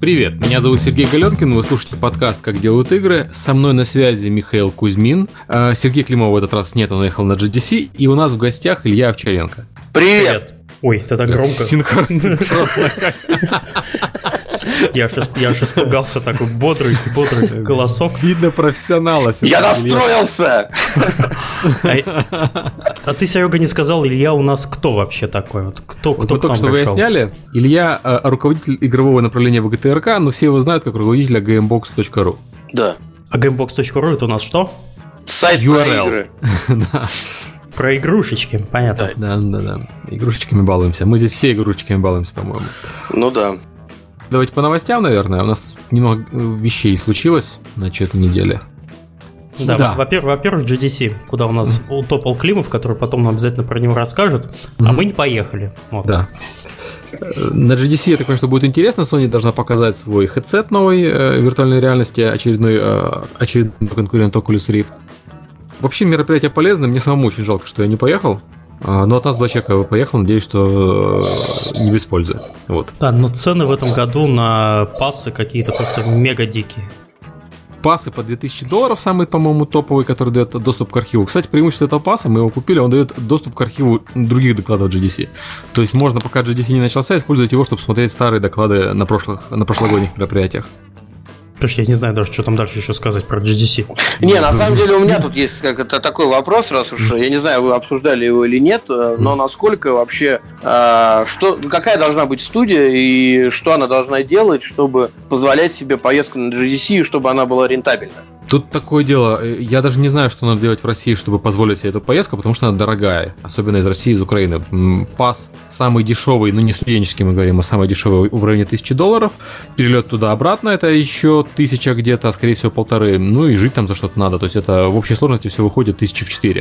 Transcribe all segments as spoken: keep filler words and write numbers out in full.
Привет, меня зовут Сергей Галенкин, вы слушаете подкаст «Как делают игры». Со мной на связи Михаил Кузьмин. Сергей Климова в этот раз нет, он уехал на джи ди си. И у нас в гостях Илья Овчаренко. Привет! Ой, это так громко. Синхронно. Я сейчас, я сейчас испугался, такой бодрый, бодрый голосок. Видно профессионала. Я настроился! А, а ты, Серега, не сказал, Илья у нас кто вообще такой? Вот кто, кто Вы только что выясняли, Илья руководитель игрового направления вэ гэ тэ эр ка, но все его знают как руководителя геймбокс точка ру. Да. А геймбокс точка ру это у нас что? Сайт ю ар про эл. игры. Да. Про игрушечки, понятно. Да, да, да. Игрушечками балуемся. Мы здесь все игрушечками балуемся, по-моему. Ну да. Давайте по новостям, наверное. У нас немного вещей случилось на этой неделе. Да, Да. Во-первых, во-первых, джи ди си, куда у нас mm. утопал Климов, который потом нам обязательно про него расскажет, mm-hmm. а мы не поехали. Вот. Да. На джи ди си, я так понимаю, что будет интересно. Sony должна показать свой хедсет новой э, виртуальной реальности, очередной, э, очередной конкурент Oculus Rift. Вообще мероприятие полезное, мне самому очень жалко, что я не поехал. Но от нас два человека поехал, надеюсь, что не без пользы. Вот. Да, но цены в этом году на пассы какие-то просто мега дикие. Пассы по две тысячи долларов, самый, по-моему, топовый, который дает доступ к архиву. Кстати, преимущество этого пасса, мы его купили, он дает доступ к архиву других докладов джи ди си. То есть можно, пока джи ди си не начался, использовать его, чтобы смотреть старые доклады на, прошлых, на прошлогодних мероприятиях. Потому что я не знаю даже, что там дальше еще сказать про джи ди си. Не, на самом деле у меня тут есть как-то такой вопрос, раз уж я не знаю, вы обсуждали его или нет, но насколько вообще, что, какая должна быть студия и что она должна делать, чтобы позволять себе поездку на джи ди си, чтобы она была рентабельна? Тут такое дело, я даже не знаю, что надо делать в России, чтобы позволить себе эту поездку, потому что она дорогая, особенно из России, из Украины. Пас самый дешевый, ну не студенческий мы говорим, а самый дешевый в районе тысячи долларов. Перелет туда-обратно это еще тысяча где-то, скорее всего полторы. Ну и жить там за что-то надо, то есть это в общей сложности все выходит тысяча четыре.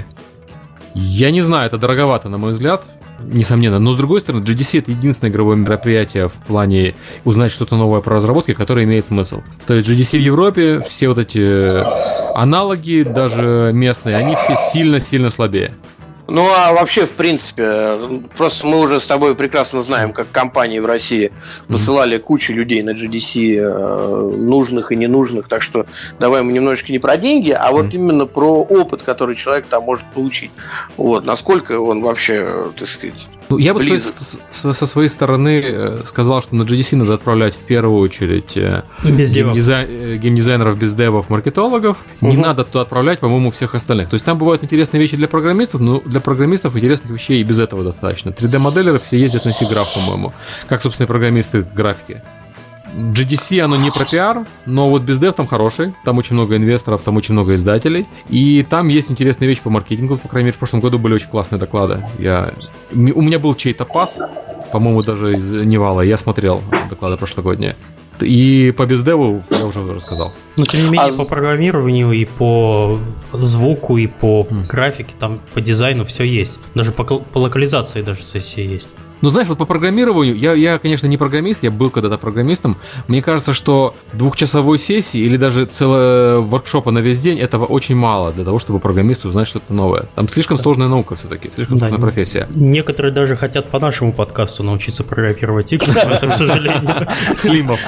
Я не знаю, это дороговато, на мой взгляд, несомненно. Но, с другой стороны, джи ди си — это единственное игровое мероприятие в плане узнать что-то новое про разработки, которое имеет смысл. То есть джи ди си в Европе, все вот эти аналоги, даже местные, они все сильно-сильно слабее. Ну, а вообще, в принципе, просто мы уже с тобой прекрасно знаем, как компании в России посылали кучу людей на джи ди си, нужных и ненужных, так что давай мы немножечко не про деньги, а вот именно про опыт, который человек там может получить. Вот, насколько он вообще, так сказать, ну, я бы с, с, со своей стороны сказал, что на джи ди си надо отправлять в первую очередь геймдизай... геймдизайнеров, бездевов, маркетологов. Угу. Не надо туда отправлять, по-моему, всех остальных. То есть там бывают интересные вещи для программистов, но для программистов интересных вещей и без этого достаточно. три дэ-моделеры все ездят на SIGGRAPH, по-моему. Как, собственно, и программисты графики. джи ди си, оно не про пиар, но вот бездев там хороший. Там очень много инвесторов, там очень много издателей. И там есть интересные вещи по маркетингу. По крайней мере, в прошлом году были очень классные доклады. Я... У меня был чей-то пас, по-моему, даже из Невала. Я смотрел доклады прошлогодние. И по бездеву я уже рассказал. Но тем не менее, а... по программированию и по звуку, и по mm. графике, там по дизайну все есть. Даже по, по локализации даже сессии есть. Ну, знаешь, вот по программированию, я, я, конечно, не программист, я был когда-то программистом. Мне кажется, что двухчасовой сессии или даже целого воркшопа на весь день этого очень мало для того, чтобы программисту узнать что-то новое. Там слишком сложная наука все-таки, слишком да, сложная профессия. Некоторые даже хотят по нашему подкасту научиться программировать игры, но это, к сожалению. Климов.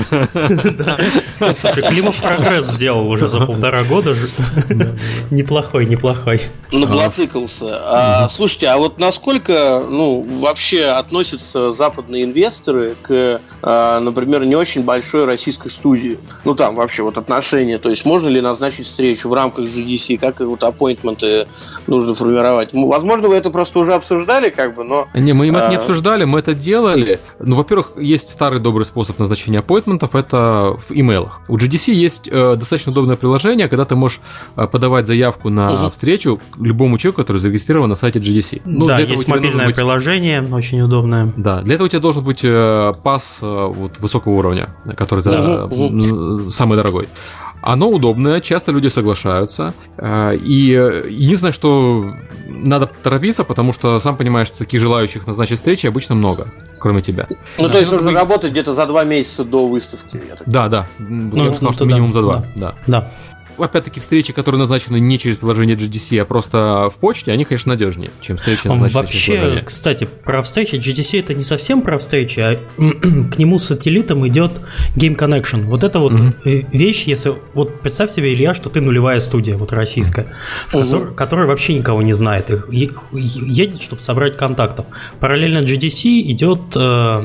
Климов прогресс сделал уже за полтора года. Неплохой, неплохой. Наблатыкался. Слушайте, а вот насколько, ну, вообще относятся относятся западные инвесторы к, например, не очень большой российской студии? Ну, там вообще вот отношения. То есть можно ли назначить встречу в рамках джи ди си? Как вот аппоинтменты нужно формировать? Возможно, вы это просто уже обсуждали, как бы, но... Не, мы это не обсуждали, мы это делали. Ну, во-первых, есть старый добрый способ назначения аппоинтментов, это в имейлах. У джи ди си есть достаточно удобное приложение, когда ты можешь подавать заявку на угу. встречу любому человеку, который зарегистрирован на сайте джи ди си. Ну, да, есть мобильное быть... приложение, очень удобное. Да, для этого у тебя должен быть э, пас э, вот, высокого уровня, который за, uh-huh, uh-huh. э, самый дорогой. Оно удобное, часто люди соглашаются. Э, и единственное, что надо торопиться, потому что, сам понимаешь, что таких желающих назначить встречи обычно много, кроме тебя. Ну, да. То есть нужно работать быть... где-то за два месяца до выставки. Да, да. Ну, я бы сказал, что минимум да. за два. Да. да. опять-таки, встречи, которые назначены не через приложение джи ди си, а просто в почте, они, конечно, надежнее, чем встречи, назначенные Вообще, через приложение. Кстати, про встречи джи ди си это не совсем про встречи, а к нему с сателлитом идет Game Connection. Вот это вот mm-hmm. вещь, если... Вот представь себе, Илья, что ты нулевая студия, вот российская, mm-hmm. в которой, которая вообще никого не знает. Их едет, чтобы собрать контактов. Параллельно джи ди си идет э,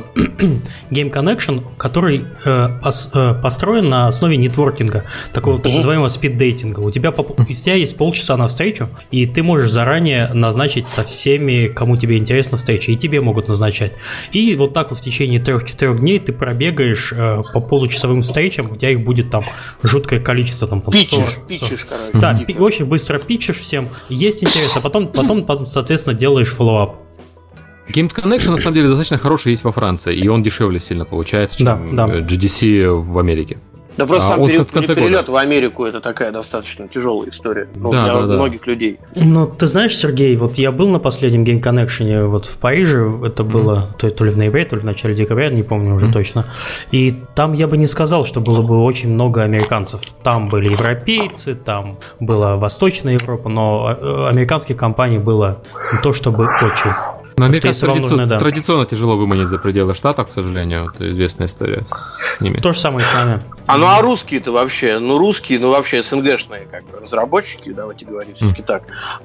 Game Connection, который э, пос, э, построен на основе нетворкинга, такого mm-hmm. так называемого спид-дейтинга. У тебя, у тебя есть полчаса на встречу, и ты можешь заранее назначить со всеми, кому тебе интересна встреча, и тебе могут назначать. И вот так вот в течение трех-четырех дней ты пробегаешь э, по получасовым встречам, у тебя их будет там жуткое количество. Там, там, питчишь, сорок, питчишь, короче. Да, пи- очень быстро питчишь всем, есть интерес, а потом, потом, потом соответственно, делаешь фоллоуап. Game Connection, на самом деле, достаточно хороший есть во Франции, и он дешевле сильно получается, чем да, да. джи ди си в Америке. Да просто а сам пере- в конце перелет года. в Америку — это такая достаточно тяжелая история, ну, да, для да, многих да. людей. Ну, ты знаешь, Сергей, вот я был на последнем Game Connection вот в Париже, это было mm-hmm. то, то ли в ноябре, то ли в начале декабря, не помню уже mm-hmm. точно. И там я бы не сказал, что было бы очень много американцев. Там были европейцы, там была Восточная Европа, но американских компаний было не то чтобы очень. Но американцев традиционно, нужны, да. традиционно тяжело выманить за пределы штатов, к сожалению. Это известная история с ними. То же самое с нами. А ну а русские-то вообще, ну русские, ну вообще СНГшные как бы разработчики, давайте говорить все-таки mm. так,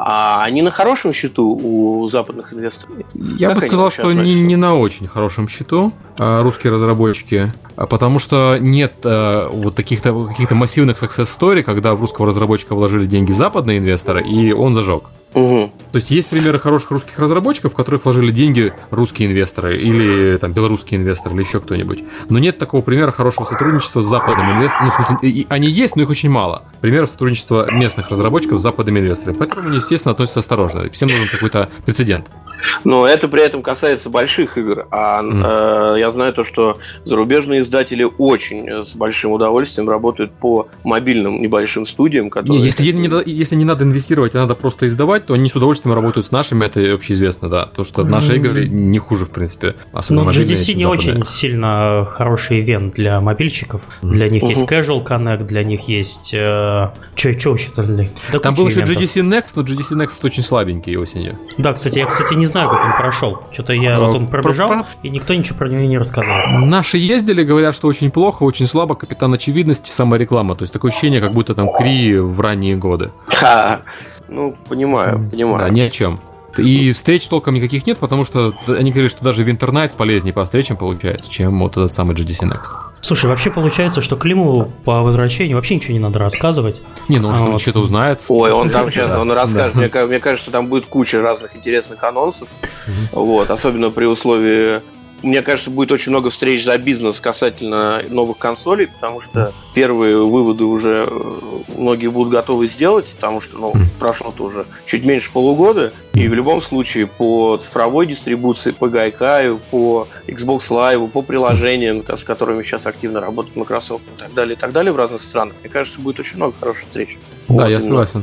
а они на хорошем счету у западных инвесторов? Я как бы сказал, что не, не на очень хорошем счету а, русские разработчики, а, потому что нет а, вот таких-то, каких-то массивных success story, когда в русского разработчика вложили деньги западные инвесторы, и он зажег. Угу. То есть есть примеры хороших русских разработчиков, в которых вложили деньги русские инвесторы или там белорусские инвесторы или еще кто-нибудь. Но нет такого примера хорошего сотрудничества с западным инвестором. Ну, в смысле, и, они есть, но их очень мало. Примеров сотрудничества местных разработчиков с западными инвесторами. Поэтому они, естественно, относятся осторожно. Всем нужен какой-то прецедент. Но это при этом касается больших игр. А mm. э, я знаю то, что зарубежные издатели очень с большим удовольствием работают по мобильным небольшим студиям, которые... Не, если, не, если не надо инвестировать, а надо просто издавать, то они с удовольствием работают с нашими, это общеизвестно, да. То, что наши mm. игры не хуже, в принципе, особенно мобильные. Но джи ди си не очень сильно хороший ивент для мобильщиков. Mm. Для них mm-hmm. есть Casual Connect, для них есть... Э, Че еще-то? Да, там был еще ивентов. джи ди си Next, но джи ди си Next очень слабенький осенью. Да, кстати, я, кстати, не знаю, как он прошел. Что-то я вот он пробежал, про, про... и никто ничего про него не рассказал. Наши ездили, говорят, что очень плохо, очень слабо, капитан очевидности, самореклама. То есть такое ощущение, как будто там Кри в ранние годы. Ха, ну, понимаю, понимаю. Да, ни о чем. И встреч толком никаких нет, потому что они говорят, что даже Winter Nights полезнее по встречам получается, чем вот этот самый джи ди си Next. Слушай, вообще получается, что Климу по возвращению вообще ничего не надо рассказывать. Не, ну он а, вот... что-то узнает. Ой, он там сейчас, он расскажет. Мне, мне кажется, там будет куча разных интересных анонсов. Вот, особенно при условии... Мне кажется, будет очень много встреч за бизнес касательно новых консолей, потому что первые выводы уже многие будут готовы сделать, потому что ну, прошло-то уже чуть меньше полугода, и в любом случае по цифровой дистрибуции, по Гайкаю, по Xbox Live, по приложениям, с которыми сейчас активно работает Microsoft и так далее, и так далее в разных странах, мне кажется, будет очень много хороших встреч. Да, вот, я согласен.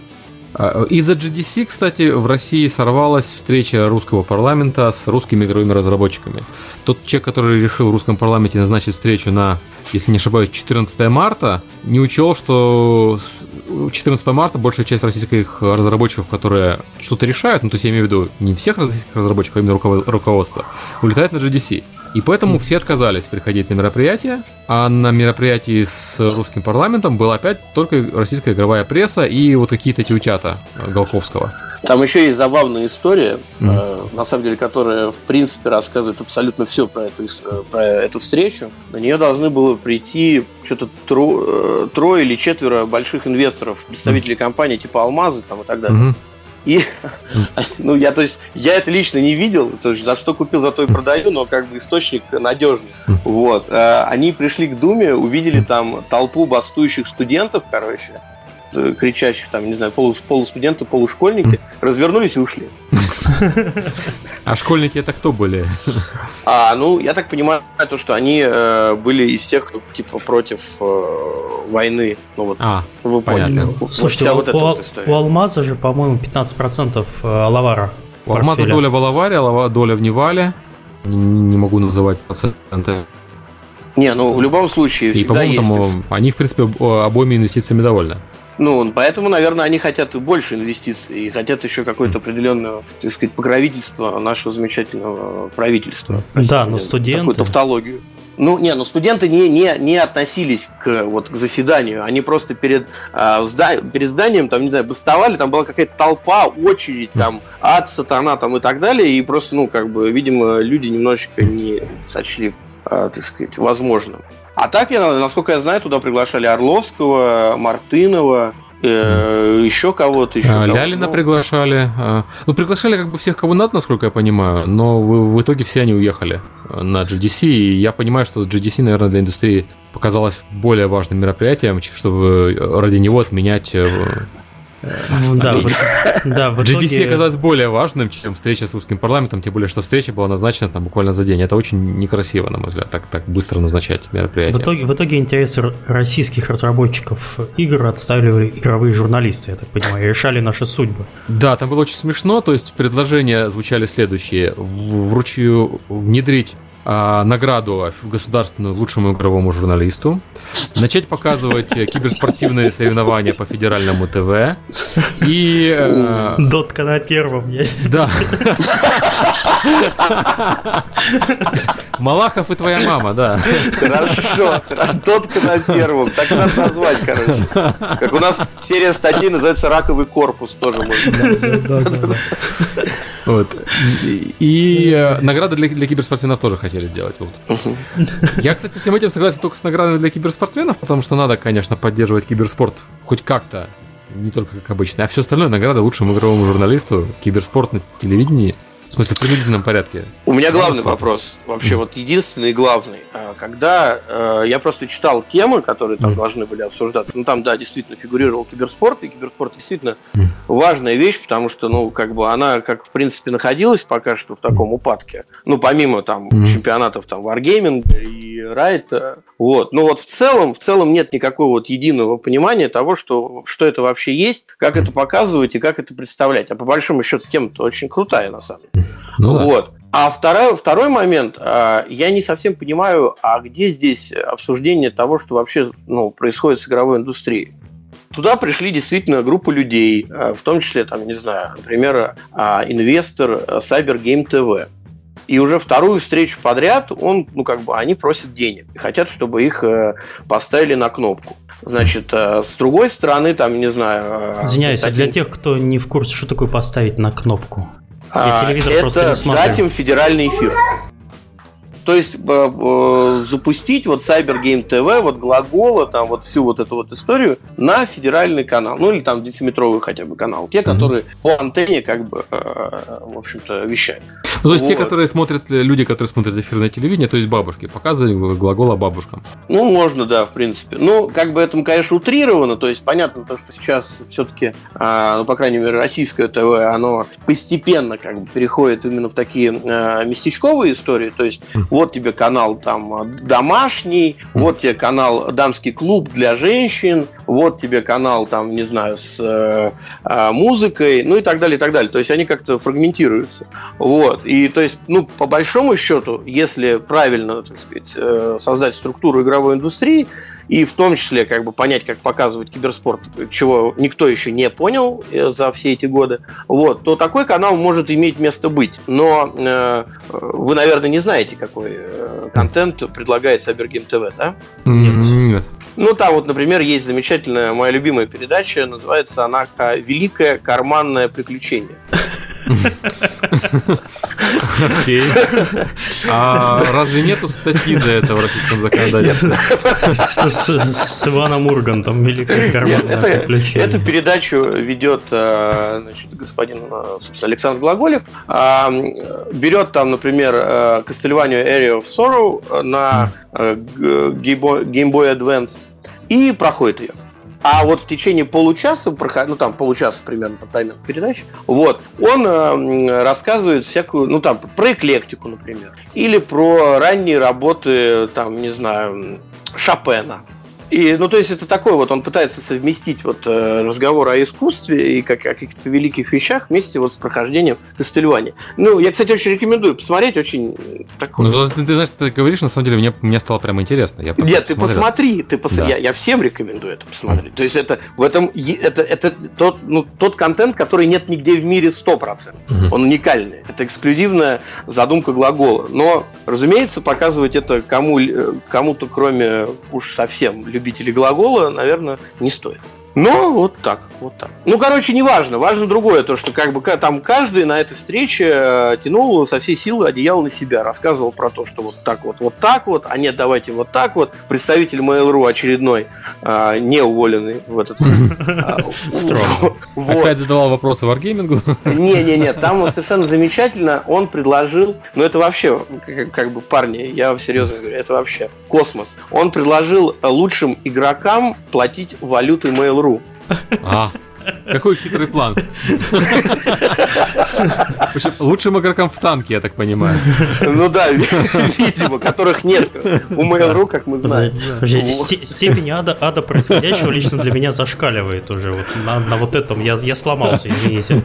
Из-за джи ди си, кстати, в России сорвалась встреча русского парламента с русскими игровыми разработчиками. Тот человек, который решил в русском парламенте назначить встречу на, если не ошибаюсь, четырнадцатое марта, не учел, что четырнадцатого марта большая часть российских разработчиков, которые что-то решают, ну то есть я имею в виду не всех российских разработчиков, а именно руководство, улетает на джи ди си. И поэтому все отказались приходить на мероприятие, а на мероприятии с русским парламентом была опять только российская игровая пресса и вот какие-то эти утята Голковского. Там еще есть забавная история, mm-hmm. э, на самом деле, которая в принципе рассказывает абсолютно все про эту, про эту встречу. На нее должны было прийти что-то тро, трое или четверо больших инвесторов, представителей mm-hmm. компании типа Алмазы там, и так далее. Mm-hmm. И, ну, я, то есть, я это лично не видел, то есть, за что купил, за то и продаю, но как бы источник надежный. Вот. Они пришли к Думе, увидели там толпу бастующих студентов, короче, кричащих там, не знаю, полу, полустуденты, полушкольники, развернулись и ушли. А школьники это кто были? А, ну, я так понимаю, то, что они э, были из тех, кто типа против э, войны. Ну вот, а, вы поняли. Слушайте, вот у, вот у Алмаза же, по-моему, пятнадцать процентов Лавара. У Алмаза доля в Лаваре, доля в Невале. Не, не могу называть проценты. Не, ну в любом случае и, по-моему, там, они, в принципе, обоими инвестициями довольны. Ну, поэтому, наверное, они хотят больше инвестиций и хотят еще какое-то определенное, так сказать, покровительство нашего замечательного правительства. Да, но студенты... Такую тавтологию. Ну, не, ну студенты не, не, не относились к, вот, к заседанию. Они просто перед, э, зда... перед зданием, там, не знаю, бастовали, там была какая-то толпа, очередь, там, ад, сатана, там, и так далее. И просто, ну, как бы, видимо, люди немножечко не сочли, э, так сказать, возможным. А так, я, насколько я знаю, туда приглашали Орловского, Мартынова, э, еще кого-то. Еще а, кого-то. Лялина ну, приглашали. Ну, приглашали как бы всех, кого надо, насколько я понимаю, но в, в итоге все они уехали на джи ди си, и я понимаю, что джи ди си, наверное, для индустрии показалось более важным мероприятием, чтобы ради него отменять... Ну, да, в, да, в джи ди си итоге... оказалось более важным, чем встреча с русским парламентом, тем более, что встреча была назначена там буквально за день. Это очень некрасиво, на мой взгляд, так, так быстро назначать мероприятие. В итоге, в итоге интересы российских разработчиков игр отстаивали игровые журналисты, я так понимаю, и решали наши судьбы. Да, там было очень смешно, то есть предложения звучали следующие. Вручую внедрить а, награду государственную лучшему игровому журналисту, начать показывать киберспортивные соревнования по федеральному ТВ и... А... Дотка на первом. Да. Малахов и твоя мама, да. Хорошо. Дотка на первом. Так надо назвать, короче. Как у нас серия статей называется «Раковый корпус». Тоже можно. Вот. И, и э, награды для, для киберспортсменов тоже хотели сделать. Вот. Uh-huh. Я, кстати, всем этим согласен только с наградами для киберспортсменов, потому что надо, конечно, поддерживать киберспорт хоть как-то, не только как обычно. А все остальное награда лучшему игровому журналисту, киберспорт на телевидении. В смысле, в принудительном порядке. У меня главный вопрос, вообще, вот единственный и главный. Когда э, я просто читал темы, которые там mm. должны были обсуждаться, ну там, да, действительно фигурировал киберспорт, и киберспорт действительно mm. важная вещь, потому что, ну, как бы она, как в принципе, находилась пока что в таком упадке. Ну, помимо там mm. чемпионатов там Wargaming и Riot, вот. Но вот в целом, в целом нет никакого вот единого понимания того, что, что это вообще есть, как это показывать и как это представлять. А по большому счету тема-то очень крутая, на самом деле. Ну, вот. Да. А второй, второй момент, я не совсем понимаю, а где здесь обсуждение того, что вообще, ну, происходит с игровой индустрией? Туда пришли действительно группа людей, в том числе, там, не знаю, например, инвестор Cybergame ти ви. И уже вторую встречу подряд он, ну, как бы, они просят денег и хотят, чтобы их поставили на кнопку. Значит, с другой стороны, там, не знаю... Извиняюсь, а для тех, кто не в курсе, что такое поставить на кнопку? Я телевизор это просто не смотрю. Дать им федеральный эфир. То есть э, э, запустить вот Cybergame ти ви, вот глагола, там вот всю вот эту вот историю на федеральный канал, ну или там десятиметровый хотя бы канал, те, которые mm-hmm. по антенне как бы, э, в общем-то, вещают. Ну, то есть вот. Те, которые смотрят, люди, которые смотрят эфирное телевидение, то есть бабушки, показывают глагола бабушкам. Ну, можно, да, в принципе. Ну, как бы это, конечно, утрировано, то есть понятно, то, что сейчас все-таки, э, ну, по крайней мере, российское ТВ, оно постепенно как бы переходит именно в такие э, местечковые истории, то есть вот тебе канал там домашний, вот тебе канал дамский клуб для женщин, вот тебе канал там, не знаю, с э, э, музыкой, ну и так далее, и так далее. То есть они как-то фрагментируются. Вот. И то есть, ну, по большому счету, если правильно, так сказать, э, создать структуру игровой индустрии, и в том числе как бы понять, как показывать киберспорт, чего никто еще не понял за все эти годы, вот, то такой канал может иметь место быть. Но э, вы, наверное, не знаете, какой э, контент предлагает Cybergame ти ви, да? Нет. Нет. Ну, там вот, например, есть замечательная моя любимая передача, называется она «Великое карманное приключение». Окей. А разве нету статьи за это в российском законодательстве? С Иваном Ургантом «Великое карманное приключение». Эту передачу ведет, значит, господин Александр Глаголев. Берет там, например, Castlevania Area of Sorrow на Game Boy Advance и проходит ее. А вот в течение получаса, ну там полчаса примерно по таймингу передач, вот, он э, рассказывает всякую, ну там, про эклектику, например, или про ранние работы, там, не знаю, Шопена. И, ну, то есть это такой вот, он пытается совместить вот разговор о искусстве и как, о каких-то великих вещах вместе вот с прохождением Castlevania. Ну, я, кстати, очень рекомендую посмотреть, очень такой... Ну, ты, ты знаешь, ты говоришь, на самом деле, мне, мне стало прямо интересно. Я Нет, ты посмотри, ты пос... да. я, я всем рекомендую это посмотреть. То есть это в этом, это, это тот, ну, тот контент, который нет нигде в мире сто процентов. Угу. Он уникальный. Это эксклюзивная задумка глагола. Но, разумеется, показывать это кому, кому-то, кроме уж совсем любителей глагола, наверное, не стоит. Но вот так, вот так. Ну, короче, не важно. Важно другое, то, что как бы там каждый на этой встрече тянул со всей силы одеяло на себя. Рассказывал про то, что вот так вот, вот так вот, а нет, давайте вот так вот. Представитель Mail.ru очередной, а, не уволенный в этот... Строго. Опять задавал вопросы Wargaming? Не-не-не, там совершенно замечательно. Он предложил, ну это вообще, как бы, парни, я серьезно говорю, это вообще космос. Он предложил лучшим игрокам платить валютой Mail.ru. А, какой хитрый план. Лучшим игрокам в танке, я так понимаю. Ну да, видимо, которых нет у Mail.ru, как мы знаем. Степень ада, ада происходящего лично для меня зашкаливает уже. Вот на, на вот этом я, я сломался, извините.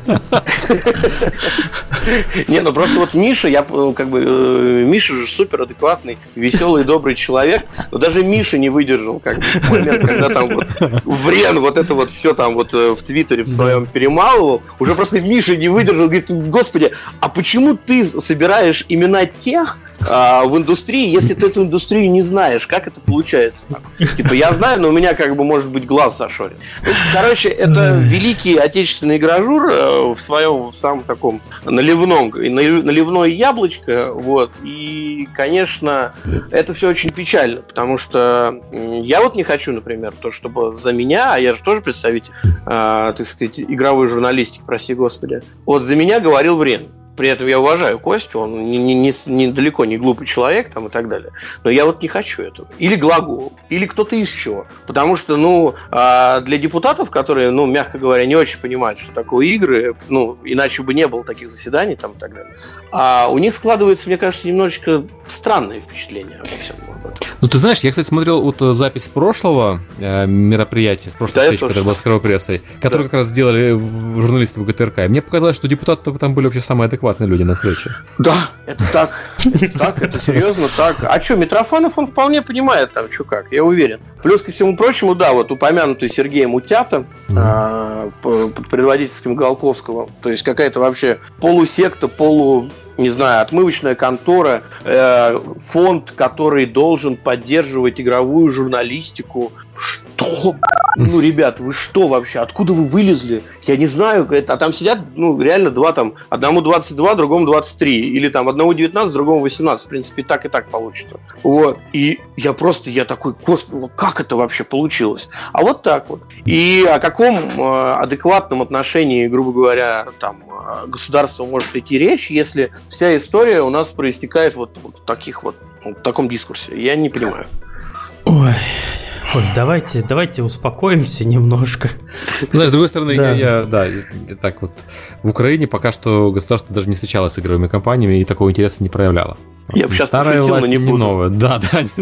Не, ну просто вот Миша, я как бы Миша же супер адекватный, веселый, добрый человек, но даже Миша не выдержал, как бы, в момент, когда там вот Врен вот это вот все там вот в Твиттере в своем да. перемалывал, уже просто Миша не выдержал, говорит: господи, а почему ты собираешь имена тех а, в индустрии, если ты эту индустрию не знаешь, как это получается? Типа, я знаю, но у меня как бы может быть глаз зашорен. Ну, короче, это великий отечественный игражур в своем, в самом таком наливном, наливное яблочко, вот, и, конечно, это все очень печально, потому что я вот не хочу, например, то, чтобы за меня, а я же тоже представитель, а, так сказать, игровой журналистики, прости господи, вот за меня говорил Врен. При этом я уважаю Костю, он не, не, не, не, далеко не глупый человек там, и так далее. Но я вот не хочу этого. Или глагол, или кто-то еще. Потому что, ну, для депутатов, которые, ну, мягко говоря, не очень понимают, что такое игры, ну, иначе бы не было таких заседаний там и так далее, а у них складывается, мне кажется, немножечко странное впечатление обо всем этом. Ну, ты знаешь, я, кстати, смотрел вот запись прошлого э, мероприятия, с прошлой да, встречи, которая была с Кровопрессой, которую да. как раз сделали журналисты в ГТРК. И мне показалось, что депутаты там были вообще самые адекватные люди на встрече. Да, это так. Так, это серьезно так. А что, Митрофанов, он вполне понимает там, что как, я уверен. Плюс ко всему прочему, да, вот упомянутый Сергеем Утята под предводительством Голковского, то есть какая-то вообще полусекта, полу... не знаю, отмывочная контора, э, фонд, который должен поддерживать игровую журналистику. Что? Ну, ребят, вы что вообще? Откуда вы вылезли? Я не знаю. А там сидят, ну, реально два там. Одному двадцать два, другому двадцать три. Или там одному девятнадцать, другому восемнадцать. В принципе, и так, и так получится. Вот. И я просто, я такой, господи, как это вообще получилось? А вот так вот. И о каком э, адекватном отношении, грубо говоря, там, э, государства может идти речь, если вся история у нас проистекает вот, вот в таких вот, вот в таком дискурсе. Я не понимаю. Ой, ой, давайте, давайте успокоимся немножко. Ну, с другой стороны, да. Я, я, да, так вот, в Украине пока что государство даже не встречалось с игровыми компаниями и такого интереса не проявляло. Я бы сейчас старая пошутил, власть, но не буду. Новая. Да, да, не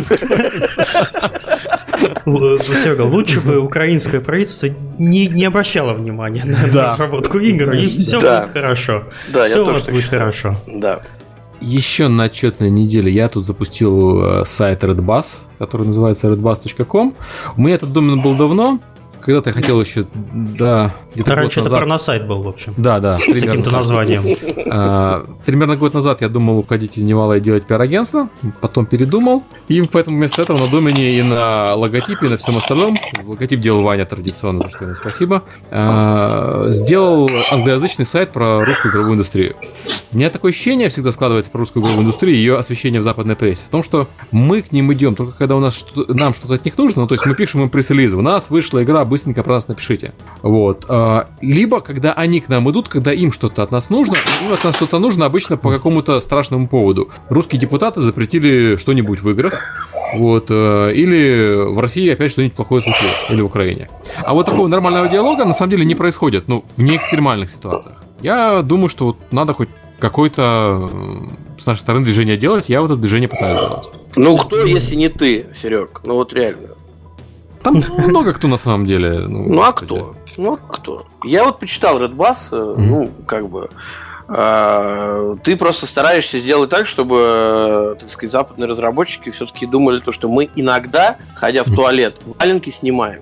Серега, лучше бы украинское правительство не, не обращало внимания на, да. на разработку игр, и все да. будет хорошо. Да, все у нас будет считаю. хорошо. Да. Еще на отчетной неделе я тут запустил сайт Redbus, который называется red bus точка com. У меня этот домен был давно. Когда-то я хотел еще, да, где-то раньше год назад... это порносайт был, в общем. Да, да. С каким-то названием. А, примерно год назад я думал уходить из Невала и делать пиар-агентство, потом передумал, и поэтому вместо этого на домене и на логотипе, и на всем остальном, логотип делал Ваня традиционно, за что ему спасибо, а, сделал англоязычный сайт про русскую игровую индустрию. У меня такое ощущение всегда складывается про русскую игровую индустрию и ее освещение в западной прессе, в том, что мы к ним идем только когда у нас что- нам что-то от них нужно, ну, то есть мы пишем им пресс-релизы, у нас вышла игра, быстренько про нас напишите. Вот. Либо, когда они к нам идут, когда им что-то от нас нужно, им от нас что-то нужно обычно по какому-то страшному поводу. Русские депутаты запретили что-нибудь в играх, вот, или в России опять что-нибудь плохое случилось, или в Украине. А вот такого нормального диалога на самом деле не происходит, ну, в неэкстремальных ситуациях. Я думаю, что вот надо хоть какое-то с нашей стороны движение делать, я вот это движение пытаюсь делать. Ну, кто, если не ты, Серег? Ну, вот реально. Там много кто на самом деле. Ну, ну а кто? Ну, а кто? Я вот почитал Red Bass, mm-hmm. ну, как бы... Uh, ты просто стараешься сделать так, чтобы, так сказать, западные разработчики все-таки думали, то, что мы иногда, ходя в туалет, валенки снимаем.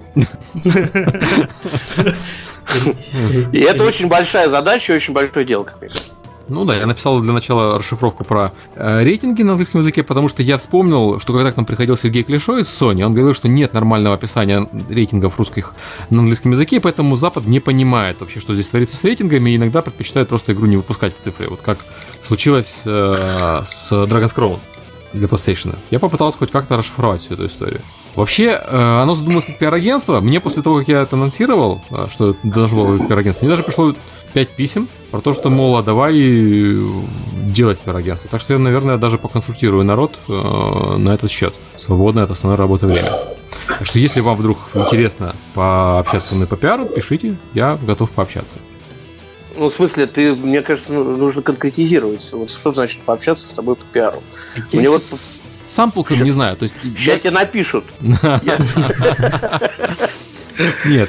И это очень большая задача и очень большое дело, как мне кажется. Ну да, я написал для начала расшифровку про э, рейтинги на английском языке, потому что я вспомнил, что когда к нам приходил Сергей Клишо из Sony, он говорил, что нет нормального описания рейтингов русских на английском языке, поэтому Запад не понимает вообще, что здесь творится с рейтингами, и иногда предпочитает просто игру не выпускать в цифре, вот как случилось э, с Dragon's Crown для PlayStation. Я попытался хоть как-то расшифровать всю эту историю. Вообще, э, оно задумалось как пиар-агентство. Мне после того, как я это анонсировал, э, что это должно было быть пиар-агентство, мне даже пришло пять писем про то, что, мол, а давай делать пиар-агентство. Так что я, наверное, даже поконсультирую народ э, на этот счет. Свободное от основной работы время. Так что, если вам вдруг интересно пообщаться со мной по пиару, пишите, я готов пообщаться. Ну, в смысле, ты, мне кажется, нужно конкретизировать. Вот что значит пообщаться с тобой по пиару? Я Мне вот сам толком не знаю. То есть сейчас я... тебе напишут. Нет,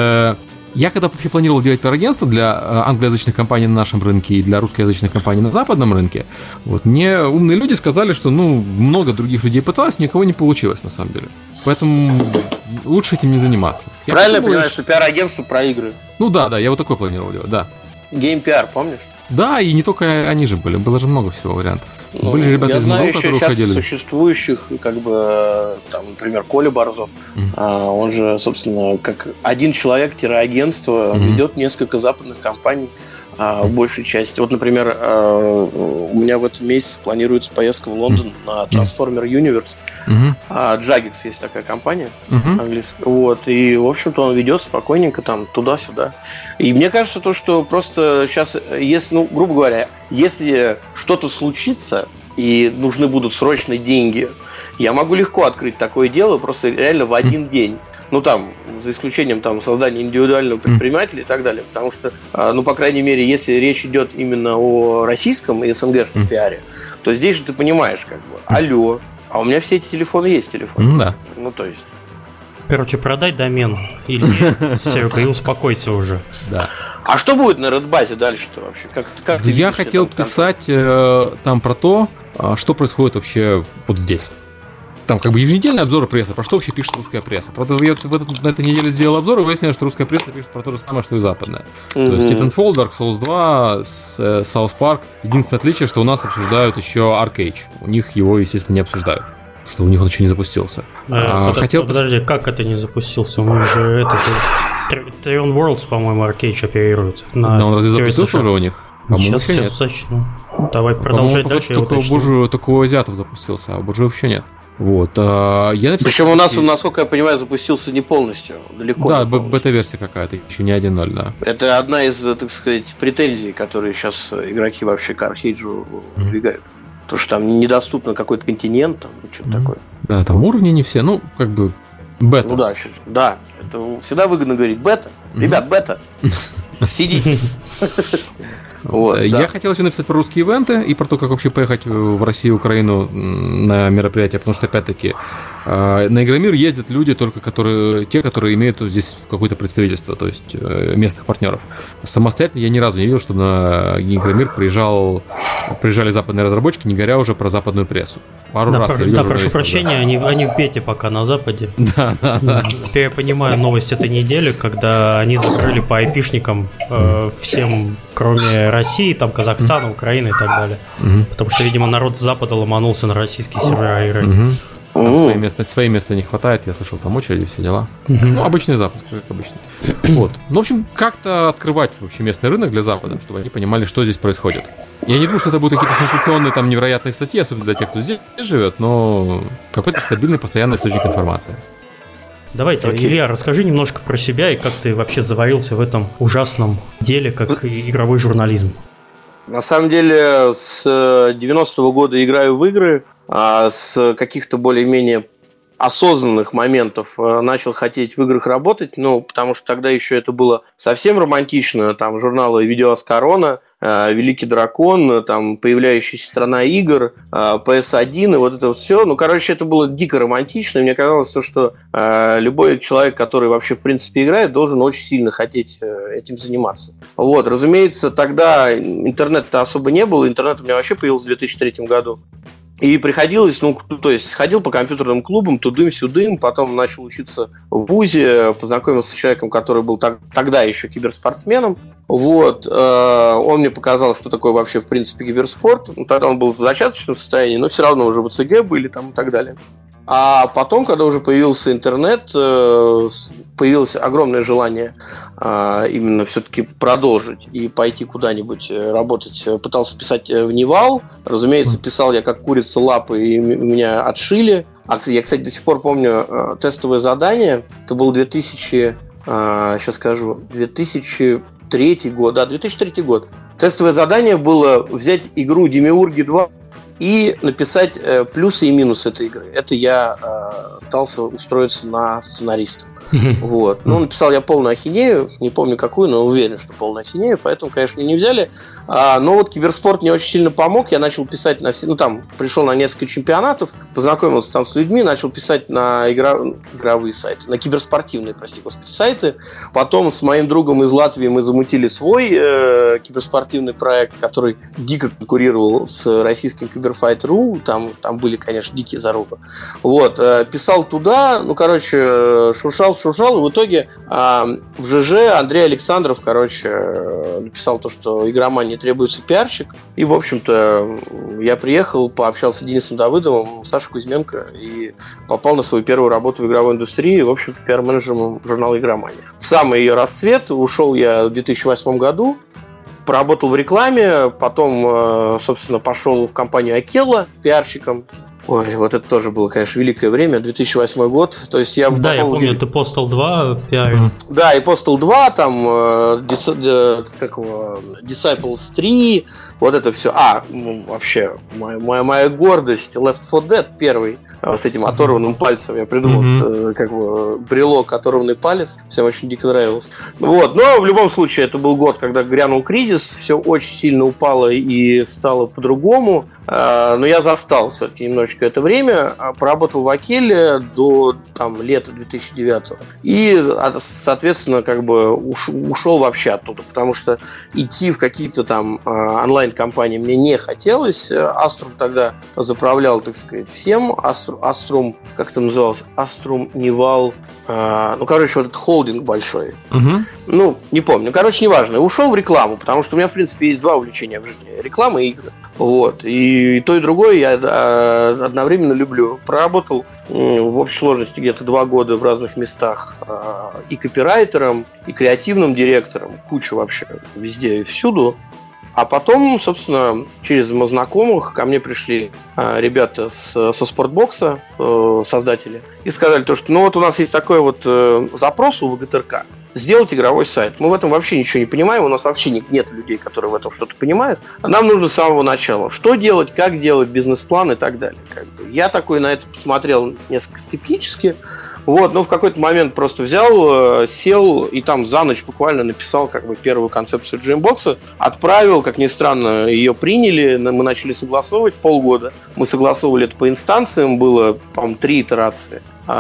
я когда вообще планировал делать пиар-агентство для англоязычных компаний на нашем рынке и для русскоязычных компаний на западном рынке, вот, мне умные люди сказали, что ну, много других людей пыталось, никого не получилось на самом деле. Поэтому лучше этим не заниматься. Правильно я понимаю, что пиар-агентство про игры? Ну да, да, я вот такое планировал делать, да. Гейм-пиар, помнишь? Да, и не только они же были, было же много всего вариантов. Ну, были же ребята я из знаю Мурал, еще которые сейчас уходили. Существующих, как бы, там, например, Коля Борзов, mm-hmm. а, он же, собственно, как один человек-агентство mm-hmm. ведет несколько западных компаний а, в большей части. Вот, например, а, у меня в этом месяце планируется поездка в Лондон mm-hmm. на Transformer Universe. Uh-huh. А, Jagex есть такая компания uh-huh. английская. Вот, и, в общем-то, он ведет спокойненько там туда-сюда. И мне кажется, то, что просто сейчас, если, ну, грубо говоря, если что-то случится и нужны будут срочные деньги, я могу легко открыть такое дело просто реально в один uh-huh. день. Ну, там, за исключением там, создания индивидуального предпринимателя и так далее. Потому что, ну, по крайней мере, если речь идет именно о российском и СНГшном uh-huh. пиаре, то здесь же ты понимаешь, как бы, алло, а у меня все эти телефоны есть телефоны. Ну да. Ну то есть. Короче, продай домен. Или Серега, и успокойся уже. Да. А что будет на Redbass дальше-то вообще? Как, как ты Я хотел писать э, там про то, что происходит вообще вот здесь. Там как бы еженедельный обзор прессы, про что вообще пишет русская пресса. Правда, я в этот, на этой неделе сделал обзор и выяснил, что русская пресса пишет про то же самое, что и западная. Mm-hmm. То есть Titanfall, Dark Souls два, South Park. Единственное отличие, что у нас обсуждают еще Arcade. У них его, естественно, не обсуждают. Что у них он еще не запустился. А, а, под, хотел подожди, пос... как это не запустился? У них же это Trion Worlds, по-моему, Arcade оперирует. Да, он разве запустился уже у них? По-моему, сейчас нет. Достаточно. Давай продолжать по-моему, дальше. Только, буржу, только у азиатов запустился, а у буржуев еще нет. Вот. А, я написал, причем у нас, и... насколько я понимаю, запустился не полностью, далеко. Да, бета-версия какая-то, еще не один ноль, да. Это одна из, так сказать, претензий, которые сейчас игроки вообще к Архейджу выдвигают. Mm-hmm. То, что там недоступно какой-то континент, там, что-то mm-hmm. такое. Да, там уровни не все, ну, как бы бета. Ну да, да, это всегда выгодно говорить бета. Mm-hmm. Ребят, бета, сидите. Вот, я да. хотел еще написать про русские ивенты и про то, как вообще поехать в Россию и Украину на мероприятия, потому что, опять-таки, на Игромир ездят люди только которые, те, которые имеют здесь какое-то представительство, то есть местных партнеров. Самостоятельно я ни разу не видел, что на Игромир приезжал, приезжали западные разработчики, не говоря уже про западную прессу. Пару да, раз про, я видел да, прошу прощения, да. они, они в бете пока на Западе. Да, да, да. Теперь я понимаю новость этой недели, когда они закрыли по айпишникам э, всем, кроме России, там Казахстана, Украины и так далее. Mm-hmm. Потому что, видимо, народ с Запада ломанулся на российские сервера играть. Mm-hmm. Там свои места, свои места не хватает, я слышал, там очереди, все дела. Mm-hmm. Ну, обычный Запад, как обычно. Вот. Ну, в общем, как-то открывать вообще местный рынок для Запада, чтобы они понимали, что здесь происходит. Я не думаю, что это будут какие-то сенсационные, там, невероятные статьи, особенно для тех, кто здесь живет, но какой-то стабильный, постоянный источник информации. Давайте, okay. Илья, расскажи немножко про себя и как ты вообще заварился в этом ужасном деле, как игровой журнализм. На самом деле, с девяностого года играю в игры, а с каких-то более-менее осознанных моментов начал хотеть в играх работать, ну, потому что тогда еще это было совсем романтично, там журналы «Видео с Корона», Великий Дракон, там появляющаяся страна игр, пи эс один и вот это вот все. Ну, короче, это было дико романтично, и мне казалось, что любой человек, который вообще в принципе играет, должен очень сильно хотеть этим заниматься. Вот, разумеется, тогда интернета особо не было, интернет у меня вообще появился в две тысячи третьем году. И приходилось, ну, то есть, ходил по компьютерным клубам, тудым-сюдым, потом начал учиться в вузе, познакомился с человеком, который был так, тогда еще киберспортсменом. Вот, э, он мне показал, что такое вообще, в принципе, киберспорт. Ну, тогда он был в зачаточном состоянии, но все равно уже в ЦГ были там и так далее. А потом, когда уже появился интернет, появилось огромное желание именно все-таки продолжить и пойти куда-нибудь работать. Пытался писать в Невал. Разумеется, писал я как курица лапы, и меня отшили. А я, кстати, до сих пор помню тестовое задание. Это был две тысячи, сейчас скажу, две тысячи третий год. Да, две тысячи третий год. Тестовое задание было взять игру Демиурги два и написать э, плюсы и минусы этой игры. Это я э, пытался устроиться на сценариста. Вот. Ну, написал я полную ахинею, не помню какую, но уверен, что полную ахинею, поэтому, конечно, не взяли. А, но вот киберспорт мне очень сильно помог. Я начал писать на все... Ну, там, пришел на несколько чемпионатов, познакомился там с людьми, начал писать на игра... игровые сайты, на киберспортивные, прости господи, сайты. Потом с моим другом из Латвии мы замутили свой э, киберспортивный проект, который дико конкурировал с российским Киберфайт точка ру. Там, там были, конечно, дикие зарубы. Вот. Э, писал туда, ну, короче, шуршал шуршал, и в итоге а, в ЖЖ Андрей Александров, короче, написал то, что игромании требуется пиарщик. И, в общем-то, я приехал, пообщался с Денисом Давыдовым, Сашей Кузьменко и попал на свою первую работу в игровой индустрии, в общем-то, пиар-менеджером журнала «Игромания». В самый ее расцвет ушел я в две тысячи восьмом году, поработал в рекламе, потом, собственно, пошел в компанию Акела пиарщиком. Ой, вот это тоже было, конечно, великое время, две тысячи восьмой год. То есть я да, я помню, ты Postal два пиарил. Да, и Postal два, там, э, Dis, э, как его, Disciples три, вот это все. А, ну, вообще, моя, моя, моя гордость, Left four Dead первый, с этим оторванным пальцем, я придумал, mm-hmm. э, как бы, брелок, оторванный палец, всем очень дико нравилось. Вот, но в любом случае, это был год, когда грянул кризис, все очень сильно упало и стало по-другому. Но я застал все-таки немножечко это время, поработал в Акеле до там, лета две тысячи девятого и, соответственно, как бы ушел вообще оттуда, потому что идти в какие-то там онлайн-компании мне не хотелось. Аструм тогда заправлял, так сказать, всем. Аструм, Аструм как это называлось? Аструм, Невал. Ну, короче, вот этот холдинг большой. Uh-huh. Ну, не помню. Короче, неважно. Ушел в рекламу, потому что у меня, в принципе, есть два увлечения в жизни. Реклама и игры. Вот. И то, и другое я одновременно люблю. Проработал в общей сложности где-то два года в разных местах и копирайтером, и креативным директором. Куча вообще везде и всюду. А потом, собственно, через знакомых ко мне пришли э, ребята с, со спортбокса, э, создатели, и сказали то, что ну вот у нас есть такой вот э, запрос у ВГТРК. Сделать игровой сайт. Мы в этом вообще ничего не понимаем, у нас вообще нет, нет людей, которые в этом что-то понимают. А нам нужно с самого начала. Что делать, как делать, бизнес-план и так далее. Как бы. Я такой на это посмотрел несколько скептически. Вот, но в какой-то момент просто взял, сел и там за ночь буквально написал как бы первую концепцию Dreambox, отправил, как ни странно, ее приняли, мы начали согласовывать полгода. Мы согласовывали это по инстанциям, было, по-моему, три итерации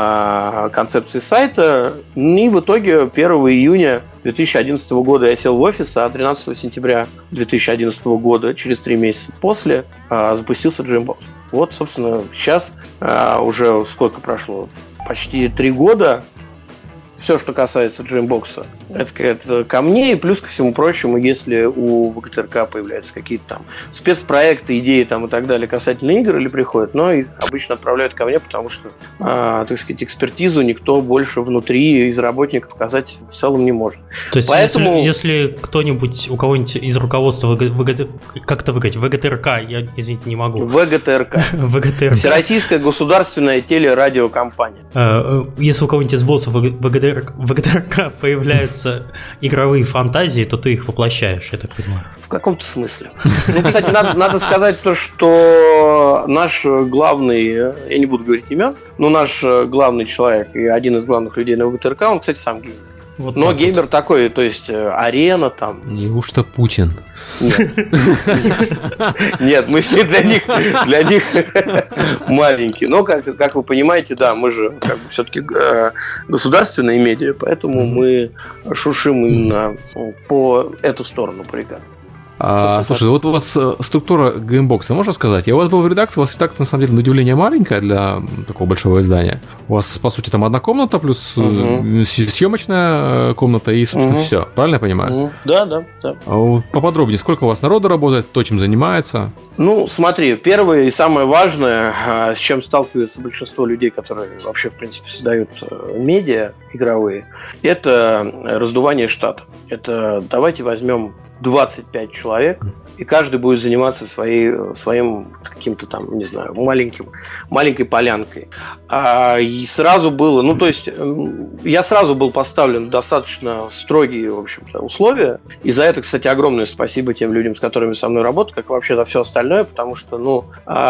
концепции сайта, и в итоге первого июня две тысячи одиннадцатого года я сел в офис, а тринадцатого сентября две тысячи одиннадцатого года, через три месяца после, запустился Dreambox. Вот, собственно, сейчас уже сколько прошло? Почти три года. Все, что касается Dreambox, это, это ко мне, и плюс ко всему прочему, если у ВГТРК появляются какие-то там спецпроекты, идеи там и так далее касательно игр или приходят, но их обычно отправляют ко мне, потому что, э, так сказать, экспертизу никто больше внутри из работников сказать в целом не может. То есть, Поэтому... если, если кто-нибудь, у кого-нибудь из руководства ВГТ... как это выговорить, ВГТРК, я, извините, не могу. ВГТРК. ВГТРК. Всероссийская государственная телерадиокомпания. Если у кого-нибудь из боссов ВГТРК В ГТРК появляются игровые фантазии, то ты их воплощаешь, я так понимаю. В каком-то смысле. Ну, кстати, надо, надо сказать то, что наш главный, я не буду говорить имен, но наш главный человек и один из главных людей на ВГТРК, он, кстати, сам гений. Вот но геймер вот. Такой, то есть арена там. Неужто Путин? Нет, нет, мы для них, для них маленькие. Но как, как вы понимаете, да, мы же как бы все-таки государственные медиа, поэтому мы шуршим именно по эту сторону баррикад. А, слушай, вот у вас структура геймбокса, можно сказать? Я у вас был в редакции, у вас редакция, на самом деле, на удивление маленькая для такого большого издания. У вас, по сути, там одна комната, плюс uh-huh. съемочная комната и, собственно, uh-huh. все. Правильно я понимаю? Uh-huh. Да, да, да. А поподробнее, сколько у вас народу работает, кто чем занимается? Ну, смотри, первое и самое важное, с чем сталкивается большинство людей, которые вообще, в принципе, создают медиа игровые, это раздувание штата. Это давайте возьмем двадцать пять человек, и каждый будет заниматься своей, своим каким-то там, не знаю, маленьким, маленькой полянкой. А, и сразу было, ну, то есть, я сразу был поставлен в достаточно строгие, в общем-то, условия. И за это, кстати, огромное спасибо тем людям, с которыми со мной работают, как вообще за все остальное, потому что, ну,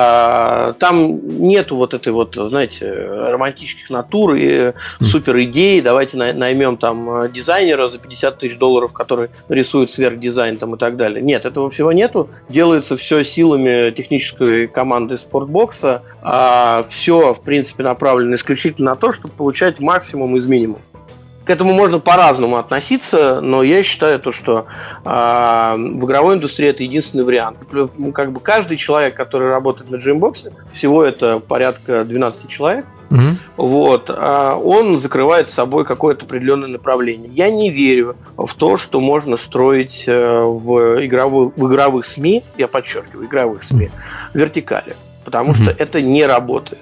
а, там нету вот этой вот, знаете, романтических натур и супер идей. Давайте наймем там дизайнера за пятьдесят тысяч долларов, который рисует сверхдизайн там и так далее. Нет, этого всего нету. Делается все силами технической команды Спортбокса. А все, в принципе, направлено исключительно на то, чтобы получать максимум из минимума. К этому можно по-разному относиться, но я считаю, то, что э, в игровой индустрии это единственный вариант. Как бы каждый человек, который работает на джеймбоксе, всего это порядка двенадцать человек, mm-hmm. вот, э, он закрывает с собой какое-то определенное направление. Я не верю в то, что можно строить э, в, игровых, в игровых СМИ, я подчеркиваю, игровых СМИ, вертикали. Потому mm-hmm. что это не работает.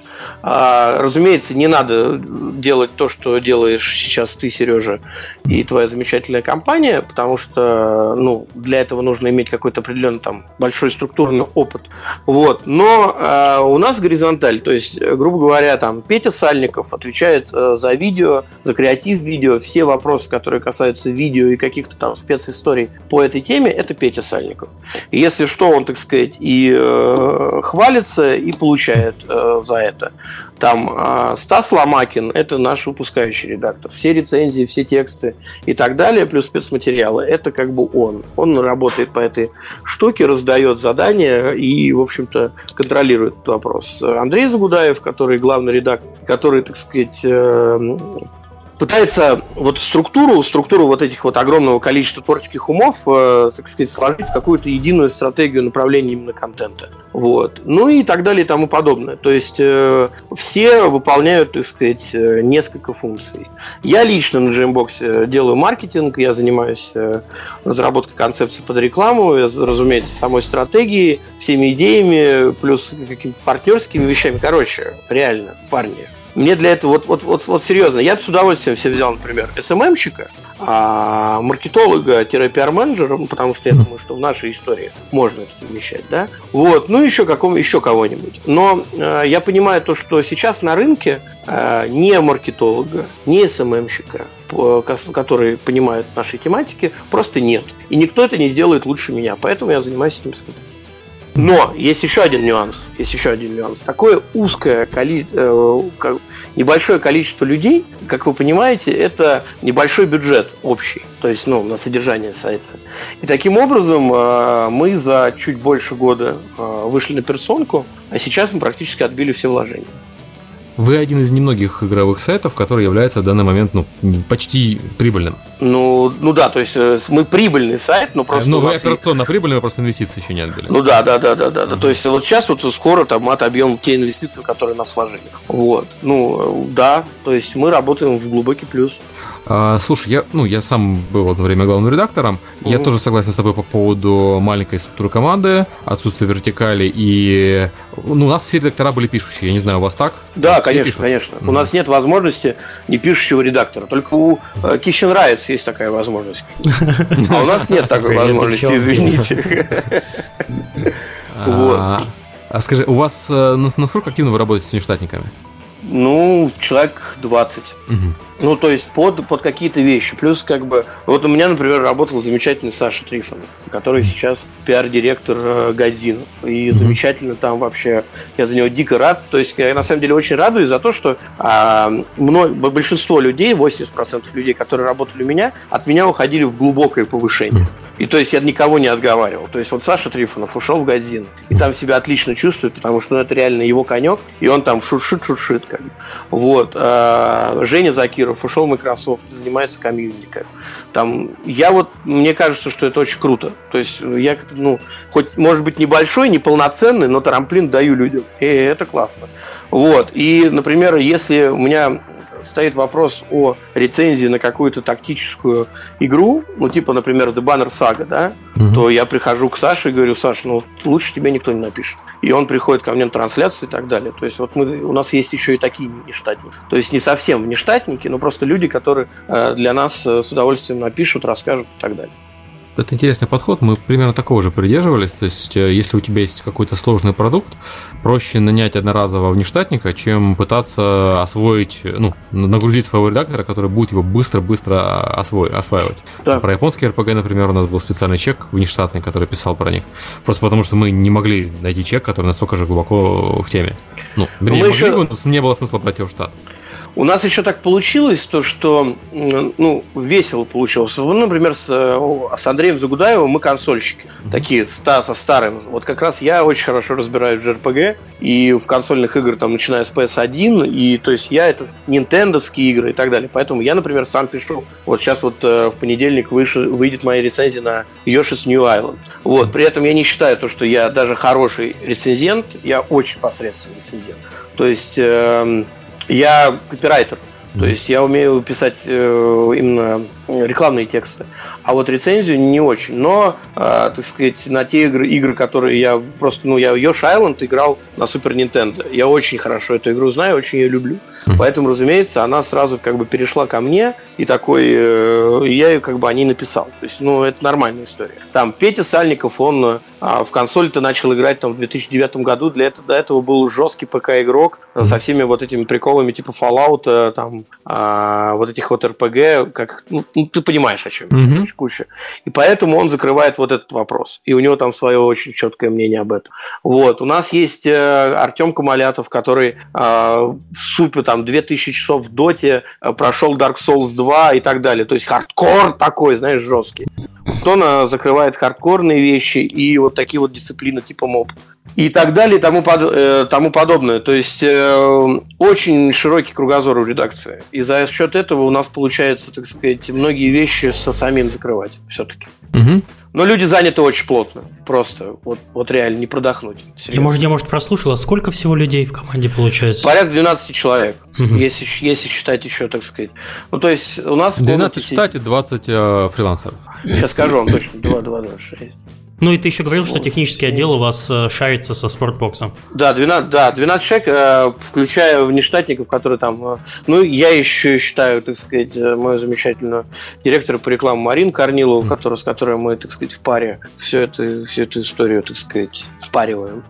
А, разумеется, не надо делать то, что делаешь сейчас ты, Сережа, и твоя замечательная компания, потому что ну, для этого нужно иметь какой-то определенный там, большой структурный опыт. Вот. Но а, у нас горизонталь, то есть, грубо говоря, там, Петя Сальников отвечает а, за видео, за креатив видео, все вопросы, которые касаются видео и каких-то там специсторий по этой теме, это Петя Сальников. И если что, он, так сказать, и э, хвалится, и получает э, за это. Там э, Стас Ломакин, это наш выпускающий редактор. Все рецензии, все тексты и так далее, плюс спецматериалы, это как бы он. Он работает по этой штуке, раздает задания и, в общем-то, контролирует этот вопрос. Андрей Загудаев, который главный редактор, который, так сказать, э, пытается вот структуру, структуру вот этих вот огромного количества творческих умов, э, так сказать, сложить в какую-то единую стратегию направления именно контента. Вот. Ну и так далее и тому подобное. То есть э, все выполняют, так сказать, несколько функций. Я лично на Джеймбоксе делаю маркетинг, я занимаюсь э, разработкой концепции под рекламу, я, разумеется, самой стратегией, всеми идеями, плюс какими-то партнерскими вещами. Короче, реально, парни. Мне для этого, вот, вот, вот, вот серьезно, я бы с удовольствием все взял, например, эс эм эм-щика, а маркетолога-пиар-менеджера, потому что я думаю, что в нашей истории можно это совмещать, да, вот, ну еще, какого, еще кого-нибудь. Но э, я понимаю то, что сейчас на рынке э, не маркетолога, не эс эм эм-щика, которые понимают нашей тематики, просто нет. И никто это не сделает лучше меня, поэтому я занимаюсь этим сам. Но есть еще один нюанс. Есть еще один нюанс. Такое узкое количество, э, небольшое количество людей, как вы понимаете, это небольшой бюджет общий, то есть, ну, на содержание сайта. И таким образом э, мы за чуть больше года э, вышли на персонку, а сейчас мы практически отбили все вложения. Вы один из немногих игровых сайтов, который является в данный момент ну, почти прибыльным. Ну, ну да, то есть мы прибыльный сайт, но просто... Ну, вы операционно прибыльный, просто инвестиции еще не отбили. Ну да, да, да, да, да. Uh-huh. То есть вот сейчас вот скоро там мы отобьем те инвестиции, которые нас вложили. Вот. Ну, да, то есть мы работаем в глубокий плюс. А, слушай, я, ну, я сам был одно время главным редактором. Uh-huh. Я тоже согласен с тобой по поводу маленькой структуры команды, отсутствия вертикали. И ну, у нас все редактора были пишущие. Я не знаю, у вас так? Да, конечно, пишут? конечно. Uh-huh. У нас нет возможности не пишущего редактора. Только у uh, Kitchen Riots есть такая возможность. А у нас нет такой возможности, извините. А скажи, у вас насколько активно вы работаете с внештатниками? Ну, человек двадцать. Угу. Ну, то есть под, под какие-то вещи. Плюс, как бы, вот у меня, например, работал замечательный Саша Трифонов, который сейчас пиар-директор э, Годзинов. И mm-hmm. замечательно там вообще, я за него дико рад. То есть я на самом деле очень радуюсь за то, что э, мной, большинство людей, восемьдесят процентов людей, которые работали у меня, от меня уходили в глубокое повышение. Mm-hmm. И то есть я никого не отговаривал. То есть вот Саша Трифонов ушел в Годзинов. И там себя отлично чувствует, потому что ну, это реально его конек. И он там шуршит-шуршит. Как бы. Вот. Э, Женя Закиров ушел в Microsoft, занимается комьюнити. Там, я вот, мне кажется, что это очень круто. То есть я, ну, хоть, может быть, небольшой, неполноценный, но трамплин даю людям. И это классно. Вот. И, например, если у меня стоит вопрос о рецензии на какую-то тактическую игру, ну, типа, например, The Banner Saga, да, mm-hmm. то я прихожу к Саше и говорю: Саш, ну, лучше тебе никто не напишет. И он приходит ко мне на трансляцию и так далее. То есть вот мы, у нас есть еще и такие внештатники. То есть не совсем внештатники, но просто люди, которые э, для нас э, с удовольствием напишут, расскажут и так далее. Это интересный подход, мы примерно такого же придерживались, то есть если у тебя есть какой-то сложный продукт, проще нанять одноразового внештатника, чем пытаться освоить, ну, нагрузить своего редактора, который будет его быстро-быстро осво... осваивать. Да. Про японский эр пи джи, например, у нас был специальный чек внештатный, который писал про них, просто потому что мы не могли найти чек, который настолько же глубоко в теме. Ну, вернее, могли еще... бы, но не было смысла брать его в штат. У нас еще так получилось, то, что ну, весело получилось. Ну, например, с, с Андреем Загудаевым мы консольщики. Mm-hmm. Такие ста, со старыми. Вот как раз я очень хорошо разбираюсь в джей ар пи джи и в консольных играх, там, начиная с пи эс один. И то есть я это нинтендовские игры и так далее. Поэтому я, например, сам пишу. Вот сейчас вот э, в понедельник выш... выйдет моя рецензия на Yoshi's New Island. Вот. При этом я не считаю то, что я даже хороший рецензент. Я очень посредственный рецензент. То есть... Э, Я копирайтер, то есть я умею писать э, именно рекламные тексты, а вот рецензию не очень. Но, э, так сказать, на те игры, игры, которые я просто, ну, я Yoshi Island играл на Super Nintendo. Я очень хорошо эту игру знаю, очень ее люблю. Поэтому, разумеется, она сразу как бы перешла ко мне, и такой, э, я ее как бы о ней написал. То есть, ну, это нормальная история. Там Петя Сальников, он э, в консоль-то начал играть там в две тысячи девятом году. Для этого, до этого был жесткий ПК-игрок э, со всеми вот этими приколами типа Fallout, там, э, вот этих вот эр пи джи, как, ну, ты понимаешь, о чем я, mm-hmm. куча. И поэтому он закрывает вот этот вопрос. И у него там свое очень четкое мнение об этом. Вот. У нас есть э, Артем Камалятов, который э, супер, там, две тысячи часов в доте, э, прошел Dark Souls два и так далее. То есть хардкор такой, знаешь, жесткий. Вот он э, закрывает хардкорные вещи и вот такие вот дисциплины типа моб. И так далее, и тому, под, э, тому подобное. То есть э, очень широкий кругозор у редакции. И за счет этого у нас получается, так сказать, многие вещи со самим закрывать все-таки. Угу. Но люди заняты очень плотно. Просто вот, вот реально не продохнуть. Я, может, я, может, прослушала, сколько всего людей в команде получается? Порядка двенадцать человек. Угу. Если, если считать еще, так сказать. Ну, то есть у нас... двенадцать в штате, двадцать э, фрилансеров. Сейчас скажу вам точно. два, два, два, шесть. Ну и ты еще говорил, что технический отдел у вас э, шарится со спортбоксом. Да, двенадцать, да, двенадцать человек, э, включая внештатников, которые там... Э, ну, я еще считаю, так сказать, мою замечательную директора по рекламе Марину Корнилову, mm. который, с которой мы, так сказать, в паре все это, всю эту историю, так сказать, впариваем.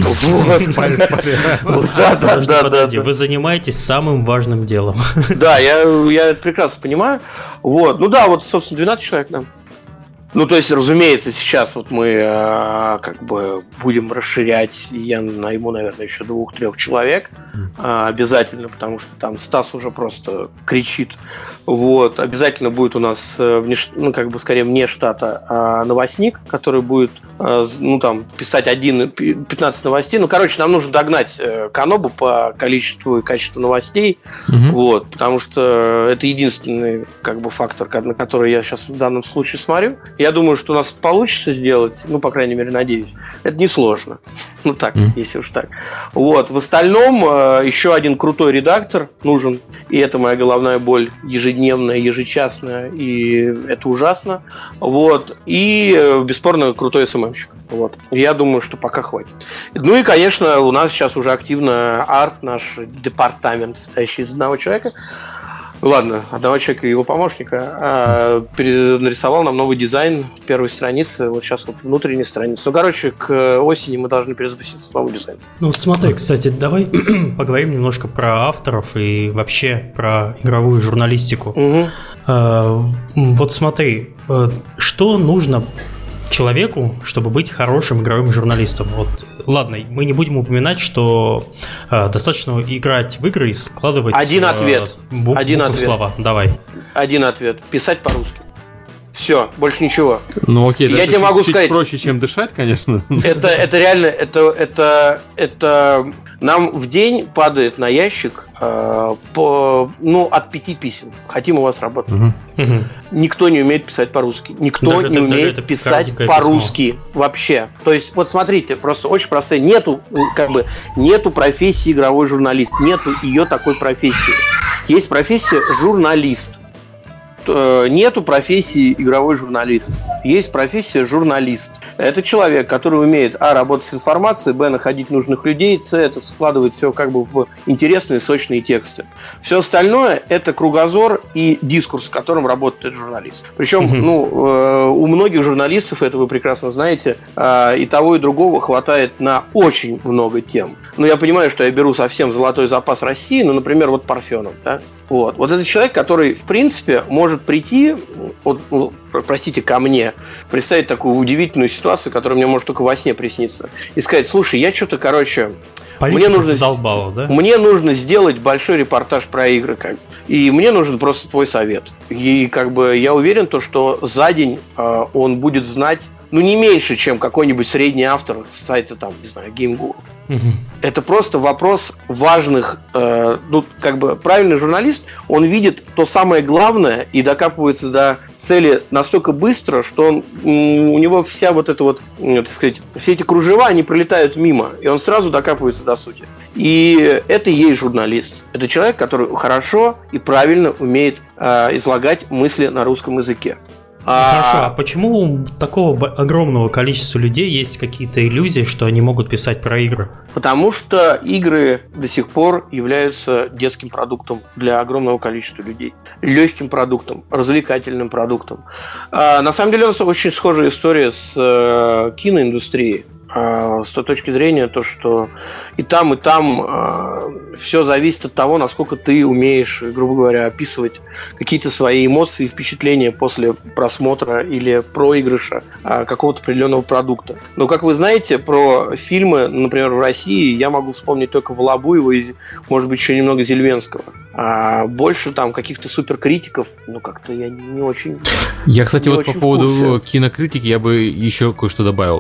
Да, да, да, да. Вы занимаетесь самым важным делом. Да, я это прекрасно понимаю. Вот, ну да, вот, собственно, двенадцать человек, да. Ну, то есть, разумеется, сейчас вот мы э, как бы будем расширять, я найму, наверное, еще двух-трех человек э, обязательно, потому что там Стас уже просто кричит. Вот, обязательно будет у нас, э, вне, ну, как бы, скорее, вне штата э, новостник, который будет, э, ну, там, писать один, пятнадцать новостей. Ну, короче, нам нужно догнать э, Канобу по количеству и качеству новостей, mm-hmm. вот, потому что это единственный, как бы, фактор, на который я сейчас в данном случае смотрю. Я думаю, что у нас получится сделать, ну, по крайней мере, надеюсь. Это несложно. Ну, так, mm. если уж так. Вот. В остальном э, еще один крутой редактор нужен. И это моя головная боль ежедневная, ежечасная. И это ужасно. Вот. И, э, бесспорно, крутой эс эм эм-щик. Вот. Я думаю, что пока хватит. Ну и, конечно, у нас сейчас уже активно арт, наш департамент, состоящий из одного человека. Ладно, одного человека и его помощника а, нарисовал нам новый дизайн первой страницы. Вот сейчас вот внутренняя страница. Ну, короче, к осени мы должны перезапуститься с новым дизайном. Ну, вот смотри, кстати, давай поговорим немножко про авторов и вообще про игровую журналистику. Угу. А, вот смотри, что нужно человеку, чтобы быть хорошим игровым журналистом? Вот, ладно, мы не будем упоминать, что э, достаточно играть в игры и складывать Один э, ответ. Бу- Один буквы в ответ. слова. Давай. Один ответ. Писать по-русски. Все, больше ничего. Ну окей, я да, тебе чуть, могу чуть сказать, проще, чем дышать, конечно. Это, это реально, это, это, это нам в день падает на ящик э, по, ну, от пяти писем. Хотим у вас работать. Угу. Угу. Никто не умеет писать по-русски. Никто даже не это, умеет писать по-русски письмо. Вообще. То есть, вот смотрите, просто очень простое. Нету, как бы, нету профессии игровой журналист. Нету ее такой профессии. Есть профессия журналист. Нету профессии игровой журналист. Есть профессия журналист. Это человек, который умеет, а, работать с информацией, б, находить нужных людей, с, это складывать все как бы в интересные, сочные тексты. Все остальное – это кругозор и дискурс, с которым работает журналист. Причем, mm-hmm. ну, у многих журналистов, это вы прекрасно знаете, и того, и другого хватает на очень много тем. Ну, я понимаю, что я беру совсем золотой запас России, ну, например, вот Парфенов, да? Вот. Вот это человек, который, в принципе, может прийти, вот, ну, простите, ко мне, представить такую удивительную ситуацию, которая мне может только во сне присниться, и сказать: слушай, я что-то, короче, мне нужно, задолбало, да? мне нужно сделать большой репортаж про игры, как, и мне нужен просто твой совет. И как бы я уверен, то, что за день э, он будет знать, ну, не меньше, чем какой-нибудь средний автор с сайта, там, не знаю, GameGuru. Угу. Это просто вопрос важных, э, ну, как бы правильный журналист, он видит то самое главное и докапывается до цели настолько быстро, что он, у него вся вот эта вот, так сказать, все эти кружева, они пролетают мимо, и он сразу докапывается до сути. И это и есть журналист. Это человек, который хорошо и правильно умеет э, излагать мысли на русском языке. Хорошо, а почему у такого огромного количества людей есть какие-то иллюзии, что они могут писать про игры? Потому что игры до сих пор являются детским продуктом для огромного количества людей. Легким продуктом, развлекательным продуктом. А, на самом деле у нас очень схожая история с э, киноиндустрией. С той точки зрения, то, что и там, и там э, все зависит от того, насколько ты умеешь, грубо говоря, описывать какие-то свои эмоции и впечатления после просмотра или проигрыша э, какого-то определенного продукта. Но, как вы знаете, про фильмы, например, в России я могу вспомнить только Волобуева и, может быть, еще немного Зельвенского. А больше там каких-то суперкритиков, ну, как-то я не очень... Я, кстати, вот по поводу кинокритики я бы еще кое-что добавил.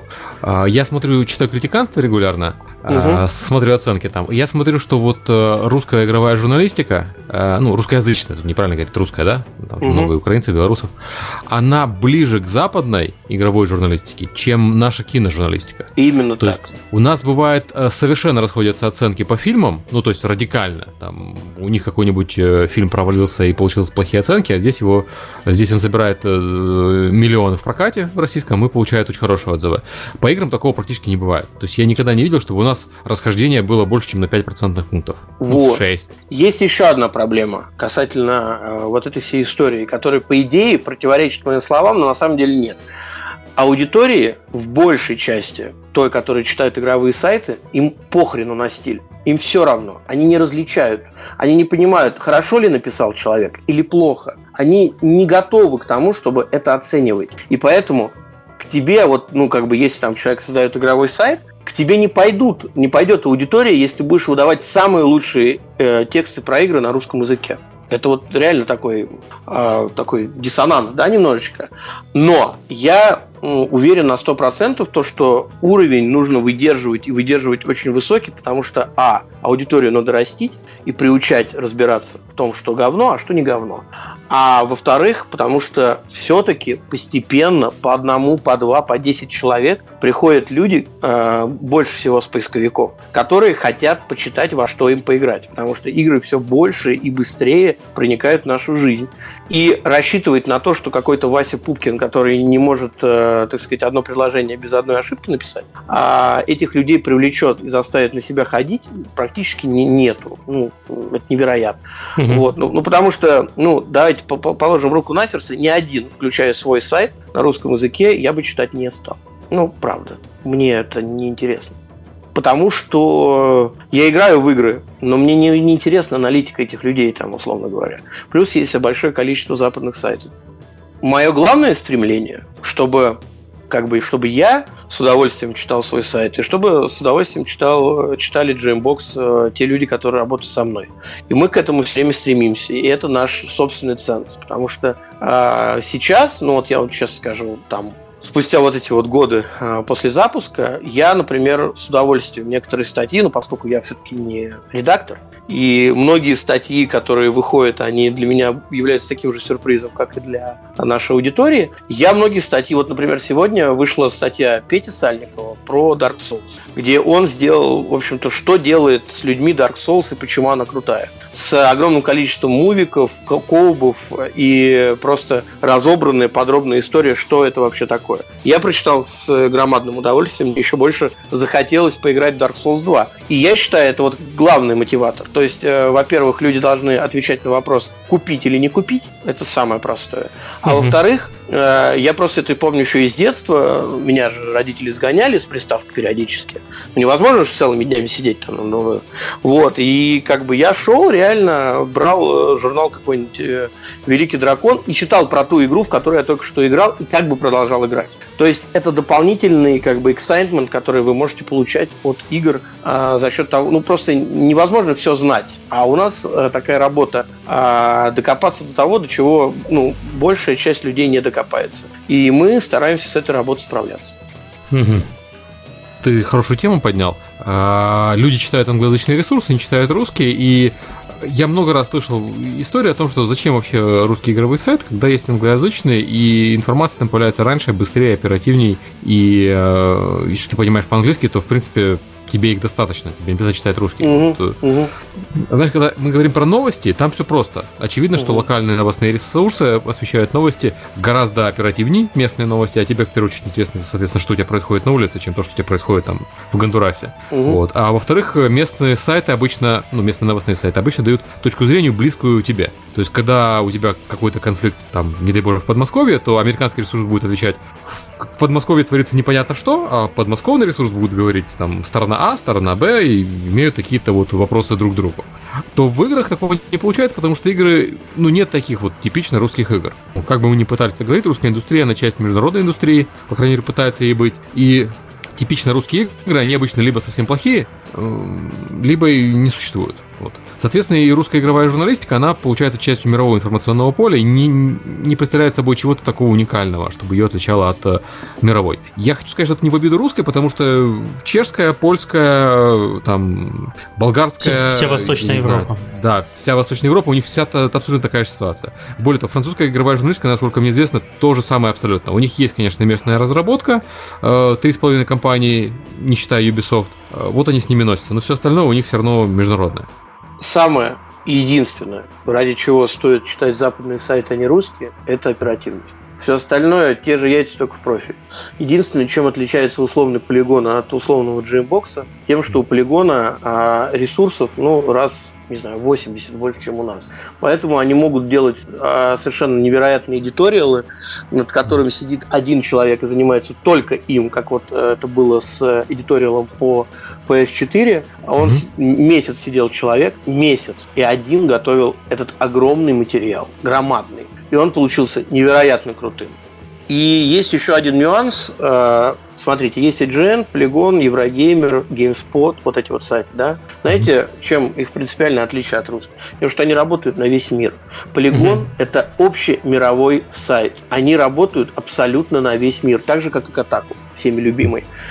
Я смотрю, читаю критиканство регулярно, угу. смотрю оценки там. Я смотрю, что вот русская игровая журналистика, ну, русскоязычная, тут неправильно говорить, русская, да? Там угу. много украинцев, белорусов. Она ближе к западной игровой журналистике, чем наша киножурналистика. Именно то так. Есть у нас бывает совершенно расходятся оценки по фильмам, ну, то есть радикально. Там у них какой-нибудь фильм провалился и получились плохие оценки, а здесь его, здесь он собирает миллионы в прокате в российском и получает очень хорошие отзывы. По играм такого практически не бывает. То есть я никогда не видел, чтобы у нас расхождение было больше, чем на пять процентных пунктов. Вот. шесть. Есть еще одна проблема касательно э, вот этой всей истории, которая, по идее, противоречит моим словам, но на самом деле нет. Аудитории в большей части, той, которая читает игровые сайты, им похрену на стиль. Им все равно. Они не различают. Они не понимают, хорошо ли написал человек или плохо. Они не готовы к тому, чтобы это оценивать. И поэтому к тебе, вот, ну, как бы, если там человек создает игровой сайт, к тебе не пойдут, не пойдет аудитория, если ты будешь выдавать самые лучшие э, тексты про игры на русском языке. Это вот реально такой, э, такой диссонанс, да, немножечко. Но я э, уверен на сто процентов, то, что уровень нужно выдерживать и выдерживать очень высокий, потому что, а, аудиторию надо растить и приучать разбираться в том, что говно, а что не говно. А во-вторых, потому что все-таки постепенно по одному, по два, по десять человек приходят люди, э, больше всего с поисковиков, которые хотят почитать, во что им поиграть. Потому что игры все больше и быстрее проникают в нашу жизнь. И рассчитывать на то, что какой-то Вася Пупкин, который не может, э, так сказать, одно предложение без одной ошибки написать, а этих людей привлечет и заставит на себя ходить, практически не, нету. Ну, это невероятно. Mm-hmm. Вот. Ну, ну, потому что, ну, давайте положим руку на сердце, ни один, включая свой сайт на русском языке, я бы читать не стал. Ну, правда, мне это не интересно. Потому что я играю в игры, но мне не, не интересна аналитика этих людей, там, условно говоря. Плюс есть большое количество западных сайтов. Мое главное стремление, чтобы, как бы, чтобы я с удовольствием читал свой сайт, и чтобы с удовольствием читал, читали Джеймбокс э, те люди, которые работают со мной. И мы к этому все время стремимся. И это наш собственный ценз. Потому что э, сейчас, ну вот я вот сейчас скажу, там, спустя вот эти вот годы э, после запуска, я, например, с удовольствием некоторые статьи, ну, поскольку я все-таки не редактор, и многие статьи, которые выходят, они для меня являются таким же сюрпризом, как и для нашей аудитории. Я многие статьи, вот, например, сегодня вышла статья Пети Сальникова про Dark Souls, где он сделал, в общем-то, что делает с людьми Dark Souls и почему она крутая. С огромным количеством мувиков, коубов и просто разобранная подробная история, что это вообще такое. Я прочитал с громадным удовольствием, мне еще больше захотелось поиграть в Dark Souls два. И я считаю, это вот главный мотиватор. То есть, э, во-первых, люди должны отвечать на вопрос, купить или не купить. Это самое простое. А mm-hmm. во-вторых, э, я просто это помню еще из детства. Меня же родители сгоняли с приставки периодически. Ну, невозможно же целыми днями сидеть там. Ну, вот. И как бы я шел, реально брал журнал какой-нибудь э, «Великий дракон» и читал про ту игру, в которую я только что играл, и как бы продолжал играть. То есть, это дополнительный как бы excitement, который вы можете получать от игр э, за счет того... Ну, просто невозможно все знать. Знать. А у нас э, такая работа э, докопаться до того, до чего, ну, большая часть людей не докопается. И мы стараемся с этой работой справляться. Угу. Ты хорошую тему поднял. А, люди читают англоязычные ресурсы, не читают русские, и я много раз слышал историю о том, что зачем вообще русский игровой сайт, когда есть англоязычный, и информация там появляется раньше, быстрее, оперативней, и э, если ты понимаешь по-английски, то, в принципе, тебе их достаточно, тебе не обязательно читать русский. Uh-huh, вот, uh-huh. Знаешь, когда мы говорим про новости, там все просто. Очевидно, uh-huh. что локальные новостные ресурсы освещают новости гораздо оперативнее, местные новости, а тебе в первую очередь интересно, соответственно, что у тебя происходит на улице, чем то, что у тебя происходит там в Гондурасе. Uh-huh. Вот. А во-вторых, местные сайты обычно, ну, местные новостные сайты обычно дают точку зрения близкую тебе. То есть, когда у тебя какой-то конфликт, там, не дай боже, в Подмосковье, то американский ресурс будет отвечать, в Подмосковье творится непонятно что, а подмосковный ресурс будет говорить, там, сторона А, сторона Б, и имеют какие-то вот вопросы друг к другу. То в играх такого не получается, потому что игры, ну, нет таких вот типично русских игр. Как бы мы ни пытались так говорить, русская индустрия, она часть международной индустрии, по крайней мере, пытается ей быть, и типично русские игры, они обычно либо совсем плохие, либо и не существуют. Вот. Соответственно, и русская игровая журналистика, она получается частью мирового информационного поля и не, не представляет собой чего-то такого уникального, чтобы ее отличало от э, мировой. Я хочу сказать, что это не в обиду русской, потому что чешская, польская, там, болгарская... Вся Восточная Европа. Знаю, да, вся Восточная Европа, у них вся та, та, абсолютно такая же ситуация. Более того, французская игровая журналистика, насколько мне известно, то же самое абсолютно. У них есть, конечно, местная разработка, э, три с половиной компании, не считая Ubisoft, э, вот они с ними носятся, но все остальное у них все равно международное. Самое единственное, ради чего стоит читать западные сайты, а не русские, это оперативность. Все остальное те же яйца, только в профиль. Единственное, чем отличается условный полигон от условного джеймбокса, тем, что у полигона а, ресурсов, ну, раз, не знаю, восемьдесят больше, чем у нас. Поэтому они могут делать а, совершенно невероятные эдиториалы, над которыми сидит один человек и занимается только им, как вот это было с эдиториалом по пи эс четыре. А он mm-hmm. месяц сидел человек, месяц, и один готовил этот огромный материал, громадный. И он получился невероятно крутым. И есть еще один нюанс. Смотрите, есть и джи эн, Polygon, Eurogamer, GameSpot, вот эти вот сайты, да? Знаете, mm-hmm. чем их принципиальное отличие от русских? Потому что они работают на весь мир. Polygon mm-hmm. – это общемировой сайт. Они работают абсолютно на весь мир, так же, как и Kotaku, всеми любимый.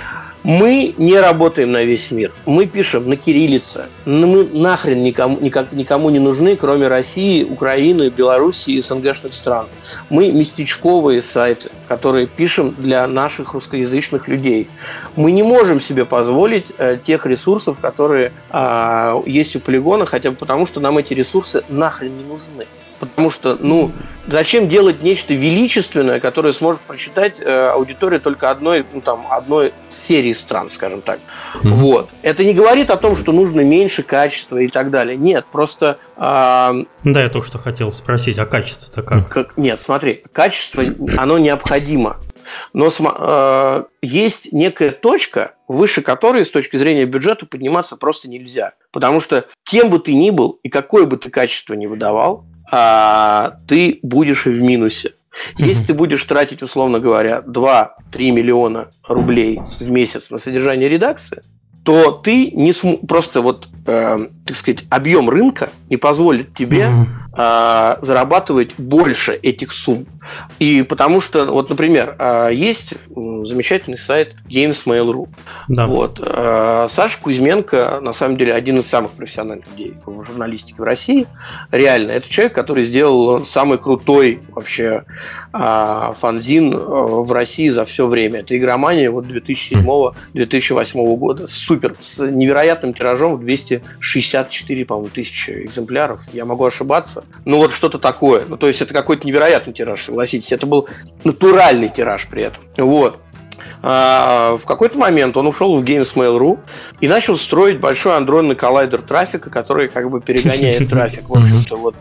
Мы не работаем на весь мир. Мы пишем на кириллице. Мы нахрен никому, никак, никому не нужны, кроме России, Украины, Белоруссии и СНГшных стран. Мы местечковые сайты, которые пишем для наших русскоязычных людей. Мы не можем себе позволить э, тех ресурсов, которые э, есть у Полигона, хотя бы потому, что нам эти ресурсы нахрен не нужны. Потому что, ну, зачем делать нечто величественное, которое сможет прочитать э, аудитория только одной, ну, там, одной серии стран, скажем так. Mm-hmm. Вот. Это не говорит о том, что нужно меньше качества и так далее. Нет, просто... Э, да, я только что хотел спросить, а качество-то как? как? Нет, смотри, качество, оно необходимо. Но э, есть некая точка, выше которой с точки зрения бюджета подниматься просто нельзя. Потому что кем бы ты ни был и какое бы ты качество ни выдавал, а ты будешь в минусе. Если mm-hmm. ты будешь тратить, условно говоря, два-три миллиона рублей в месяц на содержание редакции, то ты не см... просто вот, э, так сказать, объем рынка не позволит тебе mm-hmm. э, зарабатывать больше этих сумм. И потому что, вот, например, э, есть замечательный сайт Games.mail точка ру. Да. Вот, э, Саша Кузьменко, на самом деле, один из самых профессиональных людей в журналистике в России. Реально, это человек, который сделал самый крутой вообще э, фанзин э, в России за все время. Это игромания вот две тысячи седьмого - две тысячи восьмого года. Супер, с невероятным тиражом в двести шестьдесят четыре, по-моему, тысячи экземпляров. Я могу ошибаться. Ну, вот что-то такое. Ну, то есть, это какой-то невероятный тираж, согласитесь. Это был натуральный тираж при этом. Вот. А, в какой-то момент он ушел в Games.mail точка ру и начал строить большой андронный коллайдер трафика, который как бы перегоняет трафик, в общем-то, вот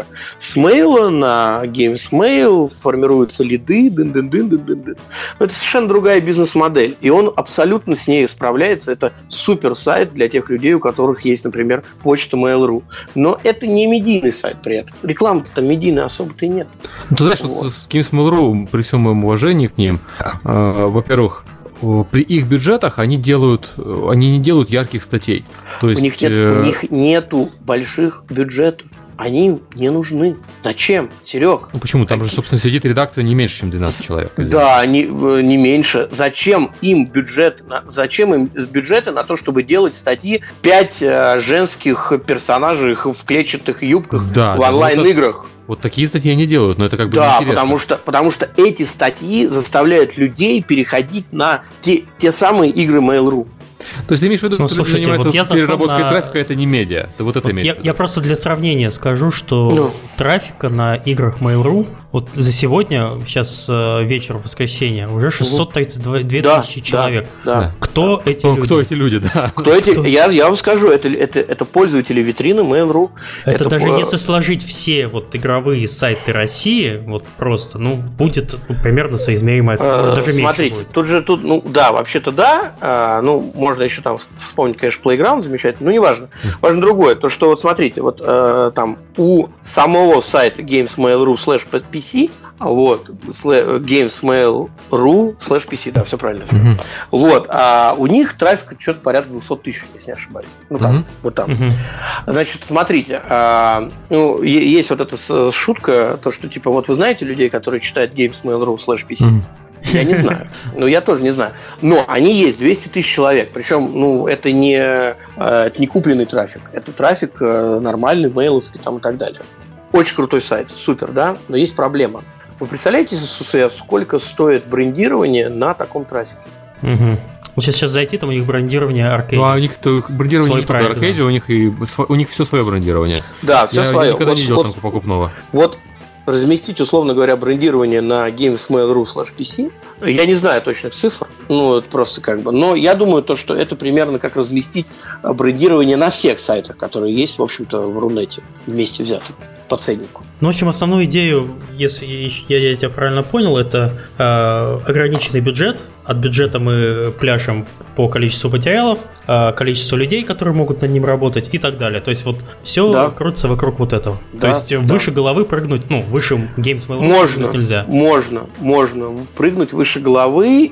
с мейла на Games.mail формируются лиды, дын-дын-дын-дын-дын. Но это совершенно другая бизнес-модель, и он абсолютно с ней справляется. Это супер сайт для тех людей, у которых есть, например, почта Mail точка ру. Но это не медийный сайт при этом. Рекламы-то медийной особо-то и нет. Ну, ты знаешь, вот. Вот с Games.mail точка ру, при всем моем уважении к ним, э, во-первых, при их бюджетах они делают, они не делают ярких статей. То есть, у них нет, э... у них нету больших бюджетов. Они не нужны. Зачем, Серег? Ну почему? Там Какие? же, собственно, сидит редакция не меньше, чем двенадцать человек. Да, не, не меньше. Зачем им бюджет? Зачем им бюджеты на то, чтобы делать статьи пять э, женских персонажей в клетчатых юбках да, в да, онлайн-играх? Вот, вот такие статьи они делают, но это как бы да, потому что, потому что эти статьи заставляют людей переходить на те, те самые игры Mail точка ру. То есть ты имеешь в виду, ну, что слушайте, занимается вот я переработкой на... трафика, это не медиа. Ты вот это вот я, я просто для сравнения скажу, что ну. трафика на играх Mail точка ру вот за сегодня, сейчас вечер воскресенья, уже шестьсот тридцать две да, тысячи человек. Да, да. Кто да. эти ну, люди? Кто эти люди, да. Кто эти? Кто? Я, я вам скажу, это, это, это пользователи витрины Mail точка ру. Это, это даже по... если сложить все вот игровые сайты России, вот просто, ну, будет ну, примерно соизмеримое. А, даже смотрите, будет. тут же, тут, ну, да, вообще-то да, а, ну, можно еще там вспомнить, конечно, Playground замечательный, но неважно. Важно другое, то, что вот смотрите, вот э, там у самого сайта Games.mail точка ру слэш пи си, вот, Games.mail точка ру слэш пи си, да, все правильно. Mm-hmm. Вот, а у них трафик что-то порядка двести тысяч, если не ошибаюсь. Ну, там, mm-hmm. вот там. Mm-hmm. Значит, смотрите, а, ну, есть вот эта шутка, то, что, типа, вот вы знаете людей, которые читают Games.mail точка ру слэш пи си? Mm-hmm. Я не знаю. Ну, я тоже не знаю. Но они есть, двести тысяч человек. Причем, ну, это не, это не купленный трафик. Это трафик нормальный, мейловский там и так далее. Очень крутой сайт, супер, да? Но есть проблема. Вы представляете, сколько стоит брендирование на таком трафике? Угу. Сейчас, сейчас зайти, там у них брендирование Arcade. Ну, а у них то, брендирование не только Arcade, да. у них и у них все свое брендирование. Да, все я свое. Я никогда вот, не делал вот, там покупного. Вот разместить, условно говоря, брендирование на Games.mail точка ру слэш пи си, я не знаю точных цифр, ну, это просто как бы, но я думаю, то, что это примерно как разместить брендирование на всех сайтах, которые есть, в общем-то, в Рунете, вместе взятых, по ценнику. Ну, в общем, основную идею, если я, я тебя правильно понял, это э, ограниченный бюджет. От бюджета мы пляшем по количеству материалов, э, количеству людей, которые могут над ним работать и так далее. То есть вот все да. крутится вокруг вот этого. Да, То есть да. выше головы прыгнуть, ну, выше Games.mail можно, нельзя. Можно, можно прыгнуть выше головы,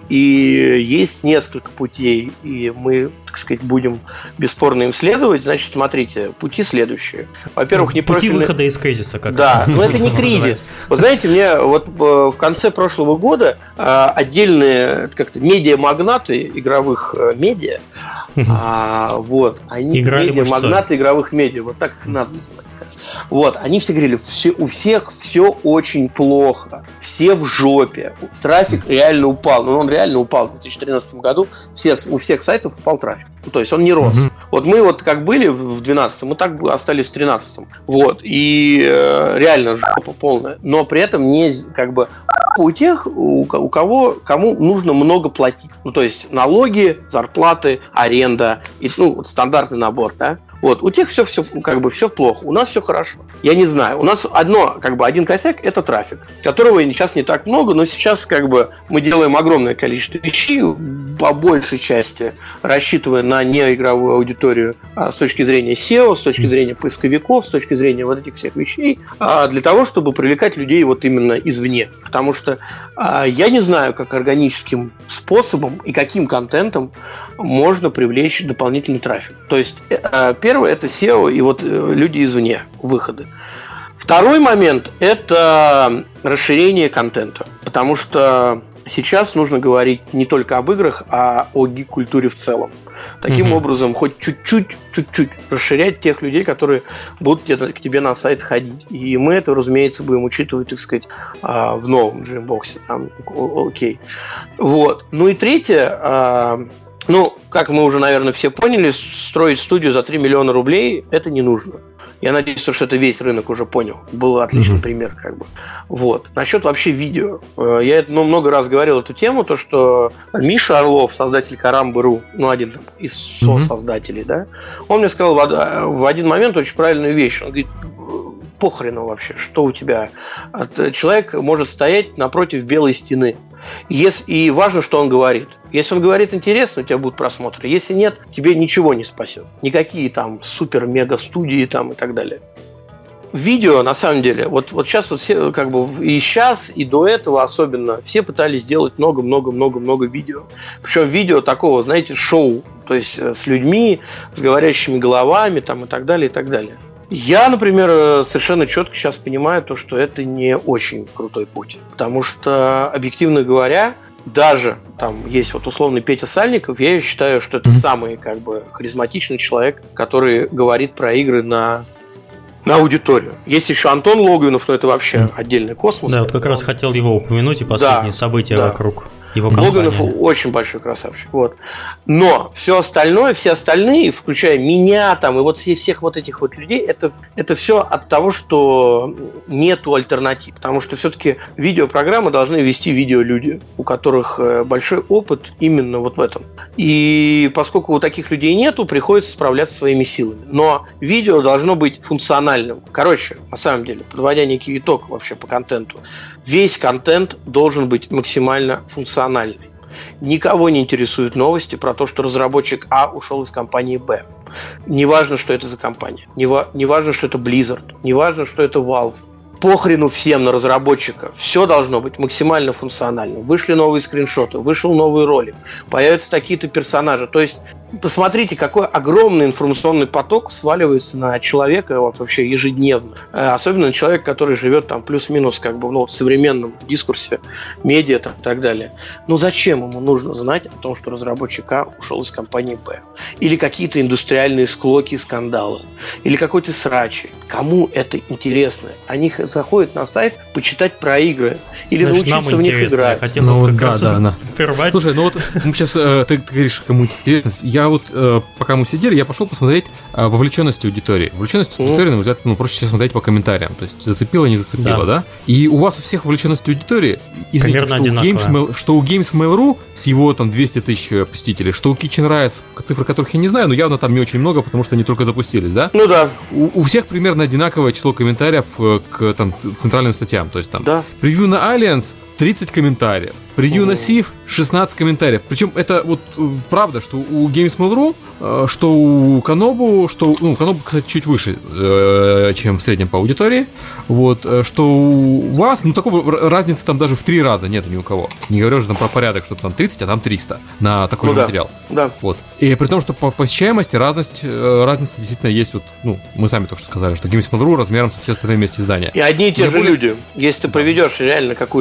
и есть несколько путей, и мы, так сказать, будем бесспорно им следовать. Значит, смотрите, пути следующие. Во-первых, ну, не пути профильный... выхода из кризиса, как да, но это не кризис. Вы знаете, мне вот в конце прошлого года отдельные, так как-то медиамагнаты игровых э, медиа, а, вот, они медиамагнаты игровых медиа, вот так их надо называть. Вот, они все говорили, все, у всех все очень плохо, все в жопе, трафик реально упал, ну он реально упал в две тысячи тринадцатом году, все, у всех сайтов упал трафик, ну, то есть он не рос. Mm-hmm. Вот мы вот как были в две тысячи двенадцатом, мы так остались в две тысячи тринадцатом, вот, и э, реально жопа полная, но при этом не как бы у тех, у, у кого, кому нужно много платить, ну то есть налоги, зарплаты, аренда, и, ну вот стандартный набор, да. Вот, у тех все, все, как бы, все плохо, у нас все хорошо. Я не знаю, у нас одно, как бы, один косяк – это трафик, которого сейчас не так много, но сейчас, как бы, мы делаем огромное количество вещей, по большей части рассчитывая на неигровую аудиторию а, с точки зрения сео, с точки зрения поисковиков, с точки зрения вот этих всех вещей, а, для того, чтобы привлекать людей вот именно извне. Потому что а, я не знаю, как органическим способом и каким контентом можно привлечь дополнительный трафик. То есть, а, первое – это сео и вот люди извне, выходы. Второй момент – это расширение контента, потому что сейчас нужно говорить не только об играх, а о гик-культуре в целом. Таким mm-hmm. образом, хоть чуть-чуть, чуть-чуть расширять тех людей, которые будут к тебе на сайт ходить. И мы это, разумеется, будем учитывать, так сказать, в новом Dreambox. Там, окей. Вот. Ну и третье. Ну, как мы уже, наверное, все поняли, строить студию за три миллиона рублей – это не нужно. Я надеюсь, что это весь рынок уже понял. Был отличный mm-hmm. пример, как бы. Вот. Насчет вообще видео. Я это, ну, много раз говорил эту тему, то, что Миша Орлов, создатель Карамбы.ру, ну, один из со-создателей, mm-hmm. да, он мне сказал в один момент очень правильную вещь. Он говорит, похрену вообще, что у тебя. Человек может стоять напротив белой стены. Если, и важно, что он говорит. Если он говорит интересно, у тебя будут просмотры. Если нет, тебе ничего не спасет. Никакие там супер-мега-студии там и так далее. Видео, на самом деле, вот, вот сейчас вот все, как бы и сейчас, и до этого особенно, все пытались сделать много-много-много-много видео. Причем видео такого, знаете, шоу. То есть с людьми, с говорящими головами там, и так далее, и так далее. Я, например, совершенно четко сейчас понимаю то, что это не очень крутой путь. Потому что, объективно говоря, даже там есть вот условный Петя Сальников, я считаю, что это mm-hmm. самый как бы харизматичный человек, который говорит про игры на, на аудиторию. Есть еще Антон Логвинов, но это вообще mm-hmm. отдельный космос. Да, вот как раз хотел его упомянуть и последние да, события да. вокруг. Логвинов очень большой красавчик. Вот. Но все остальное, все остальные, включая меня там, и вот всех вот этих вот людей, это, это все от того, что нету альтернатив. Потому что все-таки видеопрограммы должны вести видеолюди, у которых большой опыт именно вот в этом. И поскольку у таких людей нету, приходится справляться своими силами. Но видео должно быть функциональным. Короче, на самом деле, подводя некий итог вообще по контенту, весь контент должен быть максимально функциональный. Никого не интересуют новости про то, что разработчик А ушел из компании Б. Неважно, что это за компания. Неважно, что это Blizzard. Неважно, что это Valve. Похрену всем на разработчика. Все должно быть максимально функционально. Вышли новые скриншоты, вышел новый ролик, появятся такие-то персонажи. То есть посмотрите, какой огромный информационный поток сваливается на человека вот, вообще ежедневно. Особенно на человека, который живет там плюс-минус как бы, ну, в современном дискурсе, медиа там, и так далее. Ну зачем ему нужно знать о том, что разработчик А ушел из компании Б? Или какие-то индустриальные склоки и скандалы? Или какой-то срачи? Кому это интересно? Они заходят на сайт почитать про игры. Или значит, научиться в них играть. Я хотел ну, вот как да, раз да, слушай, ну вот мы сейчас, э, ты, ты говоришь, кому интересно. Я вот, э, пока мы сидели, я пошел посмотреть э, вовлеченность аудитории. Вовлеченность mm-hmm. аудитории, на мой взгляд, ну, проще всего смотреть по комментариям. То есть зацепило, не зацепило, да? да? И у вас у всех вовлеченность аудитории, извините, что у, Games, что у Games Mail.ru с его там двести тысяч посетителей, что у Kitchen Rights, цифры которых я не знаю, но явно там не очень много, потому что они только запустились, да? Ну да. У, у всех примерно одинаковое число комментариев к там, центральным статьям. То есть там да. превью на Alliance тридцать комментариев, превью на Сив шестнадцать комментариев. Причем это вот правда, что у Games Mail.ru, что у Канобу, что ну, Канобу, кстати, чуть выше, чем в среднем по аудитории. Вот, что у вас, ну, такого разницы там даже в три раза нет ни у кого. Не говорю уже там про порядок, что там тридцать, а там триста на такой ну, же да. материал. Да. Вот. И при том, что по посещаемости разность, разница действительно есть. Вот, ну, мы сами только что сказали, что Games Mail.ru размером со все остальные вместе издания. И одни и те же люди. Если ты проведешь реально какую-то такую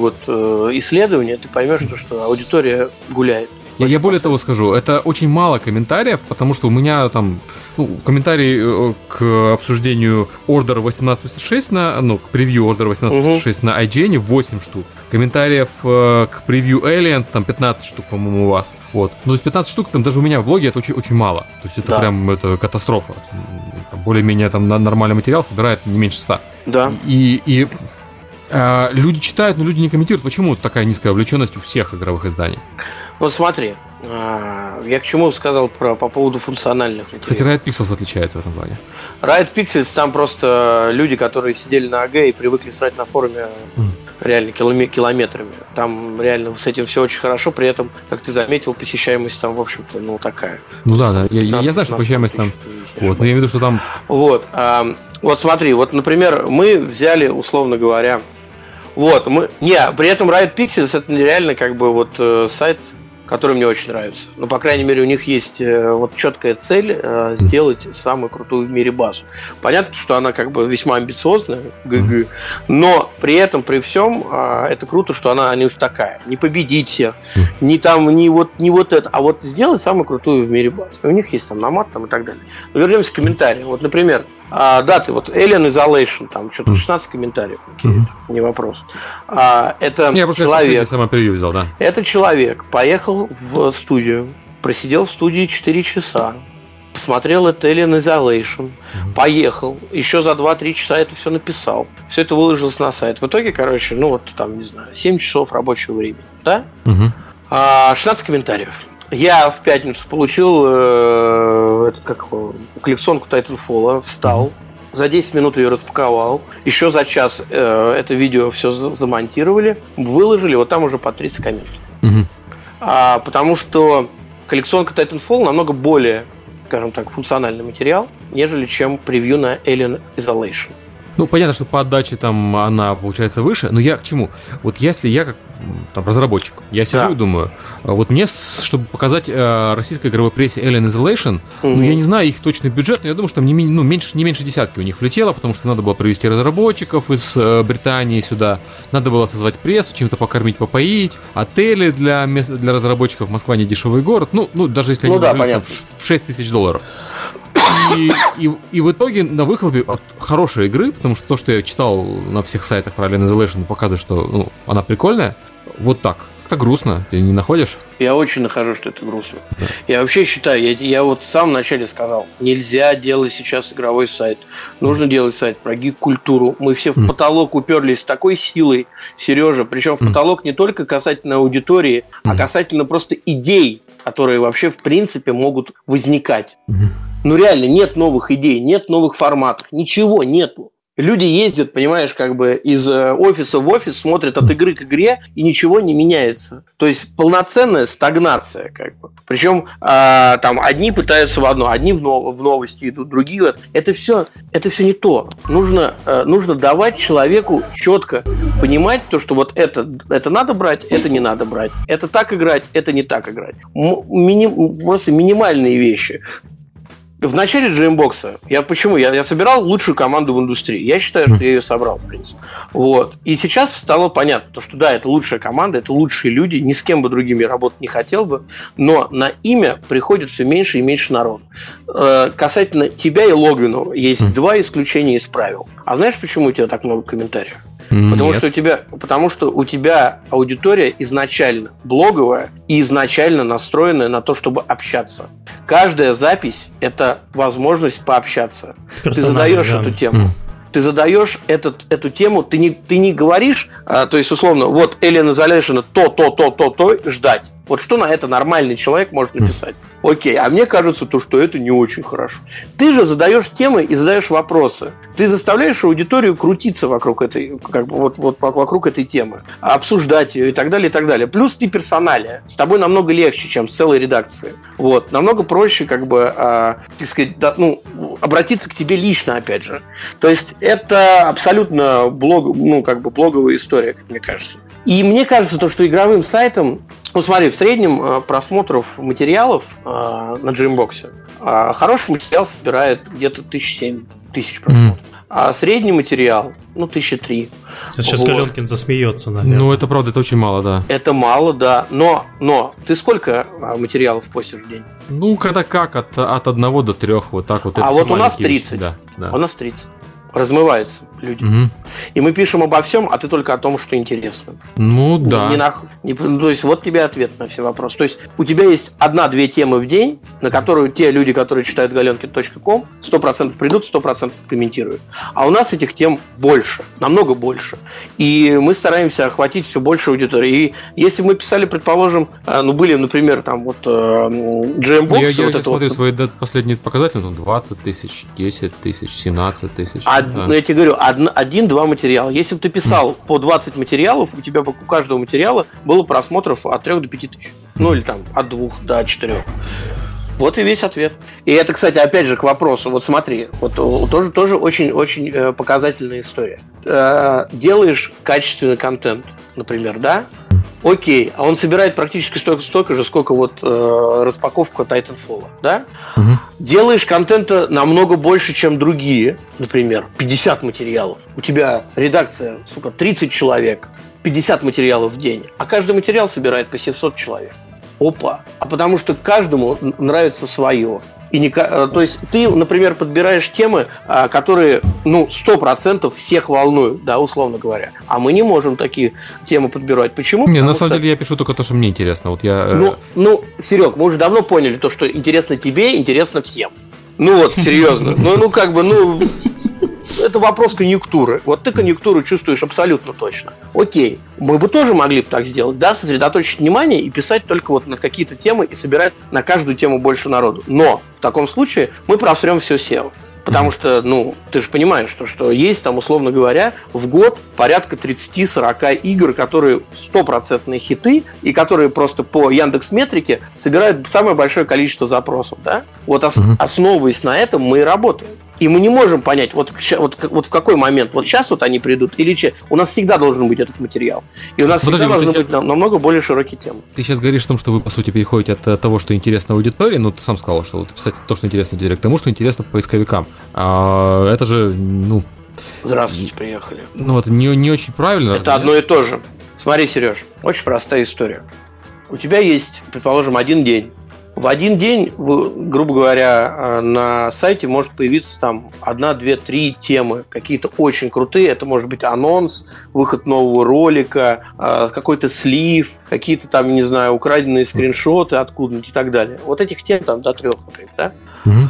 вот э, исследование, ты поймешь, что, что аудитория гуляет. Я, я более того скажу, это очень мало комментариев, потому что у меня там ну, комментарий к обсуждению Order восемнадцать восемьдесят шесть, на, ну, к превью Order восемнадцать восемьдесят шесть uh-huh. на ай джи эн восемь штук. Комментариев э, к превью Aliens там пятнадцать штук, по-моему, у вас. Вот. Но из пятнадцать штук там даже у меня в блоге это очень, очень мало. То есть это да. прям это катастрофа. Там, более-менее там нормальный материал собирает не меньше ста. Да. И... и э, люди читают, но люди не комментируют. Почему такая низкая вовлеченность у всех игровых изданий? Вот смотри, я к чему сказал про, по поводу функциональных материалов. Кстати, Riot Pixels отличается в этом плане. Riot Pixels, там просто люди, которые сидели на АГ и привыкли срать на форуме mm. реально километрами. Там реально с этим все очень хорошо, при этом, как ты заметил, посещаемость там, в общем-то, ну, такая. Ну да, да, я, я знаю, что посещаемость там... Вот, но я имею в виду, что там... Вот, а, вот смотри, вот, например, мы взяли, условно говоря, вот, мы... Не, при этом Riot Pixels это реально как бы вот э, сайт... который мне очень нравится. Ну, по крайней мере, у них есть э, вот четкая цель э, сделать самую крутую в мире базу. Понятно, что она как бы весьма амбициозная, ГГ, но при этом, при всем, э, это круто, что она не такая. Не победить всех, не там, не вот, не вот это, а вот сделать самую крутую в мире базу. У них есть там намат там и так далее. Но вернемся к комментариям. Вот, например, э, даты, вот Alien Isolation, там что-то шестнадцать комментариев, окей, mm-hmm. не вопрос. А, это я человек... сама превью взял, да. Это человек поехал в студию, просидел в студии четыре часа, посмотрел это Alien Isolation, mm-hmm. поехал, еще за два-три часа это все написал, все это выложилось на сайт. В итоге, короче, ну вот там, не знаю, семь часов рабочего времени, да? Mm-hmm. А, шестнадцать комментариев. Я в пятницу получил э, это, как, коллекционку Titanfall, встал, mm-hmm. за десять минут ее распаковал, еще за час э, это видео все замонтировали, выложили, вот там уже по тридцать комментов. Mm-hmm. А, потому что коллекционка Titanfall намного более, скажем так, функциональный материал, нежели чем превью на Alien Isolation. Ну, понятно, что по отдаче там она получается выше, но я к чему? Вот если я как там разработчик, я сижу да. и думаю, вот мне, чтобы показать э, российской игровой прессе Alien Isolation, mm-hmm. ну, я не знаю их точный бюджет, но я думаю, что там не, ну, меньше, не меньше десятки у них влетело, потому что надо было привезти разработчиков из э, Британии сюда, надо было созвать прессу, чем-то покормить, попоить, отели для, мест, для разработчиков, Москва не дешевый город, ну, ну даже если ну, они да, вложили в шесть тысяч долларов. И, и, и в итоге на выхлопе от хорошей игры, потому что то, что я читал на всех сайтах про Alien Isolation, показывает, что ну, она прикольная, вот так. Это грустно, ты не находишь? Я очень нахожу, что это грустно. Да. Я вообще считаю, я, я вот в самом начале сказал, нельзя делать сейчас игровой сайт. Нужно mm. делать сайт про гик-культуру. Мы все mm. в потолок уперлись с такой силой, Сережа, причем в mm. потолок не только касательно аудитории, mm. а касательно просто идей, которые вообще в принципе могут возникать. Mm. Ну реально, нет новых идей, нет новых форматов, ничего нету. Люди ездят, понимаешь, как бы из офиса в офис, смотрят от игры к игре, и ничего не меняется. То есть полноценная стагнация, как бы. Причем э, там одни пытаются в одно, одни в, нов- в новости идут, другие. Это все, это все не то. Нужно, э, нужно давать человеку четко понимать то, что вот это, это надо брать, это не надо брать. Это так играть, это не так играть. М- мини- просто минимальные вещи. В начале джеймбокса я почему? Я, я собирал лучшую команду в индустрии. Я считаю, что я ее собрал, в принципе. Вот. И сейчас стало понятно, что да, это лучшая команда, это лучшие люди, ни с кем бы другим я работать не хотел бы, но на имя приходит все меньше и меньше народу. Э, касательно тебя и Логвинова есть mm. два исключения из правил. А знаешь, почему у тебя так много комментариев? Потому что, у тебя, потому что у тебя аудитория изначально блоговая и изначально настроенная на то, чтобы общаться. Каждая запись – это возможность пообщаться. Ты задаешь да. эту тему. Mm. Ты задаешь этот, эту тему, ты не, ты не говоришь, а, то есть, условно, вот Alien Isolation то, то, то, то, то, ждать. Вот что на это нормальный человек может написать? Mm. Окей, а мне кажется, то, что это не очень хорошо. Ты же задаешь темы и задаешь вопросы. Ты заставляешь аудиторию крутиться вокруг этой, как бы, вот, вот, вокруг этой темы, обсуждать ее и так далее, и так далее. Плюс ты персоналия. С тобой намного легче, чем с целой редакцией. Вот. Намного проще, как бы, а, так сказать, да, ну, обратиться к тебе лично, опять же. То есть это абсолютно блог, ну, как бы блоговая история, как мне кажется. И мне кажется, то, что игровым сайтом, ну смотри, в среднем э, просмотров материалов э, на Джеймбоксе э, хороший материал собирает где-то тысяч семь. тысяч просмотров. Mm-hmm. А средний материал, ну, тысяча три. Сейчас вот. Галенкин засмеется, наверное. Ну, это правда, это очень мало, да. Это мало, да. Но, но ты сколько материалов постишь в день? Ну, когда как, от, от одного до трех, вот так вот. А вот у нас тридцать. Да, да. У нас тридцать. Размываются люди. Угу. И мы пишем обо всем, а ты только о том, что интересно. Ну, да. Не на, не, то есть, вот тебе ответ на все вопросы. То есть, у тебя есть одна-две темы в день, на которую те люди, которые читают галенкин точка ком, сто процентов придут, сто процентов комментируют. А у нас этих тем больше, намного больше. И мы стараемся охватить все больше аудитории. И если мы писали, предположим, ну, были, например, там вот джи эм Box... Я, я, вот я смотрю вот, свои последние показатели, ну, двадцать тысяч, десять тысяч, семнадцать тысяч. А Да. Ну, я тебе говорю, один-два материала. Если бы ты писал по двадцать материалов, у тебя бы у каждого материала было просмотров от трех до пяти тысяч. Ну, или там от двух до четырех. Вот и весь ответ. И это, кстати, опять же к вопросу. Вот смотри, вот тоже, тоже очень-очень показательная история. Делаешь качественный контент, например, да? Окей, а он собирает практически столько, столько же, сколько вот э, распаковка Titanfall, да? Угу. Делаешь контента намного больше, чем другие, например, пятьдесят материалов. У тебя редакция, сука, тридцать человек, пятьдесят материалов в день, а каждый материал собирает по семьсот человек. Опа! А потому что каждому нравится свое. И не, то есть ты, например, подбираешь темы, которые, ну, сто процентов всех волнуют, да, условно говоря. А мы не можем такие темы подбирать. Почему? Не, на самом что... деле я пишу только то, что мне интересно. Вот я... Ну, ну, Серег, мы уже давно поняли то, что интересно тебе, интересно всем. Ну вот, серьезно. Ну, ну как бы, ну... Это вопрос конъюнктуры. Вот ты конъюнктуру чувствуешь абсолютно точно. Окей, мы бы тоже могли бы так сделать, да, сосредоточить внимание и писать только вот на какие-то темы и собирать на каждую тему больше народу. Но в таком случае мы просрем все сео. Потому что, ну, ты же понимаешь, что, что есть там, условно говоря, в год порядка тридцать-сорок игр, которые стопроцентные хиты, и которые просто по Яндекс.Метрике собирают самое большое количество запросов, да? Вот ос- основываясь на этом, мы и работаем. И мы не можем понять, вот, вот, вот в какой момент, вот сейчас вот они придут, или че, у нас всегда должен быть этот материал. И у нас Подожди, всегда должны быть сейчас... намного более широкие темы. Ты сейчас говоришь о том, что вы, по сути, переходите от того, что интересно аудитории, но ты сам сказал, что вот писать то, что интересно аудитории, к тому, что интересно поисковикам. А, это же, ну... Здравствуйте, приехали. Ну, это не, не очень правильно. Это одно и то же. Смотри, Сереж, очень простая история. У тебя есть, предположим, один день. В один день, грубо говоря, на сайте может появиться там одна, две, три темы, какие-то очень крутые. Это может быть анонс, выход нового ролика, какой-то слив, какие-то там, не знаю, украденные скриншоты откуда-нибудь и так далее. Вот этих тем там до трех, например, да? Mm-hmm.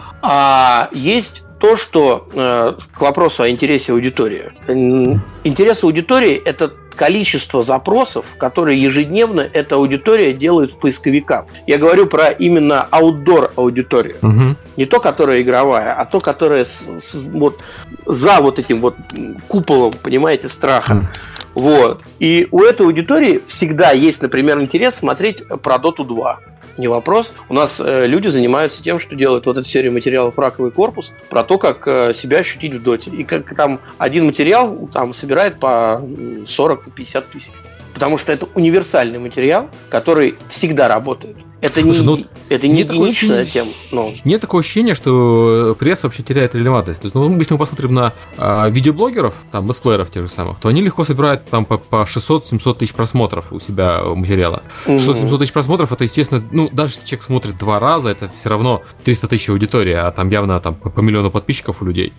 А есть то, что э, к вопросу о интересе аудитории. Интерес аудитории – это количество запросов, которые ежедневно эта аудитория делает в поисковиках. Я говорю про именно аутдор аудиторию. Угу. Не то, которая игровая, а то, которая с, с, вот, за вот этим вот куполом, понимаете, страха. Угу. Вот. И у этой аудитории всегда есть, например, интерес смотреть про Доту два. Не вопрос. У нас э, люди занимаются тем, что делают вот эту серию материалов «Раковый корпус» про то, как э, себя ощутить в доте. И как там один материал там собирает по сорок-пятьдесят тысяч. Потому что это универсальный материал, который всегда работает. Это Слушай, не, ну, это не единичная тема. Но... Нет такого ощущения, что пресса вообще теряет релевантность. То есть, ну, если мы посмотрим на э, видеоблогеров, там, летсплееров тех же самых, то они легко собирают там по, по шестьсот-семьсот тысяч просмотров у себя материала. шестьсот-семьсот тысяч просмотров, это, естественно, ну, даже если человек смотрит два раза, это все равно триста тысяч аудитории, а там явно там, по, по миллиону подписчиков у людей.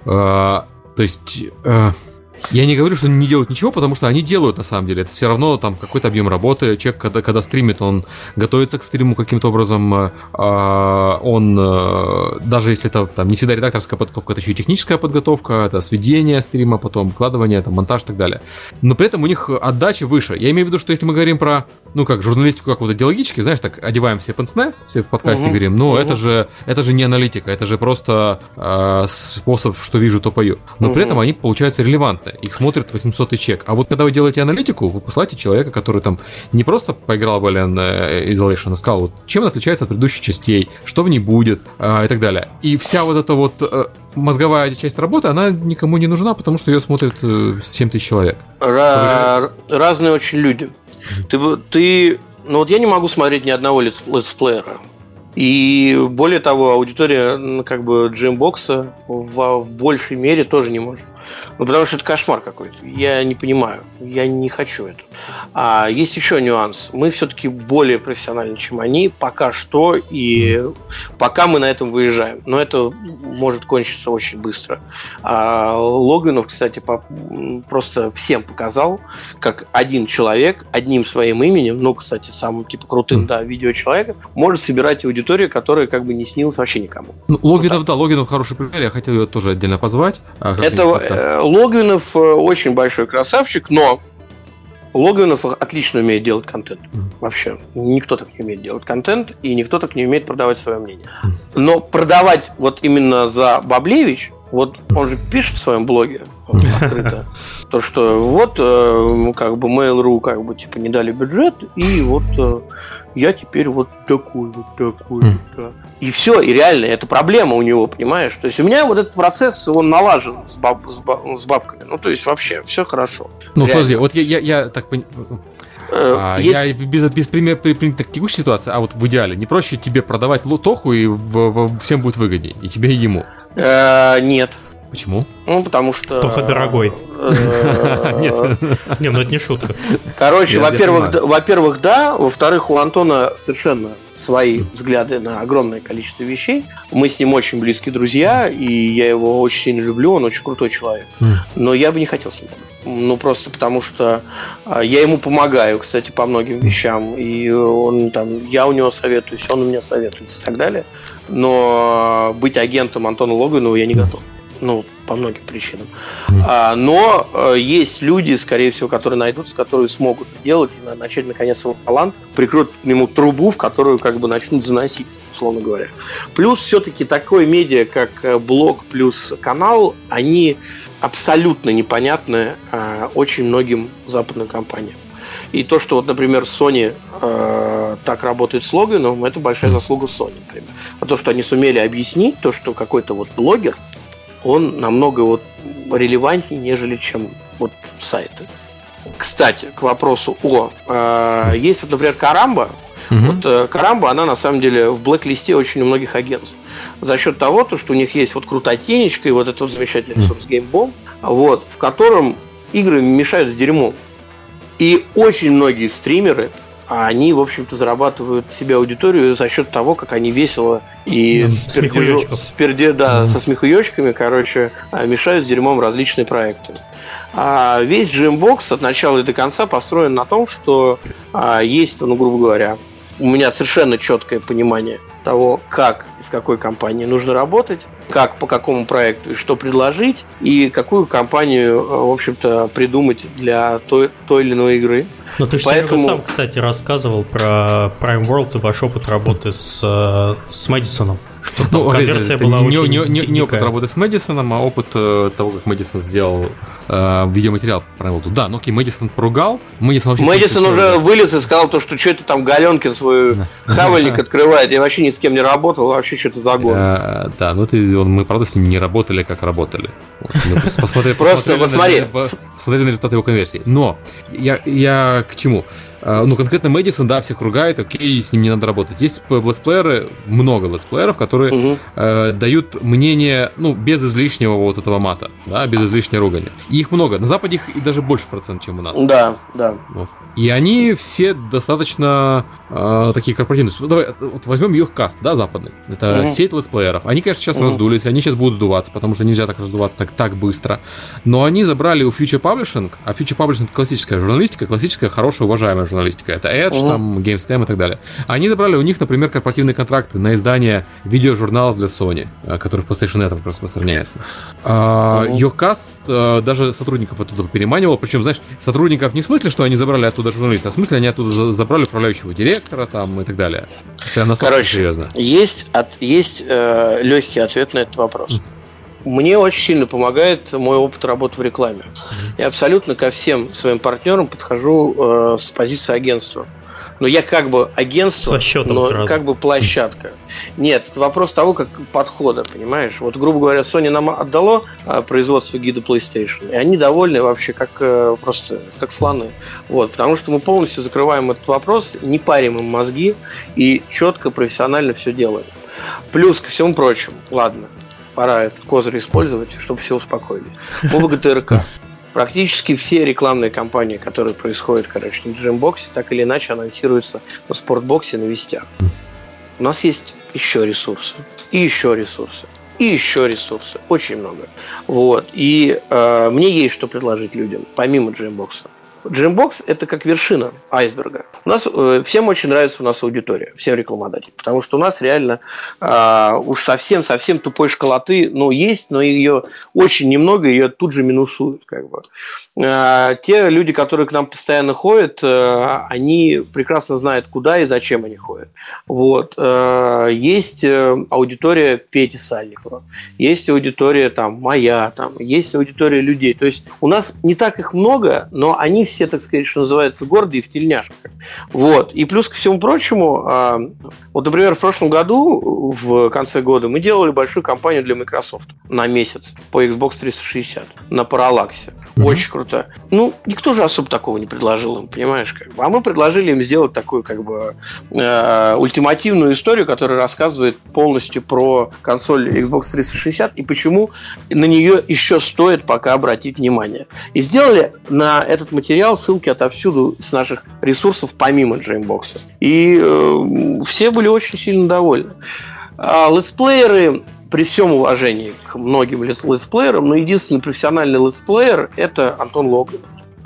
Э, то есть... Э, Я не говорю, что они не делают ничего, потому что они делают на самом деле. Это все равно там какой-то объем работы. Человек, когда, когда стримит, он готовится к стриму каким-то образом. Э, он, э, даже если это там, не всегда редакторская подготовка, это еще и техническая подготовка, это сведение стрима, потом вкладывание, там, монтаж и так далее. Но при этом у них отдача выше. Я имею в виду, что если мы говорим про, ну как, журналистику как-то идеологически, знаешь, так одеваем все пенсне, все в подкасте угу. говорим, но угу. это, же, это же не аналитика, это же просто э, способ, что вижу, то пою. Но угу. при этом они получаются релевантны. Их смотрит восемьсот человек. А вот когда вы делаете аналитику, вы посылаете человека, который там не просто поиграл в Alien Isolation, а сказал, вот, чем он отличается от предыдущих частей, что в ней будет, э, и так далее. И вся вот эта вот э, мозговая часть работы, она никому не нужна, потому что ее смотрит э, семь тысяч человек. Ра- разные очень люди. Ты, ты, ну вот я не могу смотреть ни одного летс- летсплеера. И более того, аудитория как бы Джеймбокса в, в большей мере тоже не может. Ну, потому что это кошмар какой-то. Я не понимаю. Я не хочу это. А есть еще нюанс. Мы все-таки более профессиональны, чем они, пока что, и пока мы на этом выезжаем. Но это может кончиться очень быстро. А Логвинов, кстати, по- просто всем показал, как один человек одним своим именем, ну, кстати, самым типа крутым, да, видеочеловеком, может собирать аудиторию, которая как бы не снилась вообще никому. Ну, Логвинов, вот да, Логвинов хороший пример. Я хотел ее тоже отдельно позвать. Это Логвинов очень большой красавчик, но Логвинов отлично умеет делать контент. Вообще. Никто так не умеет делать контент, и никто так не умеет продавать свое мнение. Но продавать вот именно за Баблевич, вот он же пишет в своем блоге открыто, то, что вот как бы Mail.ru как бы типа не дали бюджет, и вот я теперь вот такой, вот такой. Mm. Да. И все, и реально, это проблема у него, понимаешь? То есть у меня вот этот процесс, он налажен с, баб, с, баб, с бабками. Ну, то есть вообще, все хорошо. Ну, реально. Подожди, вот я, я, я так понимаю... А, есть... Я без, без примера применить к текущей ситуации, а вот в идеале, не проще тебе продавать лотоху, и в, в, всем будет выгоднее, и тебе, и ему? Э, нет. Почему? Ну, потому что... Тоха дорогой. Нет, не, ну это не шутка. Короче, во-первых, во-первых, да. Во-вторых, у Антона совершенно свои взгляды на огромное количество вещей. Мы с ним очень близкие друзья, и я его очень сильно люблю, он очень крутой человек. Но я бы не хотел с ним помогать. Ну, просто потому что я ему помогаю, кстати, по многим вещам. И он там, я у него советуюсь, он у меня советуется и так далее. Но быть агентом Антона Логвинова я не готов. Ну, по многим причинам. Mm. А, но э, есть люди, скорее всего, которые найдутся, которые смогут делать и начать, наконец, его талант, прикроют к нему трубу, в которую как бы начнут заносить, условно говоря. Плюс все-таки такое медиа, как блог плюс канал, они абсолютно непонятны э, очень многим западным компаниям. И то, что, вот, например, Sony э, так работает с Логвиновым, это большая заслуга Sony, например. А то, что они сумели объяснить, то, что какой-то вот блогер, он намного вот релевантнее, нежели чем вот сайты. Кстати, к вопросу о... Э, есть вот, например, Карамба. Mm-hmm. Вот э, Карамба, она на самом деле в блэк-листе очень у многих агентств. За счет того, то, что у них есть вот крутотенечка и вот этот вот замечательный ресурс GameBomb, вот, в котором игры мешают с дерьмом. И очень многие стримеры, они, в общем-то, зарабатывают себе аудиторию за счет того, как они весело и да, с пердежу, с перде, да, mm-hmm. со смехуёчками, короче, мешают с дерьмом различные проекты. А весь Джеймбокс от начала и до конца построен на том, что а, есть, ну, грубо говоря, у меня совершенно четкое понимание того, как и с какой компанией нужно работать, как по какому проекту и что предложить, и какую компанию, в общем-то, придумать для той, той или иной игры. Но ты же Поэтому... сам, кстати, рассказывал про Prime World и ваш опыт работы с, с Мэдисоном. Что ну, конверсия это была не, очень не, не, не опыт работы с Мэдисоном, а опыт э, того, как Мэдисон сделал э, видеоматериал про World. Да, ну окей, Мэдисон поругал. Мэдисон, Мэдисон уже сделал. Вылез и сказал, то, что что это там Галенкин свой хавальник открывает. Я вообще ни с кем не работал, вообще что-то за год. Да, ну мы, правда, с ним не работали, как работали. Просто посмотрели на результаты его конверсии. Но я к чему? Ну, конкретно Мэдисон, да, всех ругает, окей, с ним не надо работать. Есть летсплееры, много летсплееров, которые угу. э, дают мнение, ну, без излишнего вот этого мата, да, без излишней ругани. И их много. На Западе их и даже больше процент, чем у нас. Да, да. Вот. И они все достаточно э, такие корпоративные. Давай вот возьмем Юхкаст, да, западный. Это угу. сеть летсплееров. Они, конечно, сейчас угу. раздулись, они сейчас будут сдуваться, потому что нельзя так раздуваться так, так быстро. Но они забрали у Future Publishing, а Future Publishing — это классическая журналистика, классическая, хорошая, уважаемая журналистика. Это Edge, uh-huh. там, GameStem и так далее. Они забрали у них, например, корпоративные контракты на издание видеожурналов для Sony, который в PlayStation Network распространяется. Uh-huh. Yourcast даже сотрудников оттуда переманивал. Причем, знаешь, сотрудников не в смысле, что они забрали оттуда журналиста, а в смысле, они оттуда забрали управляющего директора там, и так далее. Это настолько Короче, серьезно. Есть, от, есть э, легкий ответ на этот вопрос. Uh-huh. Мне очень сильно помогает мой опыт работы в рекламе. Я абсолютно ко всем своим партнерам подхожу э, с позиции агентства. но я как бы агентство, со счетом но сразу. Как бы площадка. Нет, это вопрос того, как подхода, понимаешь? Вот, грубо говоря, Sony нам отдало а, производство гида PlayStation, и они довольны вообще как а, просто как слоны. Вот, потому что мы полностью закрываем этот вопрос, не парим им мозги и четко, профессионально все делаем. Плюс ко всему прочему, ладно, пора этот козырь использовать, чтобы все успокоились. Мы в ГТРК. Практически все рекламные кампании, которые происходят, короче, на Джембоксе, так или иначе анонсируются на Спортбоксе, на Вестях. У нас есть еще ресурсы, и еще ресурсы, и еще ресурсы. Очень много. Вот. И э, мне есть что предложить людям, помимо Джембокса. Джембокс – это как вершина айсберга. У нас э, всем очень нравится у нас аудитория, всем рекламодателям, потому что у нас реально э, уж совсем-совсем тупой школоты, ну, есть, но ее очень немного, ее тут же минусуют, как бы. Э, те люди, которые к нам постоянно ходят, э, они прекрасно знают, куда и зачем они ходят. Вот. Э, есть аудитория Пети Сальникова, есть аудитория там моя, там, есть аудитория людей. То есть у нас не так их много, но они все, так сказать, что называется, гордые в тельняшках. Вот. И плюс ко всему прочему, вот, например, в прошлом году, в конце года, мы делали большую кампанию для Microsoft на месяц по Xbox триста шестьдесят на Параллаксе. Mm-hmm. Очень круто. Ну, никто же особо такого не предложил им, понимаешь? Как бы. А мы предложили им сделать такую, как бы, э, ультимативную историю, которая рассказывает полностью про консоль Xbox триста шестьдесят и почему на нее еще стоит пока обратить внимание. И сделали на этот материал ссылки отовсюду с наших ресурсов помимо Джеймбокса. И э, все были очень сильно довольны. А летсплееры, при всем уважении к многим летсплеерам, но единственный профессиональный летсплеер – это Антон Логвин.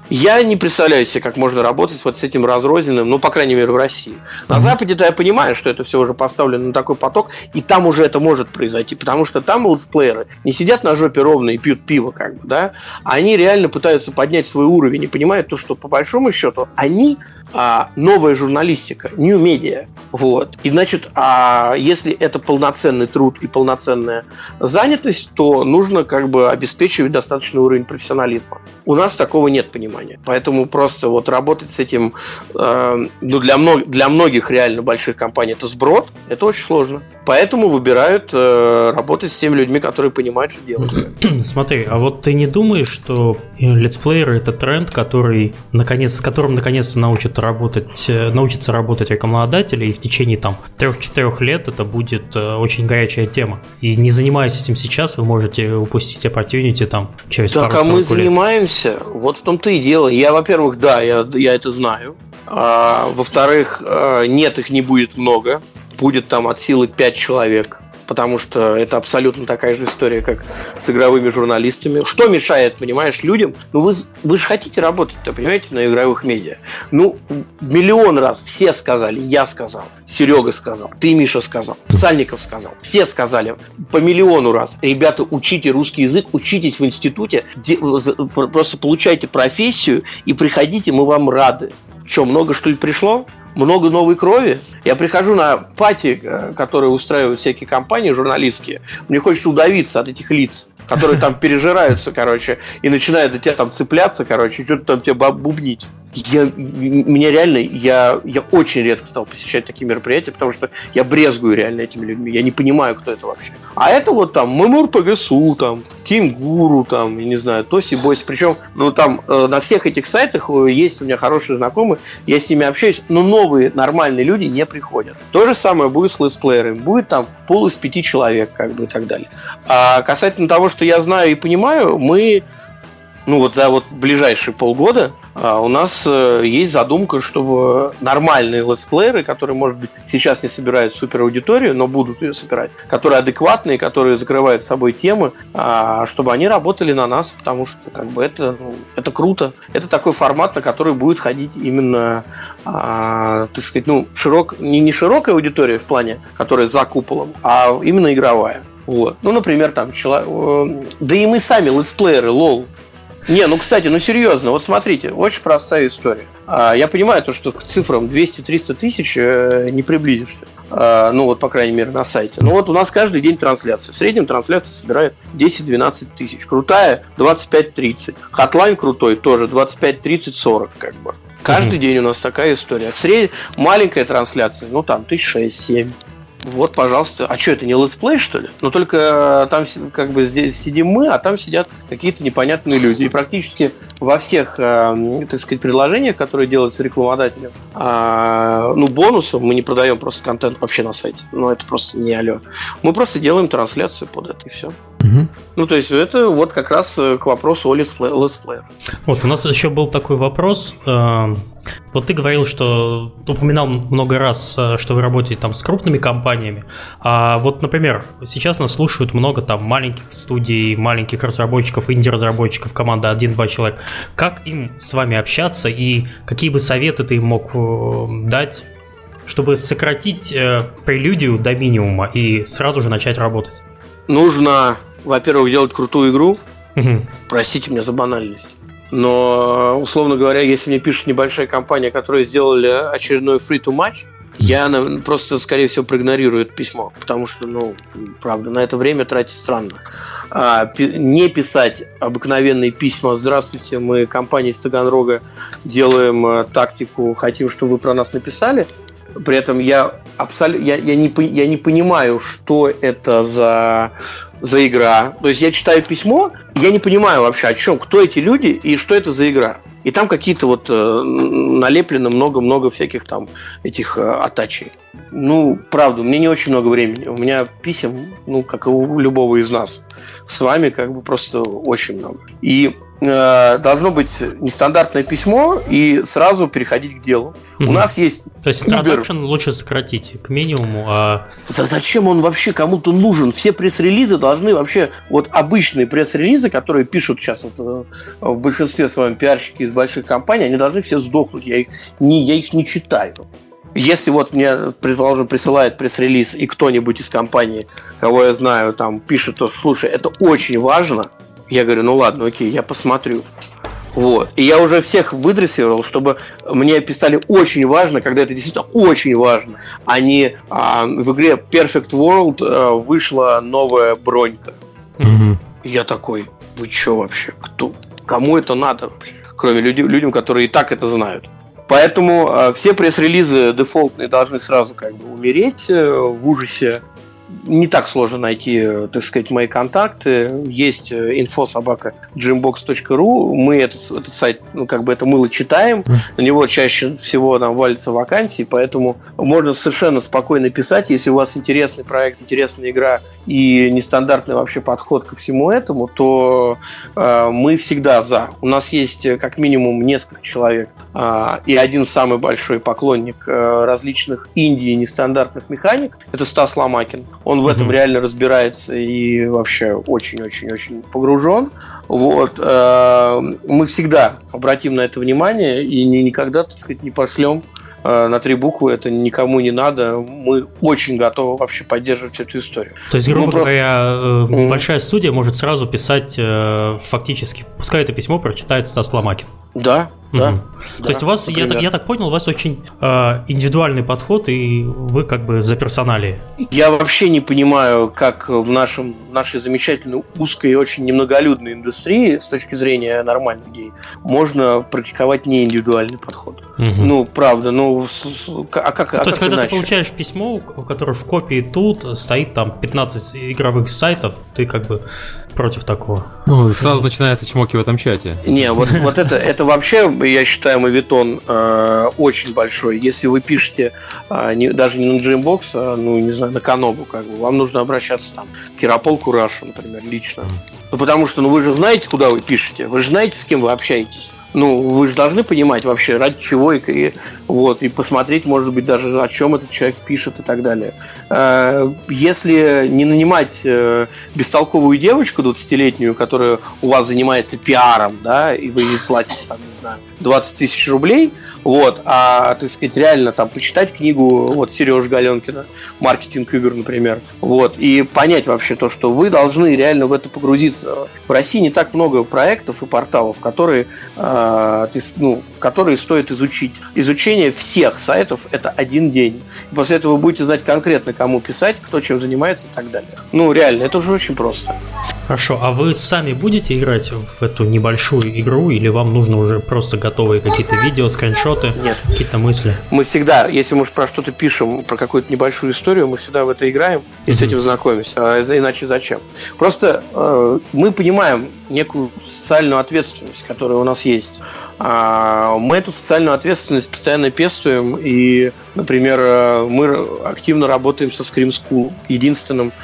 Я не представляю себе, как можно работать вот с этим разрозненным, ну, по крайней мере, в России. На Западе-то я понимаю, что это все уже поставлено на такой поток, и там уже это может произойти, потому что там летсплееры не сидят на жопе ровно и пьют пиво, как бы, да, они реально пытаются поднять свой уровень и понимают то, что, по большому счету, они а, новая журналистика, new media, вот. И, значит, а если это полноценный труд и полноценная занятость, то нужно, как бы, обеспечивать достаточный уровень профессионализма. У нас такого нет понимания. Поэтому просто вот работать с этим, э, ну, для, мног- для многих реально больших компаний это сброд, это очень сложно. Поэтому выбирают э, работать с теми людьми, которые понимают, что делать. Смотри, а вот ты не думаешь, что летсплееры это тренд, который наконец, с которым наконец-то научат работать, научатся работать рекламодатели, и в течение там трех-четырех лет это будет э, очень горячая тема. И не занимаясь этим сейчас, вы можете упустить opportunity там через так, пару-пару лет. Так, а мы занимаемся, вот в том-то и дело. Я, во-первых, да, я, я это знаю. А, во-вторых, нет, их не будет много. Будет там от силы пять человек. Потому что это абсолютно такая же история, как с игровыми журналистами. Что мешает, понимаешь, людям? Ну, вы, вы же хотите работать-то, понимаете, на игровых медиа. Ну, миллион раз все сказали, я сказал, Серега сказал, ты, Миша, сказал, Сальников сказал. Все сказали по миллиону раз. Ребята, учите русский язык, учитесь в институте, просто получайте профессию и приходите, мы вам рады. Что, много что ли пришло? Много новой крови. Я прихожу на пати, которые устраивают всякие компании журналистские, мне хочется удавиться от этих лиц, которые там пережираются, короче, и начинают до тебя там цепляться, короче, что-то там тебя бубнить. Я, меня реально, я, я очень редко стал посещать такие мероприятия, потому что я брезгую реально этими людьми, я не понимаю, кто это вообще. А это вот там Мемур ПГСУ, там, Кимгуру, там, я не знаю, Тоси Бойс. Причем, ну там э, на всех этих сайтах есть у меня хорошие знакомые, я с ними общаюсь, но новые нормальные люди не приходят. То же самое будет с летсплеерами. Будет там пол из пяти человек, как бы, и так далее. А касательно того, что я знаю и понимаю, мы... Ну вот за вот ближайшие полгода а, у нас а, есть задумка, чтобы нормальные летсплееры, которые, может быть, сейчас не собирают супераудиторию, но будут ее собирать, которые адекватные, которые закрывают собой темы, а, чтобы они работали на нас, потому что как бы это, ну, это круто. Это такой формат, на который будет ходить именно, а, так сказать, ну, широк, не, не широкая аудитория в плане, которая за куполом, а именно игровая. Вот. Ну, например, там человек... Да и мы сами летсплееры, лол. Не, ну, кстати, ну, серьезно, вот смотрите, очень простая история. Я понимаю то, что к цифрам двести-триста тысяч не приблизишься. Ну, вот, по крайней мере, на сайте. Ну, вот у нас каждый день трансляция. В среднем трансляция собирает десять-двенадцать тысяч. Крутая – двадцать пять-тридцать. Хатлайн крутой тоже двадцать пять-тридцать-сорок, как бы. Каждый mm-hmm. день у нас такая история. В среднем маленькая трансляция, ну там тысяч шесть-семь. Вот, пожалуйста. А что, это не летсплей, что ли? Но только там как бы здесь сидим мы, а там сидят какие-то непонятные люди. И практически во всех, э, так сказать, приложениях, которые делаются рекламодателем, э, ну, бонусом мы не продаем просто контент вообще на сайте. Ну, это просто не алё. Мы просто делаем трансляцию под это, и все. Угу. Ну, то есть, это вот как раз к вопросу о летсплеях. Вот, у нас еще был такой вопрос. Вот ты говорил, что упоминал много раз, что вы работаете там с крупными компаниями. А вот, например, сейчас нас слушают много там маленьких студий, маленьких разработчиков, инди-разработчиков, команда один-два человека. Как им с вами общаться и какие бы советы ты им мог дать, чтобы сократить прелюдию до минимума и сразу же начать работать? Нужно, во-первых, делать крутую игру. Угу. Простите меня за банальность. Но, условно говоря, если мне пишет небольшая компания, которая сделали очередной free-to-match, я просто, скорее всего, проигнорирую это письмо. Потому что, ну, правда, на это время тратить странно. А, пи- не писать обыкновенные письма «Здравствуйте, мы компания из Таганрога делаем э, тактику, хотим, чтобы вы про нас написали». При этом я, абсолютно, я, я, не, я не понимаю, что это за... за игра. То есть я читаю письмо, я не понимаю вообще, о чем, кто эти люди и что это за игра. И там какие-то вот э, налеплено много-много всяких там этих э, атачей. Ну, правда, у меня не очень много времени. У меня писем, ну, как и у любого из нас, с вами как бы просто очень много. И э, должно быть нестандартное письмо и сразу переходить к делу. Mm-hmm. У нас есть... То есть introduction лучше сократить к минимуму, а... Зачем он вообще кому-то нужен? Все пресс-релизы должны вообще... Вот обычные пресс-релизы, которые пишут сейчас вот, в большинстве с вами пиарщики из больших компаний, они должны все сдохнуть. Я их не, я их не читаю. Если вот мне, предположим, присылает пресс-релиз, и кто-нибудь из компании, кого я знаю, там пишет, то, слушай, это очень важно, я говорю, ну ладно, окей, я посмотрю. Вот. И я уже всех выдрессировал, чтобы мне писали очень важно, когда это действительно очень важно, а не а, в игре Perfect World а, вышла новая бронька. Mm-hmm. Я такой, вы чё вообще? Кто? Кому это надо вообще? Кроме людей, людям, которые и так это знают. Поэтому э, все пресс-релизы дефолтные должны сразу как бы умереть э, в ужасе. Не так сложно найти, так сказать, мои контакты. Есть инфо собака джимбокс точка ру. Мы этот, этот сайт, ну, как бы это мыло читаем. На него чаще всего там валятся вакансии, поэтому можно совершенно спокойно писать. Если у вас интересный проект, интересная игра и нестандартный вообще подход ко всему этому, то э, мы всегда за. У нас есть как минимум несколько человек э, и один самый большой поклонник э, различных инди и нестандартных механик. Это Стас Ломакин. Он в этом mm-hmm. реально разбирается и вообще очень-очень-очень погружен. Вот. Мы всегда обратим на это внимание и никогда, так сказать, не пошлем на три буквы, это никому не надо. Мы очень готовы вообще поддерживать эту историю. То есть, грубо ну, говоря, про... большая студия может сразу писать фактически, пускай это письмо прочитает Стас Ломакин. Да, да. Угу. Да, то есть у вас, я так, я так понял, у вас очень э, индивидуальный подход, и вы как бы за персоналии. Я вообще не понимаю, как в нашем, нашей замечательной узкой и очень немноголюдной индустрии, с точки зрения нормальных людей, можно практиковать не индивидуальный подход. Угу. Ну, правда, ну, а как, То а есть, как когда иначе? ты получаешь письмо, у которого в копии тут стоит там пятнадцать игровых сайтов, ты как бы против такого. Ну, сразу начинается чмоки в этом чате. Не, вот, вот это, это вообще, я считаю, моветон э, очень большой. Если вы пишете э, не, даже не на Jambox, а, ну, не знаю, на Канобу, как бы, вам нужно обращаться там к Ярополку Рашу, например, лично. Ну, потому что, ну, вы же знаете, куда вы пишете, вы же знаете, с кем вы общаетесь. Ну, вы же должны понимать вообще, ради чего, и, и, вот, и посмотреть, может быть, даже о чем этот человек пишет и так далее. Если не нанимать бестолковую девочку двадцатилетнюю, которая у вас занимается пиаром, да, и вы ей платите, там, не знаю, двадцать тысяч рублей, вот, а, так сказать, реально там почитать книгу вот Сережи Галенкина «Маркетинг игр», например, вот, и понять вообще то, что вы должны реально в это погрузиться. В России не так много проектов и порталов, которые ну, которые стоит изучить. Изучение всех сайтов – это один день. И после этого вы будете знать конкретно, кому писать, кто чем занимается и так далее. Ну, реально, это уже очень просто. Хорошо, а вы сами будете играть в эту небольшую игру, или вам нужно уже просто готовые какие-то видео, скриншоты, Нет. какие-то мысли? Мы всегда, если мы про что-то пишем, про какую-то небольшую историю, мы всегда в это играем и mm-hmm. с этим знакомимся. А иначе зачем? Просто э, мы понимаем некую социальную ответственность, которая у нас есть. А мы эту социальную ответственность постоянно пестуем, и, например, мы активно работаем со Scream School, единственным,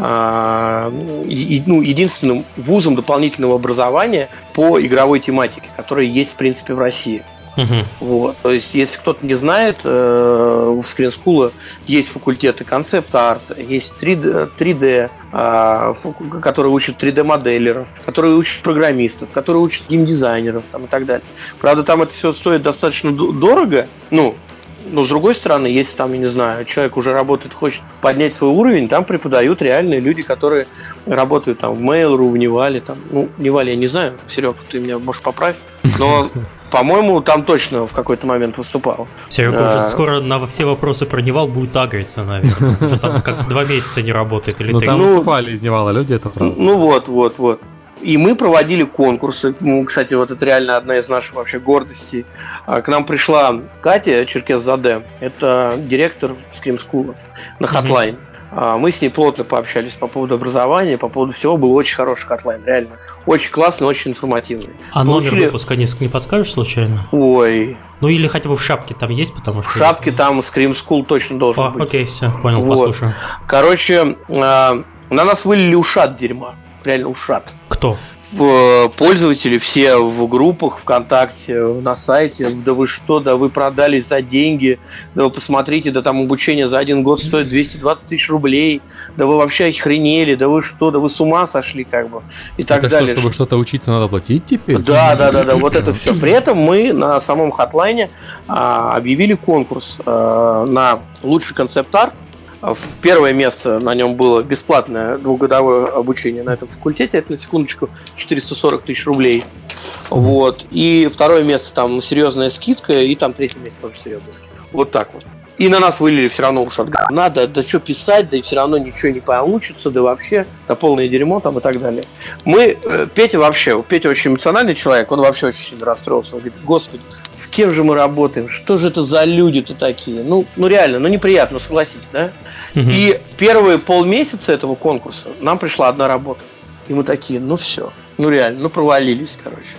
а, и, ну, единственным вузом дополнительного образования по игровой тематике, который есть, в принципе, в России. Uh-huh. Вот. То есть, если кто-то не знает, э, в Screen School есть факультеты концепт-арта, есть три дэ, три дэ э, которые учат три дэ-моделеров, которые учат программистов, которые учат геймдизайнеров там, и так далее. Правда, там это все стоит достаточно дорого, ну, но с другой стороны, если там, я не знаю, человек уже работает, хочет поднять свой уровень, там преподают реальные люди, которые работают там в Mail.ru, в Невале, там, ну, Невале я не знаю, Серег, ты меня, можешь, поправь, но, по-моему, там точно в какой-то момент выступал. Серега уже скоро на все вопросы про Невал будет агриться, наверное, уже там как два месяца не работает или три. Ну, там выступали из Невала люди, это правда. Ну, вот, вот, вот. И мы проводили конкурсы. Ну, кстати, вот это реально одна из наших вообще гордостей. К нам пришла Катя Черкес-Заде, это директор Scream School на Hotline. Mm-hmm. Мы с ней плотно пообщались по поводу образования, по поводу всего. Был очень хороший Hotline, реально. Очень классный, очень информативный. А Получили... номер выпуска не, не подскажешь случайно? Ой. Ну или хотя бы в шапке там есть, потому что... В шапке там Scream School точно должен О, быть. Окей, все, понял, вот. Послушаю. Короче, на нас вылили ушат дерьма. Реально ушат. Кто? Пользователи все в группах ВКонтакте, на сайте. Да вы что, да вы продались за деньги. Да вы посмотрите, да там обучение за один год стоит двести двадцать тысяч рублей. Да вы вообще охренели, да вы что, да вы с ума сошли, как бы. И так это далее. Что, чтобы что-то учиться, надо платить теперь? Да, да, да, да, вот это все. При этом мы на самом Hotline а, объявили конкурс а, на лучший концепт-арт. Первое место на нем было бесплатное двухгодовое обучение на этом факультете, это на секундочку четыреста сорок тысяч рублей. Вот. И второе место там серьезная скидка, и там третье место тоже серьезная скидка. Вот так вот. И на нас вылили все равно уж от говна, да, да что писать, да и все равно ничего не получится, да вообще, да полное дерьмо там и так далее. Мы, Петя вообще, Петя очень эмоциональный человек, он вообще очень сильно расстроился, он говорит, господи, с кем же мы работаем, что же это за люди-то такие, ну, ну реально, ну неприятно, согласитесь, да? Угу. И первые полмесяца этого конкурса нам пришла одна работа, и мы такие, ну все, ну реально, ну провалились, короче.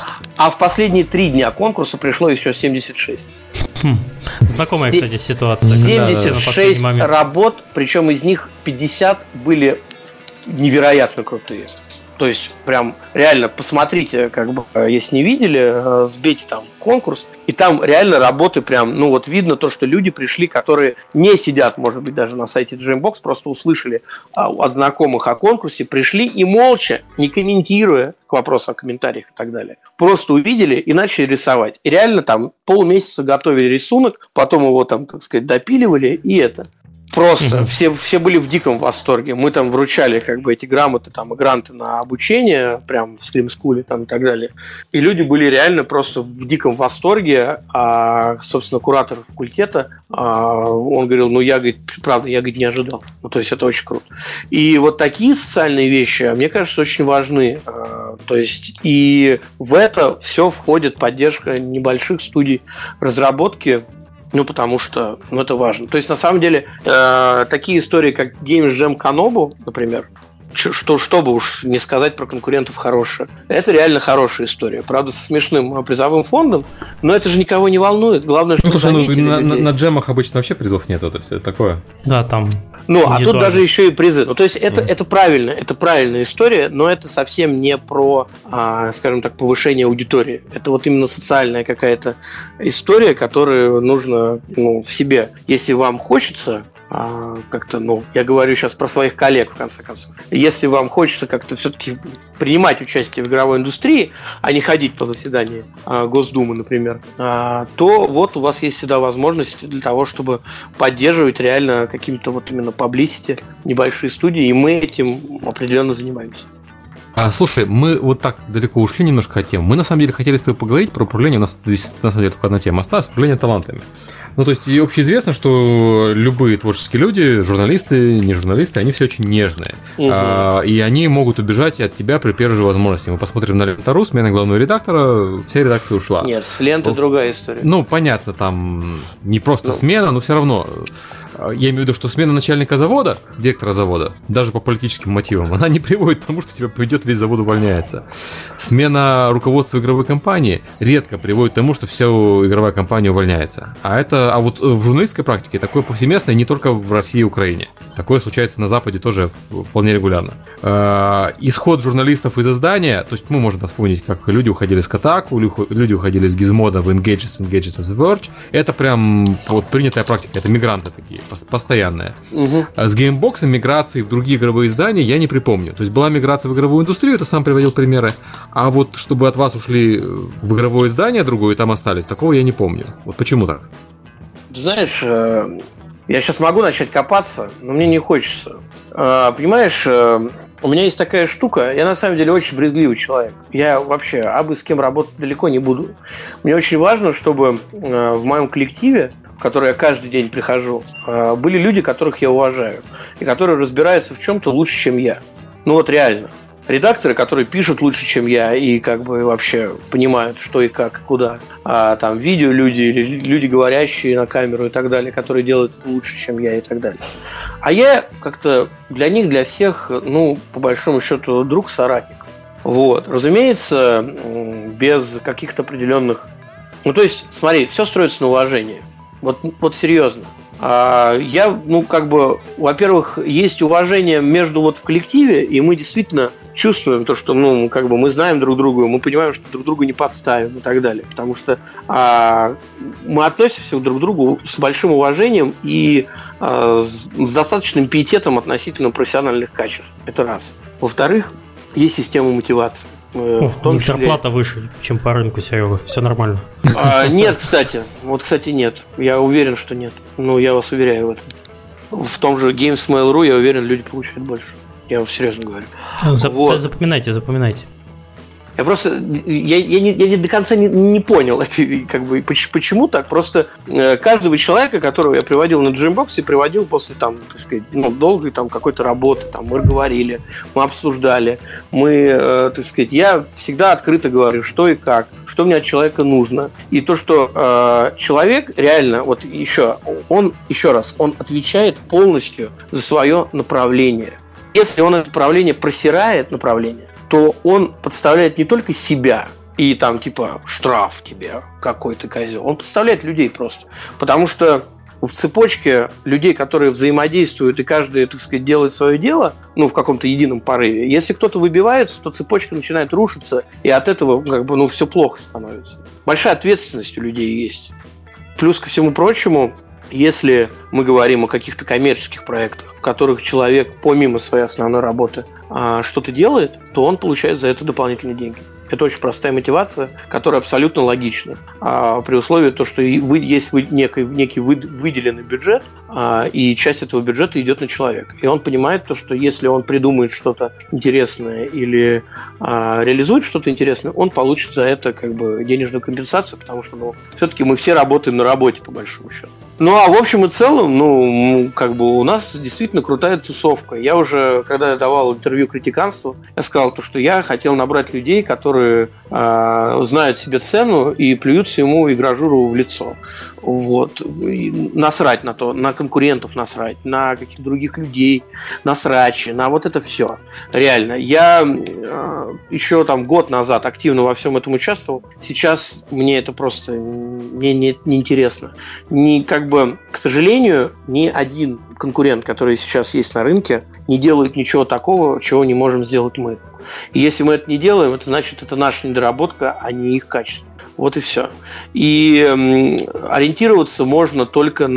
А в последние три дня конкурса пришло еще семьдесят шесть. Хм. Знакомая, кстати, ситуация. семьдесят шесть работ, причем из них пятьдесят были невероятно крутые. То есть, прям реально посмотрите, как бы, если не видели, сбейте там конкурс, и там реально работы прям, ну вот видно то, что люди пришли, которые не сидят, может быть, даже на сайте Jambox, просто услышали от знакомых о конкурсе, пришли и молча, не комментируя к вопросу о комментариях и так далее, просто увидели и начали рисовать. И реально там полмесяца готовили рисунок, потом его там, так сказать, допиливали, и это... Просто mm-hmm. все, все были в диком восторге. Мы там вручали как бы эти грамоты там, и гранты на обучение, прям в Scream School там, и так далее. И люди были реально просто в диком восторге. А, собственно, куратор факультета, а, он говорил, ну я, говорит, правда, я, говорит, не ожидал. Ну, то есть это очень круто. И вот такие социальные вещи, мне кажется, очень важны. А, то есть и в это все входит поддержка небольших студий разработки. Ну, потому что ну, это важно. То есть, на самом деле, э, такие истории, как Games Jam Kanobu, например, что, чтобы уж не сказать про конкурентов хорошее, это реально хорошая история. Правда, со смешным призовым фондом, но это же никого не волнует. Главное, что ну, слушай, ну, на, на, на джемах обычно вообще призов нету, то есть это такое. Да, там... Ну, а тут даже еще и призы. Ну, то есть это, mm. это правильно, это правильная история, но это совсем не про, а, скажем так, повышение аудитории. Это вот именно социальная какая-то история, которую нужно ну, в себе. Если вам хочется а, как-то, ну, я говорю сейчас про своих коллег, в конце концов. Если вам хочется как-то все-таки принимать участие в игровой индустрии, а не ходить по заседанию а, Госдумы, например, а, то вот у вас есть всегда возможность для того, чтобы поддерживать реально какими-то вот именно publicity небольшие студии, и мы этим определенно занимаемся. А, слушай, мы вот так далеко ушли немножко от темы. Мы на самом деле хотели с тобой поговорить про управление. У нас здесь на самом деле только одна тема осталась: управление талантами. Ну, то есть, и общеизвестно, что любые творческие люди, журналисты, не журналисты, они все очень нежные. Угу. А, и они могут убежать от тебя при первой же возможности. Мы посмотрим на Лента.ру, смена главного редактора, вся редакция ушла. Нет, с Ленты вот. Другая история. Ну, понятно, там не просто ну. смена, но все равно... Я имею в виду, что смена начальника завода, директора завода, даже по политическим мотивам, она не приводит к тому, что тебя поведет, весь завод увольняется. Смена руководства игровой компании редко приводит к тому, что вся игровая компания увольняется. А это, а вот в журналистской практике такое повсеместное не только в России и Украине. Такое случается на Западе тоже вполне регулярно. Исход журналистов из издания, то есть мы можем вспомнить, как люди уходили с Kotaku, люди уходили с Gizmodo в Engadget, Engadget в The Verge. Это прям вот принятая практика, это мигранты такие. Постоянная. Угу. С геймбоксом миграции в другие игровые издания я не припомню. То есть была миграция в игровую индустрию, ты сам приводил примеры, а вот чтобы от вас ушли в игровое издание другое и там остались, такого я не помню. Вот почему так? Знаешь, я сейчас могу начать копаться, но мне не хочется. Понимаешь, у меня есть такая штука, я на самом деле очень брезгливый человек. Я вообще абы с кем работать далеко не буду. Мне очень важно, чтобы в моем коллективе, в который я каждый день прихожу, были люди, которых я уважаю, и которые разбираются в чем-то лучше, чем я. Ну вот реально. Редакторы, которые пишут лучше, чем я, и как бы вообще понимают, что и как, и куда. А там видео люди, или люди, говорящие на камеру и так далее, которые делают лучше, чем я и так далее. А я как-то для них, для всех, ну, по большому счету, друг-соратник. Вот. Разумеется, без каких-то определенных... Ну, то есть, смотри, все строится на уважении. Вот, вот серьезно. А я, ну, как бы, во-первых, есть уважение между вот в коллективе, и мы действительно чувствуем то, что, ну, как бы мы знаем друг друга, мы понимаем, что друг друга не подставим и так далее. Потому что а, мы относимся друг к другу с большим уважением и а, с достаточным пиететом относительно профессиональных качеств. Это раз. Во-вторых, есть система мотивации. О, в том числе... Зарплата выше, чем по рынку, Серега. Все нормально. А, нет, кстати. Вот, кстати, нет. Я уверен, что нет. Ну, я вас уверяю в этом. В том же Games точка mail точка ru, я уверен, люди получают больше. Я вам серьезно говорю. Зап- вот. Запоминайте, запоминайте. Я просто, я, я, не, я не до конца не, не понял, это, как бы, почему так. Просто э, каждого человека, которого я приводил на Джимбоксе, приводил после там, так сказать, ну, долгой там какой-то работы, там мы говорили, мы обсуждали, мы, э, так сказать, я всегда открыто говорю, что и как, что мне от человека нужно. И то, что э, человек реально, вот еще, он, еще раз, он отвечает полностью за свое направление. Если он это направление просирает, направление, то он подставляет не только себя и там типа штраф тебе, какой ты козел, он подставляет людей просто. Потому что в цепочке людей, которые взаимодействуют и каждый, так сказать, делает свое дело, ну, в каком-то едином порыве, если кто-то выбивается, то цепочка начинает рушиться, и от этого как бы, ну, все плохо становится. Большая ответственность у людей есть. Плюс ко всему прочему, если мы говорим о каких-то коммерческих проектах, в которых человек помимо своей основной работы а, что-то делает, то он получает за это дополнительные деньги. Это очень простая мотивация, которая абсолютно логична. А, при условии, то, что вы, есть вы, некий, некий вы, выделенный бюджет, а, и часть этого бюджета идет на человека. И он понимает, то, что если он придумает что-то интересное или а, реализует что-то интересное, он получит за это как бы денежную компенсацию, потому что ну, все-таки мы все работаем на работе, по большому счету. Ну, а в общем и целом, ну, как бы у нас действительно крутая тусовка. Я уже, когда я давал интервью критиканству, я сказал то, что я хотел набрать людей, которые э, знают себе цену и плюются ему и гражуру в лицо. Вот. И насрать на то, на конкурентов насрать, на каких-то других людей, на срачи, на вот это все. Реально. Я э, еще там год назад активно во всем этом участвовал. Сейчас мне это просто мне не, не интересно. Не, как бы, к сожалению, ни один конкурент, который сейчас есть на рынке, не делает ничего такого, чего не можем сделать мы. И если мы это не делаем, это значит, это наша недоработка, а не их качество. Вот и все. И э, ориентироваться можно только на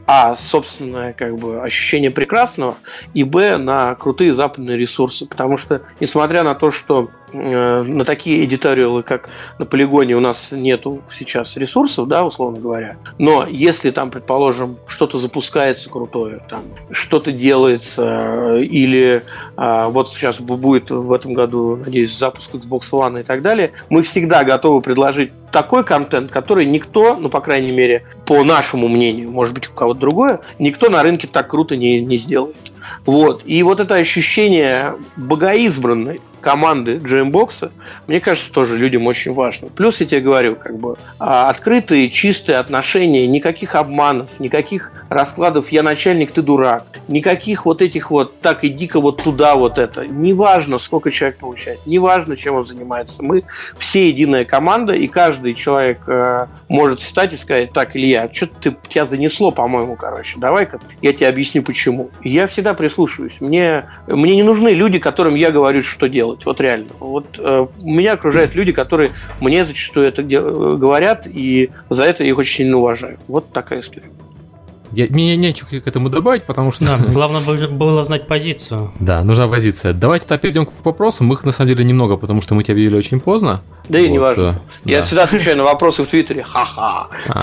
а, собственное как бы ощущение прекрасного, и б, на крутые западные ресурсы. Потому что, несмотря на то, что э, на такие эдиториалы, как на Полигоне, у нас нету сейчас ресурсов, да, условно говоря, но если там, предположим, что-то запускается крутое, там, что-то делается, или э, вот сейчас будет в этом году, надеюсь, запуск Xbox One и так далее, мы всегда готовы предложить такой контент, который никто, ну, по крайней мере, по нашему мнению, может быть, у кого-то другое, никто на рынке так круто не, не сделает. Вот. И вот это ощущение богоизбранной команды Джеймбокса, мне кажется, тоже людям очень важно. Плюс, я тебе говорю, как бы открытые, чистые отношения, никаких обманов, никаких раскладов «я начальник, ты дурак», никаких вот этих вот «так, иди-ка вот туда, вот это». Неважно, сколько человек получает, неважно, чем он занимается. Мы все единая команда, и каждый человек э, может встать и сказать: так, Илья, что-то ты, тебя занесло, по-моему, короче, давай-ка я тебе объясню, почему. И я всегда прислушиваюсь. Мне, мне не нужны люди, которым я говорю, что делать. Вот реально. Вот э, меня окружают люди, которые мне зачастую это дел- говорят, и за это я их очень сильно уважаю. Вот такая история. Я, мне нечего к этому добавить, потому что... Да, главное было знать позицию. Да, нужна позиция. Давайте тогда перейдем к вопросам. Их, на самом деле, немного, потому что мы тебя видели очень поздно. Да и вот, не важно. Я да. всегда отвечаю на вопросы в Твиттере. Ха-ха. А,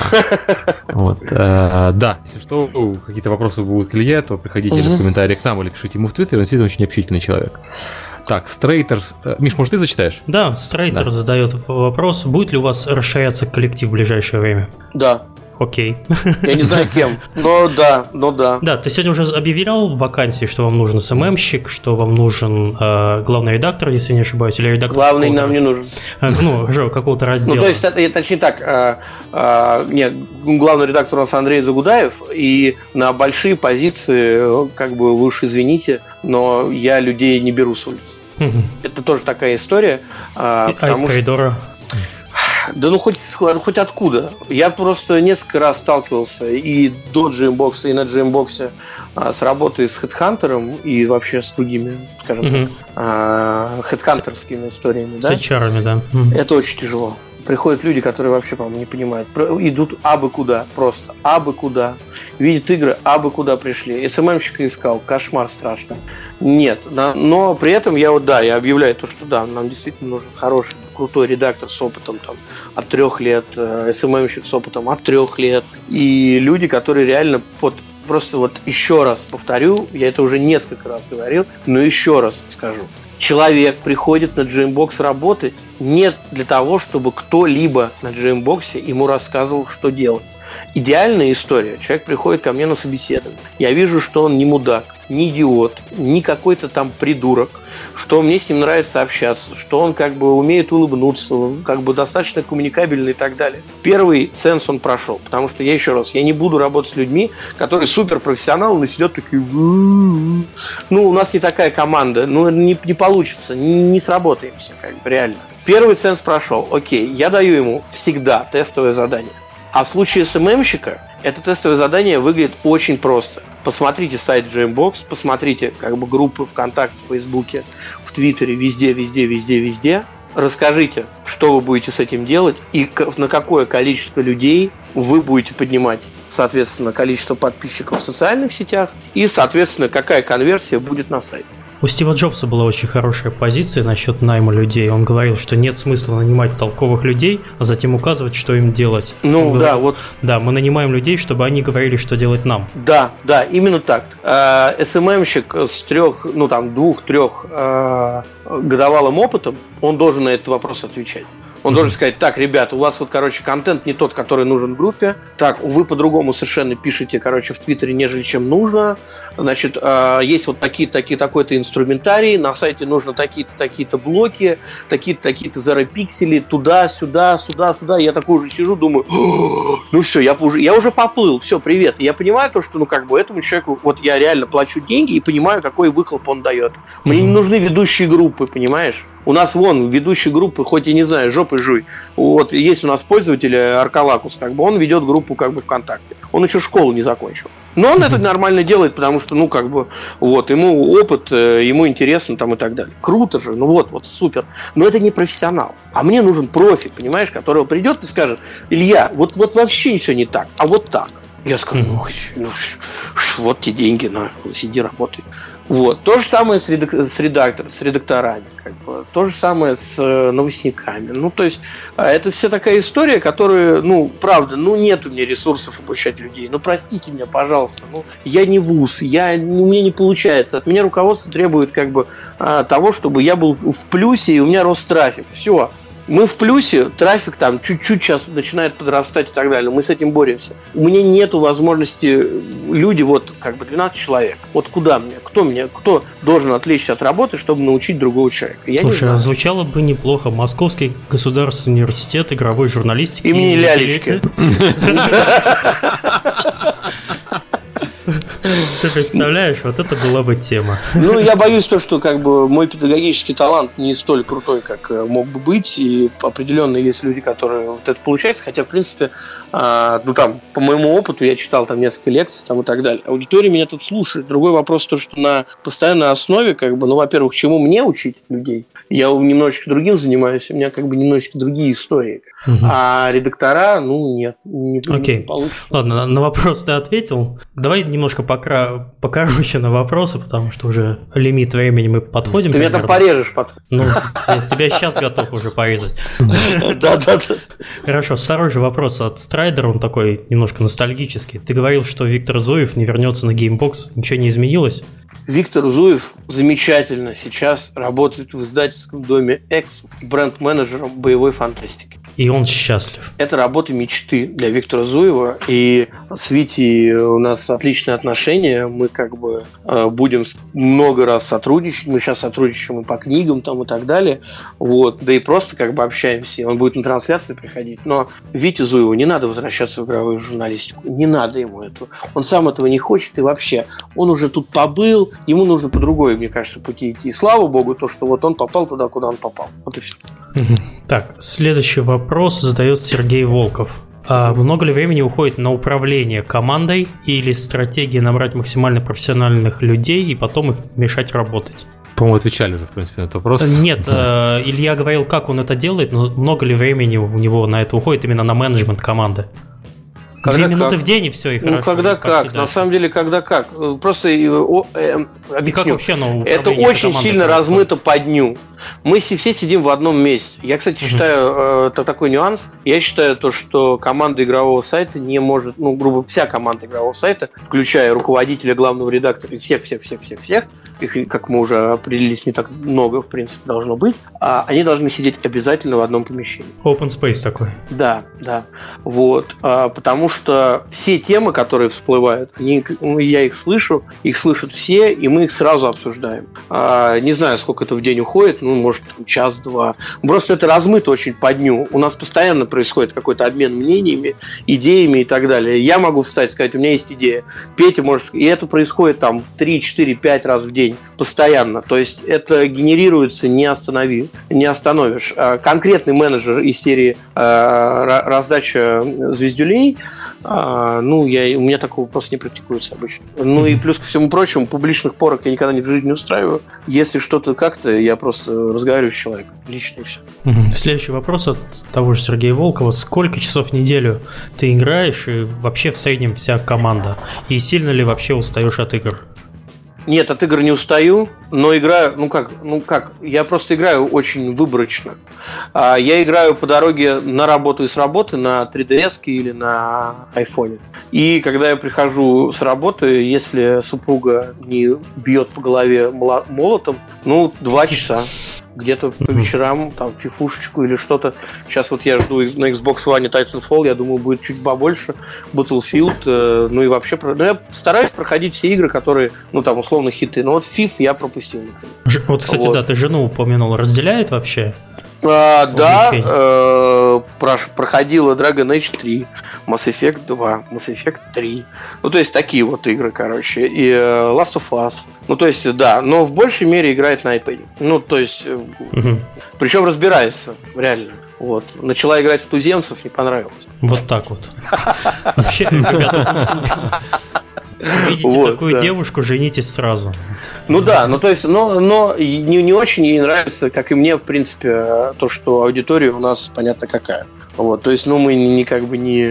вот. А, да, если что, какие-то вопросы будут к Илье, то приходите угу. в комментарии к нам или пишите ему в Твиттер. Он действительно очень общительный человек. Так, Стрейтер. Миш, может, ты зачитаешь? Да, Стрейтер да. задает вопрос: будет ли у вас расширяться коллектив в ближайшее время? Да. Окей. Я не знаю кем, но да, но да. Да, ты сегодня уже объявлял вакансии, что вам нужен эс эм эм-щик, что вам нужен э, главный редактор, если не ошибаюсь, или редактор. Главный нам не нужен. Э, ну, уже какого-то раздела. Ну, то есть, это, точнее так, э, э, нет, главный редактор у нас Андрей Загудаев, и на большие позиции, как бы, вы уж извините, но я людей не беру с улицы. Это тоже такая история. А из коридора? Да ну хоть, хоть откуда. Я просто несколько раз сталкивался и до Джеймбокса, и на Джеймбоксе а, с работой с HeadHunter и вообще с другими, скажем mm-hmm. так, а, хедхантерскими историями. С да? эйч ар-ами, да. Mm-hmm. Это очень тяжело. Приходят люди, которые вообще, по-моему, не понимают. Идут абы куда, просто абы куда. Видят игры, абы куда пришли. эс эм эм-щика искал, кошмар страшно. Нет, да, но при этом я вот, да, я объявляю то, что да, нам действительно нужен хороший, крутой редактор с опытом там, от трех лет, эс эм эм-щик с опытом от трех лет. И люди, которые реально вот просто вот еще раз повторю, я это уже несколько раз говорил, но еще раз скажу. Человек приходит на Джеймбокс работать не для того, чтобы кто-либо на Джеймбоксе ему рассказывал, что делать. Идеальная история. Человек приходит ко мне на собеседование. Я вижу, что он не мудак, не идиот, не какой-то там придурок, что мне с ним нравится общаться, что он как бы умеет улыбнуться, как бы достаточно коммуникабельный и так далее. Первый сенс он прошел, потому что я еще раз, я не буду работать с людьми, которые суперпрофессионалы, но сидят такие... Ну, у нас не такая команда, ну, не, не получится, не, не сработаемся, как бы, реально. Первый сенс прошел, окей, я даю ему всегда тестовое задание. А в случае эс эм эм-щика это тестовое задание выглядит очень просто. Посмотрите сайт Джеймбокс, посмотрите как бы группы ВКонтакте, в Фейсбуке, в Твиттере, везде, везде, везде, везде. Расскажите, что вы будете с этим делать и на какое количество людей вы будете поднимать, соответственно, количество подписчиков в социальных сетях и, соответственно, какая конверсия будет на сайте. У Стива Джобса была очень хорошая позиция насчет найма людей. Он говорил, что нет смысла нанимать толковых людей, а затем указывать, что им делать. Ну, Он да, говорил, вот. Да, мы нанимаем людей, чтобы они говорили, что делать нам. Да, да, именно так. эс эм эм-щик с трех, ну там, двух-трех годовалым опытом, он должен на этот вопрос отвечать. Он mm-hmm. должен сказать: так, ребята, у вас вот, короче, контент не тот, который нужен группе. Так, вы по-другому совершенно пишете, короче, в Твиттере, нежели чем нужно. Значит, э, есть вот такие-то, такие, такой-то инструментарий. На сайте нужно такие-то, такие-то блоки, такие-то, такие-то зеропиксели, туда, сюда, сюда, сюда. Я такой уже сижу, думаю, ну все, я уже, я уже поплыл, все, привет. И я понимаю то, что, ну, как бы этому человеку, вот я реально плачу деньги и понимаю, какой выхлоп он дает. Мне mm-hmm. не нужны ведущие группы, понимаешь? У нас вон ведущие группы, хоть и не знаю, жопой жуй. Вот есть у нас пользователь Аркалакус, как бы он ведет группу как бы ВКонтакте. Он еще школу не закончил. Но он это нормально делает, потому что, ну, как бы, вот, ему опыт, ему интересно там и так далее. Круто же, ну вот, вот, супер. Но это не профессионал. А мне нужен профи, понимаешь, который придет и скажет: Илья, вот, вот вообще все не так, а вот так. Я скажу, ну, ну вот те деньги, на, сиди, работай. Вот. То же самое с, редак- с, редактор, с редакторами, как бы. То же самое с э, новостниками. Ну, то есть, э, это вся такая история, которая, ну, правда, ну, нет у меня ресурсов обучать людей. Ну, простите меня, пожалуйста. Ну, я не вуз, я, ну, мне не получается. От меня руководство требует, как бы, э, того, чтобы я был в плюсе, и у меня рос трафик. Все. Мы в плюсе, трафик там чуть-чуть сейчас начинает подрастать и так далее. Мы с этим боремся. У меня нету возможности, люди, вот как бы двенадцать человек. Вот куда мне, кто мне, кто должен отвлечься от работы, чтобы научить другого человека? Я Слушай, а звучало бы неплохо. Московский государственный университет игровой журналистики. Имени Лялечки. Ты представляешь, вот это была бы тема. Ну, я боюсь то, что как бы мой педагогический талант не столь крутой, как мог бы быть, и определенно есть люди, которые вот это получается, хотя, в принципе, а, ну, там, по моему опыту, я читал там несколько лекций там, и так далее. Аудитория меня тут слушает. Другой вопрос то, что на постоянной основе, как бы, ну, во-первых, чему мне учить людей? Я немножечко другим занимаюсь, у меня как бы немножечко другие истории. Угу. А редактора, ну, нет, не, Окей. не получится. Ладно, на вопрос ты ответил. Давай немножко покра... покороче на вопросы, потому что уже лимит времени мы подходим. Ты примерно. Меня там порежешь потом. Ну, я тебя сейчас готов уже порезать. Да-да-да. Хорошо, второй же вопрос от Страйдера, он такой немножко ностальгический. Ты говорил, что Виктор Зуев не вернется на Gamebox, ничего не изменилось? Виктор Зуев замечательно сейчас работает в издательском доме X бренд-менеджером боевой фантастики. И он счастлив. Это работа мечты для Виктора Зуева. И с Витей у нас отличные отношения. Мы как бы будем много раз сотрудничать. Мы сейчас сотрудничаем и по книгам там, и так далее. Вот. Да и просто как бы общаемся. Он будет на трансляции приходить. Но Вите Зуеву не надо возвращаться в игровую журналистику. Не надо ему этого. Он сам этого не хочет. И вообще, он уже тут побыл. Ему нужно по другой, мне кажется, пути идти. И слава богу, то, что вот он попал туда, куда он попал. Вот и все. Так, следующий вопрос задает Сергей Волков. А много ли времени уходит на управление командой или стратегии набрать максимально профессиональных людей и потом их мешать работать? По-моему, отвечали уже, в принципе, на этот вопрос. Нет, Илья говорил, как он это делает, но много ли времени у него на это уходит именно на менеджмент команды? Когда Две минуты как? В день и все, и ну, хорошо. Ну, когда как, дальше. На самом деле, когда как. Просто о, э, и как вообще, ну, это очень сильно размыто по дню. Мы все сидим в одном месте. Я, кстати, считаю, это такой нюанс. Я считаю то, что команда игрового сайта не может, ну, грубо, вся команда игрового сайта, включая руководителя, главного редактора и всех-всех-всех-всех-всех, их, как мы уже определились, не так много, в принципе, должно быть, а они должны сидеть обязательно в одном помещении. Open space такой. Да, да. Вот. Потому что все темы, которые всплывают, они, я их слышу, их слышат все, и мы их сразу обсуждаем. Не знаю, сколько это в день уходит, ну, может, час-два. Просто это размыто очень по дню. У нас постоянно происходит какой-то обмен мнениями, идеями и так далее. Я могу встать и сказать, у меня есть идея. Петя может... И это происходит там три, четыре, пять раз в день. Постоянно. То есть это генерируется, не останови, не остановишь. Конкретный менеджер из серии раздача звездюлей, ну, я, у меня такого просто не практикуется обычно. Ну и плюс ко всему прочему, публичных порок я никогда не в жизни не устраиваю. Если что-то как-то, я просто разговариваю с человеком. Лично и все. Следующий вопрос от того же Сергея Волкова. Сколько часов в неделю ты играешь и вообще в среднем вся команда? И сильно ли вообще устаешь от игр? Нет, от игр не устаю, но играю, ну как, ну как, я просто играю очень выборочно. Я играю по дороге на работу и с работы на три ди эс или на айфоне. И когда я прихожу с работы, если супруга не бьет по голове молотом, ну, два часа. Где-то по вечерам, там, фифушечку или что-то. Сейчас вот я жду на Xbox One Titanfall, я думаю, будет чуть побольше. Battlefield, э, ну и вообще... Ну, я стараюсь проходить все игры, которые, ну, там, условно, хиты. Но вот фиф я пропустил. Например. Вот, кстати, вот. Да, ты жену упомянул. Разделяет вообще? А, да, э, проходила Dragon Age три, Mass Effect два, Mass Effect три. Ну, то есть, такие вот игры, короче. И э, Last of Us. Ну, то есть, да, но в большей мере играет на iPad. Ну, то есть, э, угу. Причем разбирается, реально. Вот. Начала играть в туземцев, не понравилось. Вот так вот. Вообще, ребята... Видите вот, такую да. девушку, женитесь сразу. Ну да, ну то есть, но, но не, не очень ей нравится, как и мне, в принципе, то, что аудитория у нас понятно какая. Вот, то есть, ну мы не как бы не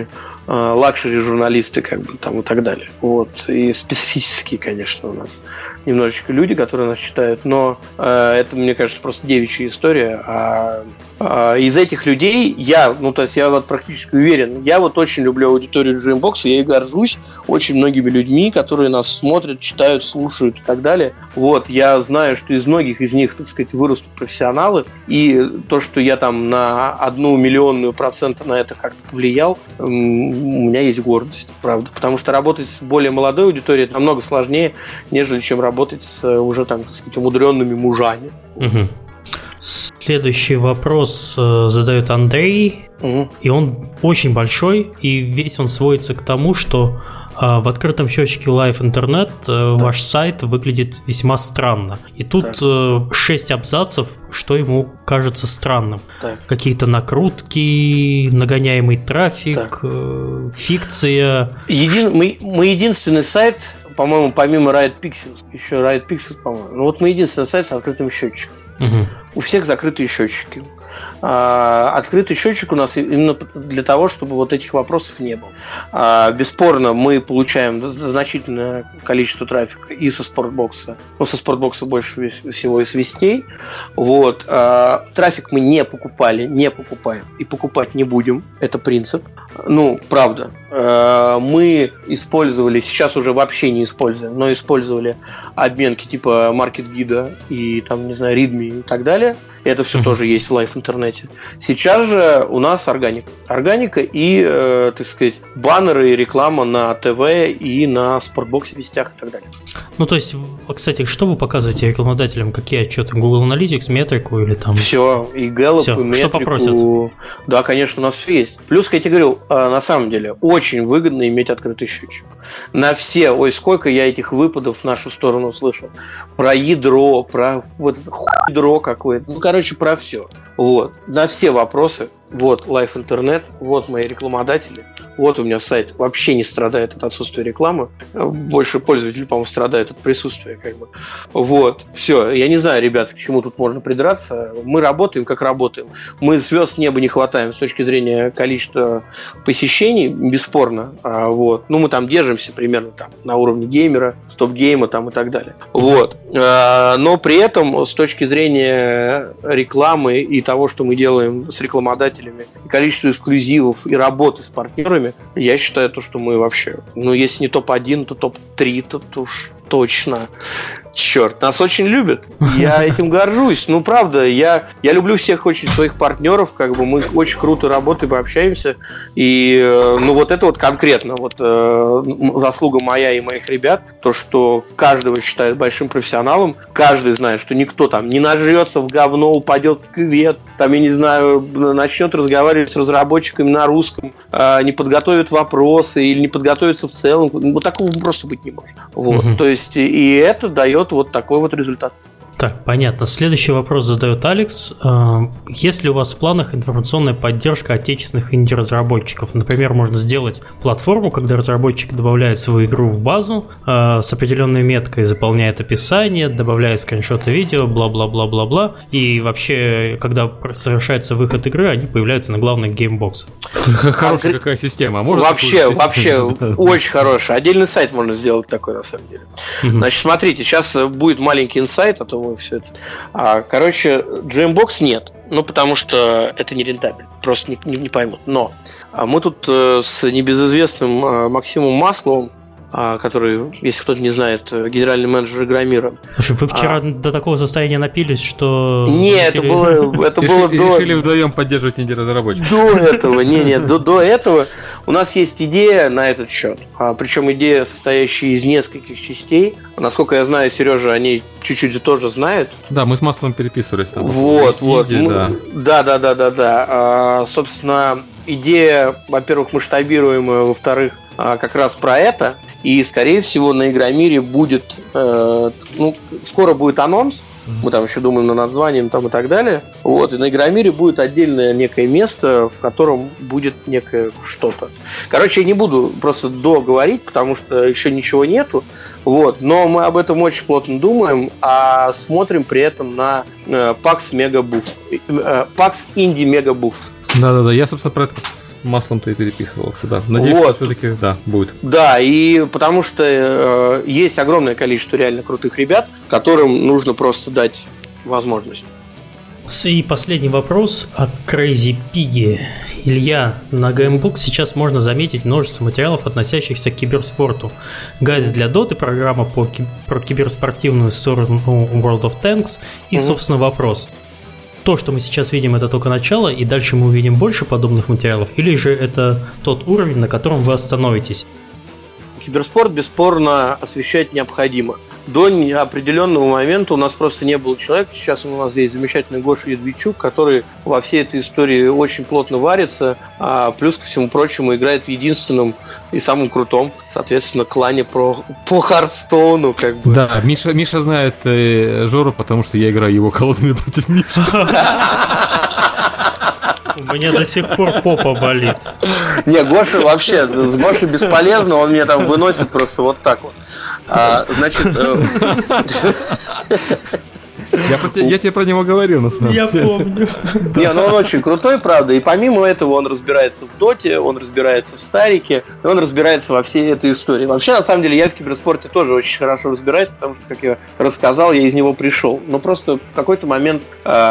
лакшери-журналисты, как бы, там, и так далее. Вот. И специфические, конечно, у нас немножечко люди, которые нас читают, но э, это, мне кажется, просто девичья история. А, а из этих людей я, ну, то есть я вот практически уверен, я вот очень люблю аудиторию Dreambox, я и горжусь очень многими людьми, которые нас смотрят, читают, слушают и так далее. Вот. Я знаю, что из многих из них, так сказать, вырастут профессионалы, и то, что я там на одну миллионную процента на это как-то повлиял, у меня есть гордость, правда. Потому что работать с более молодой аудиторией намного сложнее, нежели чем работать с уже, там, так сказать, умудренными мужами. Угу. Следующий вопрос задает Андрей, угу. И он очень большой, и весь он сводится к тому, что в открытом счетчике Live Internet так. ваш сайт выглядит весьма странно. И тут так. шесть абзацев, что ему кажется странным. Так. Какие-то накрутки, нагоняемый трафик, так. фикция. Един... Мы, мы единственный сайт, по-моему, помимо Riot Pixels, еще Riot Pixels, по-моему. Ну вот мы единственный сайт с открытым счетчиком. Угу. У всех закрытые счетчики. А, открытый счетчик у нас именно для того, чтобы вот этих вопросов не было. А, бесспорно, мы получаем значительное количество трафика и со спортбокса. Ну, со спортбокса больше всего из вестей. Вот. А, трафик мы не покупали, не покупаем и покупать не будем. Это принцип. Ну, правда. А, мы использовали, сейчас уже вообще не используем, но использовали обменки типа MarketGuide и там, не знаю, Readme и так далее. Это все mm-hmm. тоже есть в Live интернете. Сейчас же у нас органика. Органика и, э, так сказать, баннеры и реклама на ТВ и на спортбоксе, вестях и так далее. Ну, то есть, кстати, что вы показываете рекламодателям? Какие отчеты? Google Analytics, метрику или там? Все, и Gallup, все. И метрику. Что попросят? Да, конечно, у нас все есть. Плюс, я тебе говорю, на самом деле, очень выгодно иметь открытый счетчик. На все, ой, сколько я этих выпадов в нашу сторону слышал. Про ядро, про вот это ядро какое-то. Ну, короче, про все. Вот. На все вопросы. Вот Live Internet, вот мои рекламодатели. Вот у меня сайт вообще не страдает от отсутствия рекламы. Больше пользователи, по-моему, страдают от присутствия. Как бы. Вот. Все. Я не знаю, ребят, к чему тут можно придраться. Мы работаем, как работаем. Мы звезд неба не хватаем с точки зрения количества посещений, бесспорно. А, вот. Ну, мы там держимся примерно там, на уровне геймера, стоп-гейма там, и так далее. Вот. А, но при этом с точки зрения рекламы и того, что мы делаем с рекламодателями, и количество эксклюзивов и работы с партнерами, я считаю, то, что мы вообще, ну, если не топ один, то топ три, то, то уж точно. Черт, нас очень любят. Я этим горжусь. Ну, правда, я, я люблю всех очень своих партнеров, как бы мы очень круто работаем и общаемся. И, ну, вот это вот конкретно вот э, заслуга моя и моих ребят, то, что каждого считают большим профессионалом, каждый знает, что никто там не нажрется в говно, упадет в кювет, там, я не знаю, начнет разговаривать с разработчиками на русском, э, не подготовит вопросы или не подготовится в целом. Вот такого просто быть не может. Вот. Mm-hmm. То есть, и это дает вот такой вот результат. Так, понятно. Следующий вопрос задает Алекс. Есть ли у вас в планах информационная поддержка отечественных инди-разработчиков? Например, можно сделать платформу, когда разработчик добавляет свою игру в базу с определенной меткой, заполняет описание, добавляет скриншоты видео, бла-бла-бла-бла-бла. И вообще, когда совершается выход игры, они появляются на главных геймбоксах. Хорошая какая система. Вообще, вообще очень хорошая. Отдельный сайт можно сделать такой, на самом деле. Значит, смотрите, сейчас будет маленький инсайт, а то все это. А, короче, Dreambox нет. Ну, потому что это не рентабельно. Просто не, не, не поймут. Но а мы тут э, с небезызвестным э, Максимом Масловым, э, который, если кто-то не знает, генеральный менеджер Игромира. Слушай, вы вчера а... до такого состояния напились, что... Не, это было, это было до... Решили вдвоем поддерживать инди-разработчиков. До этого, не, не, до, до этого у нас есть идея на этот счет. А, причем идея, состоящая из нескольких частей. Насколько я знаю, Сережа о ней чуть-чуть тоже знает. Да, мы с Маслом переписывались там. Вот, вот. Иди, да. да, да, да, да, да. А, собственно, идея, во-первых, масштабируемая, во-вторых, а, как раз про это. И, скорее всего, на Игромире будет, э, ну, скоро будет анонс. Мы там еще думаем над названием там и так далее. Вот, и на Игромире будет отдельное некое место, в котором будет некое что-то. Короче, я не буду просто договорить, потому что еще ничего нету. Вот, но мы об этом очень плотно думаем, а смотрим при этом на э, PAX Mega Booth. Э, PAX Indie Mega Booth. Да-да-да, я, собственно, про это маслом-то и переписывался, да. Надеюсь, вот. что все-таки, да, будет. Да, и потому что э, есть огромное количество реально крутых ребят, которым нужно просто дать возможность. И последний вопрос от Crazy Piggy. Илья, на Gamebook сейчас можно заметить множество материалов, относящихся к киберспорту. Гайды для Доты, программа по ки- про киберспортивную сторону World of Tanks и, mm-hmm. собственно, вопрос. То, что мы сейчас видим, это только начало, и дальше мы увидим больше подобных материалов, или же это тот уровень, на котором вы остановитесь? Киберспорт бесспорно освещать необходимо. До определенного момента у нас просто не было человека. Сейчас у нас есть замечательный Гоша Ядвичук, который во всей этой истории очень плотно варится, а плюс ко всему прочему играет в единственном и самом крутом, соответственно, клане про, по Хардстоуну. Как бы. Да, Миша, Миша знает э, Жору, потому что я играю его колодами против Миши. У меня до сих пор попа болит. Не, Гоша вообще, с Гошей бесполезно, он меня там выносит просто вот так вот. А, значит... Я, про тебя, я тебе про него говорил, на самом деле. Я помню. Не, ну он очень крутой, правда. И помимо этого он разбирается в доте, он разбирается в старике, и он разбирается во всей этой истории. Вообще, на самом деле, я в киберспорте тоже очень хорошо разбираюсь, потому что, как я рассказал, я из него пришел. Но просто в какой-то момент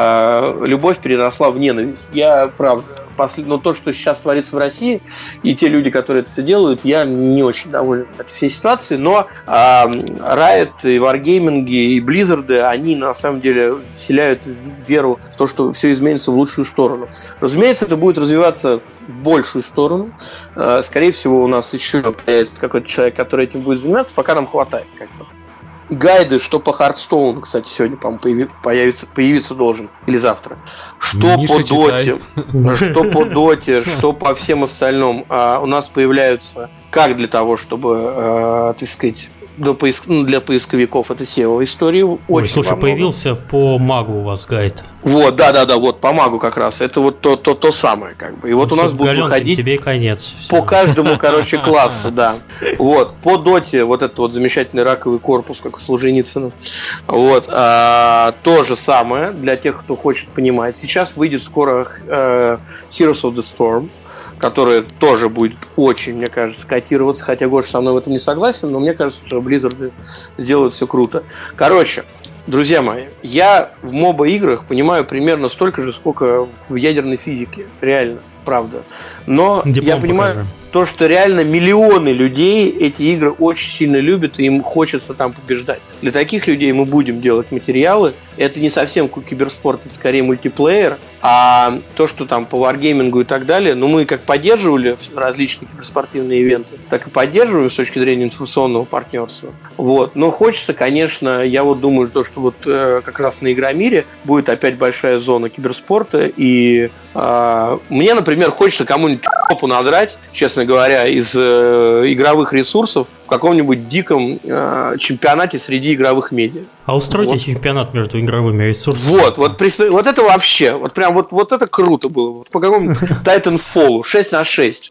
э, любовь переросла в ненависть. Я, правда... Но то, что сейчас творится в России, и те люди, которые это все делают, я не очень доволен этой всей ситуацией. Но э, Riot, и Wargaming, и Blizzard, они на самом деле вселяют веру в то, что все изменится в лучшую сторону. Разумеется, это будет развиваться в большую сторону. Э, скорее всего, у нас еще появится какой-то человек, который этим будет заниматься, пока нам хватает. Как бы. Гайды, что по Хардстоуну, кстати, сегодня, по-моему, появится, появиться должен. Или завтра. Что Миша по Доте, что по Доте, что по всем остальным. А у нас появляются, как для того, чтобы, э, так сказать, для, поиск... для поисковиков это сео-истории. Очень Ой, слушай, появился по магу у вас гайд. Вот, да-да-да, вот по магу как раз. Это вот то, то, то самое, как бы. И вот ну, у нас будут выходить тебе конец. По каждому, короче, классу, да. Вот, по доте, вот этот вот замечательный раковый корпус, как у Солженицына. Вот, а, то же самое для тех, кто хочет понимать. Сейчас выйдет скоро э, Heroes of the Storm, которая тоже будет очень, мне кажется, котироваться, хотя Гоша со мной в этом не согласен, но мне кажется, что Blizzard сделают все круто. Короче, друзья мои, я в моба-играх понимаю примерно столько же, сколько в ядерной физике, реально, правда. Но Диплом я понимаю покажи. То, что реально миллионы людей эти игры очень сильно любят, и им хочется там побеждать. Для таких людей мы будем делать материалы. Это не совсем киберспорт, это скорее мультиплеер. А то, что там по варгеймингу и так далее, ну мы как поддерживали различные киберспортивные ивенты, так и поддерживаем с точки зрения информационного партнерства. Вот. Но хочется, конечно, я вот думаю, то, что вот э, как раз на Игромире будет опять большая зона киберспорта, и э, мне, например, хочется кому-нибудь попу надрать, честно говоря, из э, игровых ресурсов в каком-нибудь диком э, чемпионате среди игровых медиа. А устройте вот. Чемпионат между игровыми ресурсами. Вот, вот, вот это вообще, вот прям вот, вот это круто было. Вот по какому-нибудь Titanfall шесть на шесть.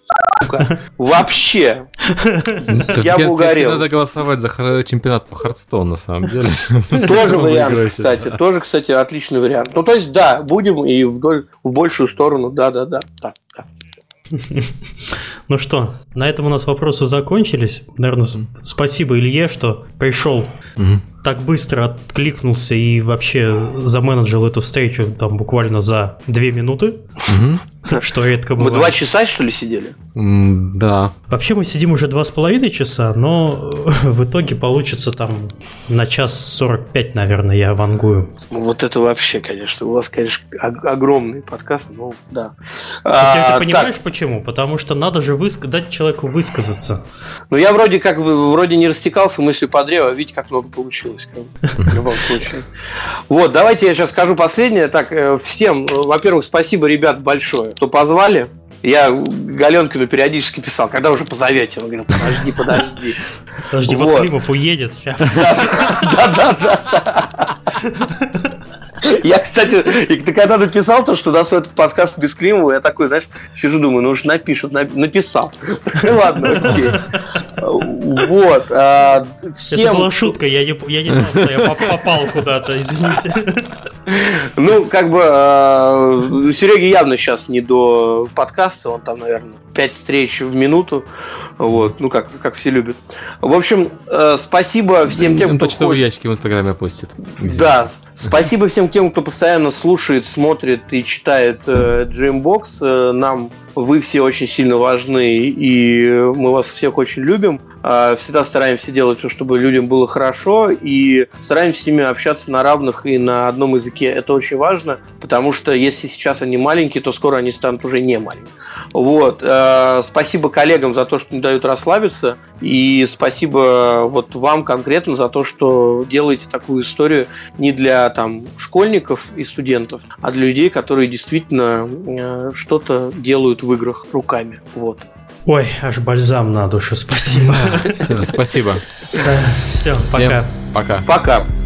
Вообще. Я бы угорел. Надо голосовать за чемпионат по Хардстоуну, на самом деле. Тоже вариант, кстати. Тоже, кстати, отличный вариант. Ну, то есть, да, будем и в большую сторону. Да-да-да. Да, да. Ну что, на этом у нас вопросы закончились. Наверное, спасибо Илье, что пришел, mm-hmm. так быстро откликнулся и вообще заменеджил эту встречу там буквально за две минуты. Mm-hmm. Что редко бывает. Мы два часа, что ли, сидели? Mm, да. Вообще мы сидим уже два с половиной часа, но в итоге получится там на час сорок пять, наверное, я вангую. Вот это вообще, конечно. У вас, конечно, огромный подкаст, ну да. А, ты понимаешь, так. Почему? Потому что надо же выск... дать человеку высказаться. Ну я вроде как вроде не растекался мыслью по древу, а видите, как много получилось. В любом случае. Вот, давайте я сейчас скажу последнее. Так, всем, во-первых, спасибо, ребят, большое, что позвали. Я Галенкину периодически писал, когда уже позовете. Он говорил, подожди, подожди. Подожди, вот, вот Климов уедет. Да-да-да. Я, кстати, ты когда написал то, что у нас этот подкаст без Климова, я такой, знаешь, сижу, думаю, ну уж напишут, написал. Ладно, окей. Вот. Это была шутка, я не знал, что я попал куда-то, извините. Ну, как бы э, Сереге явно сейчас не до подкаста, он там, наверное, пять встреч в минуту. Вот, ну как, как все любят. В общем, э, спасибо всем тем, кто... Почтовые ящики в Инстаграме постит. Да, спасибо всем тем, кто постоянно слушает, смотрит и читает э, Джеймбокс. Э, нам вы все очень сильно важны, и мы вас всех очень любим. Э, всегда стараемся делать все, чтобы людям было хорошо, и стараемся с ними общаться на равных и на одном языке. Это очень важно, потому что если сейчас они маленькие, то скоро они станут уже не маленькими. Вот. Э, спасибо коллегам за то, что не дают расслабиться, и спасибо вот вам конкретно за то, что делаете такую историю не для там школьников и студентов, а для людей, которые действительно э, что-то делают в играх руками. Вот. Ой, аж бальзам на душу, спасибо. Все, спасибо. Все, пока. Пока. Пока.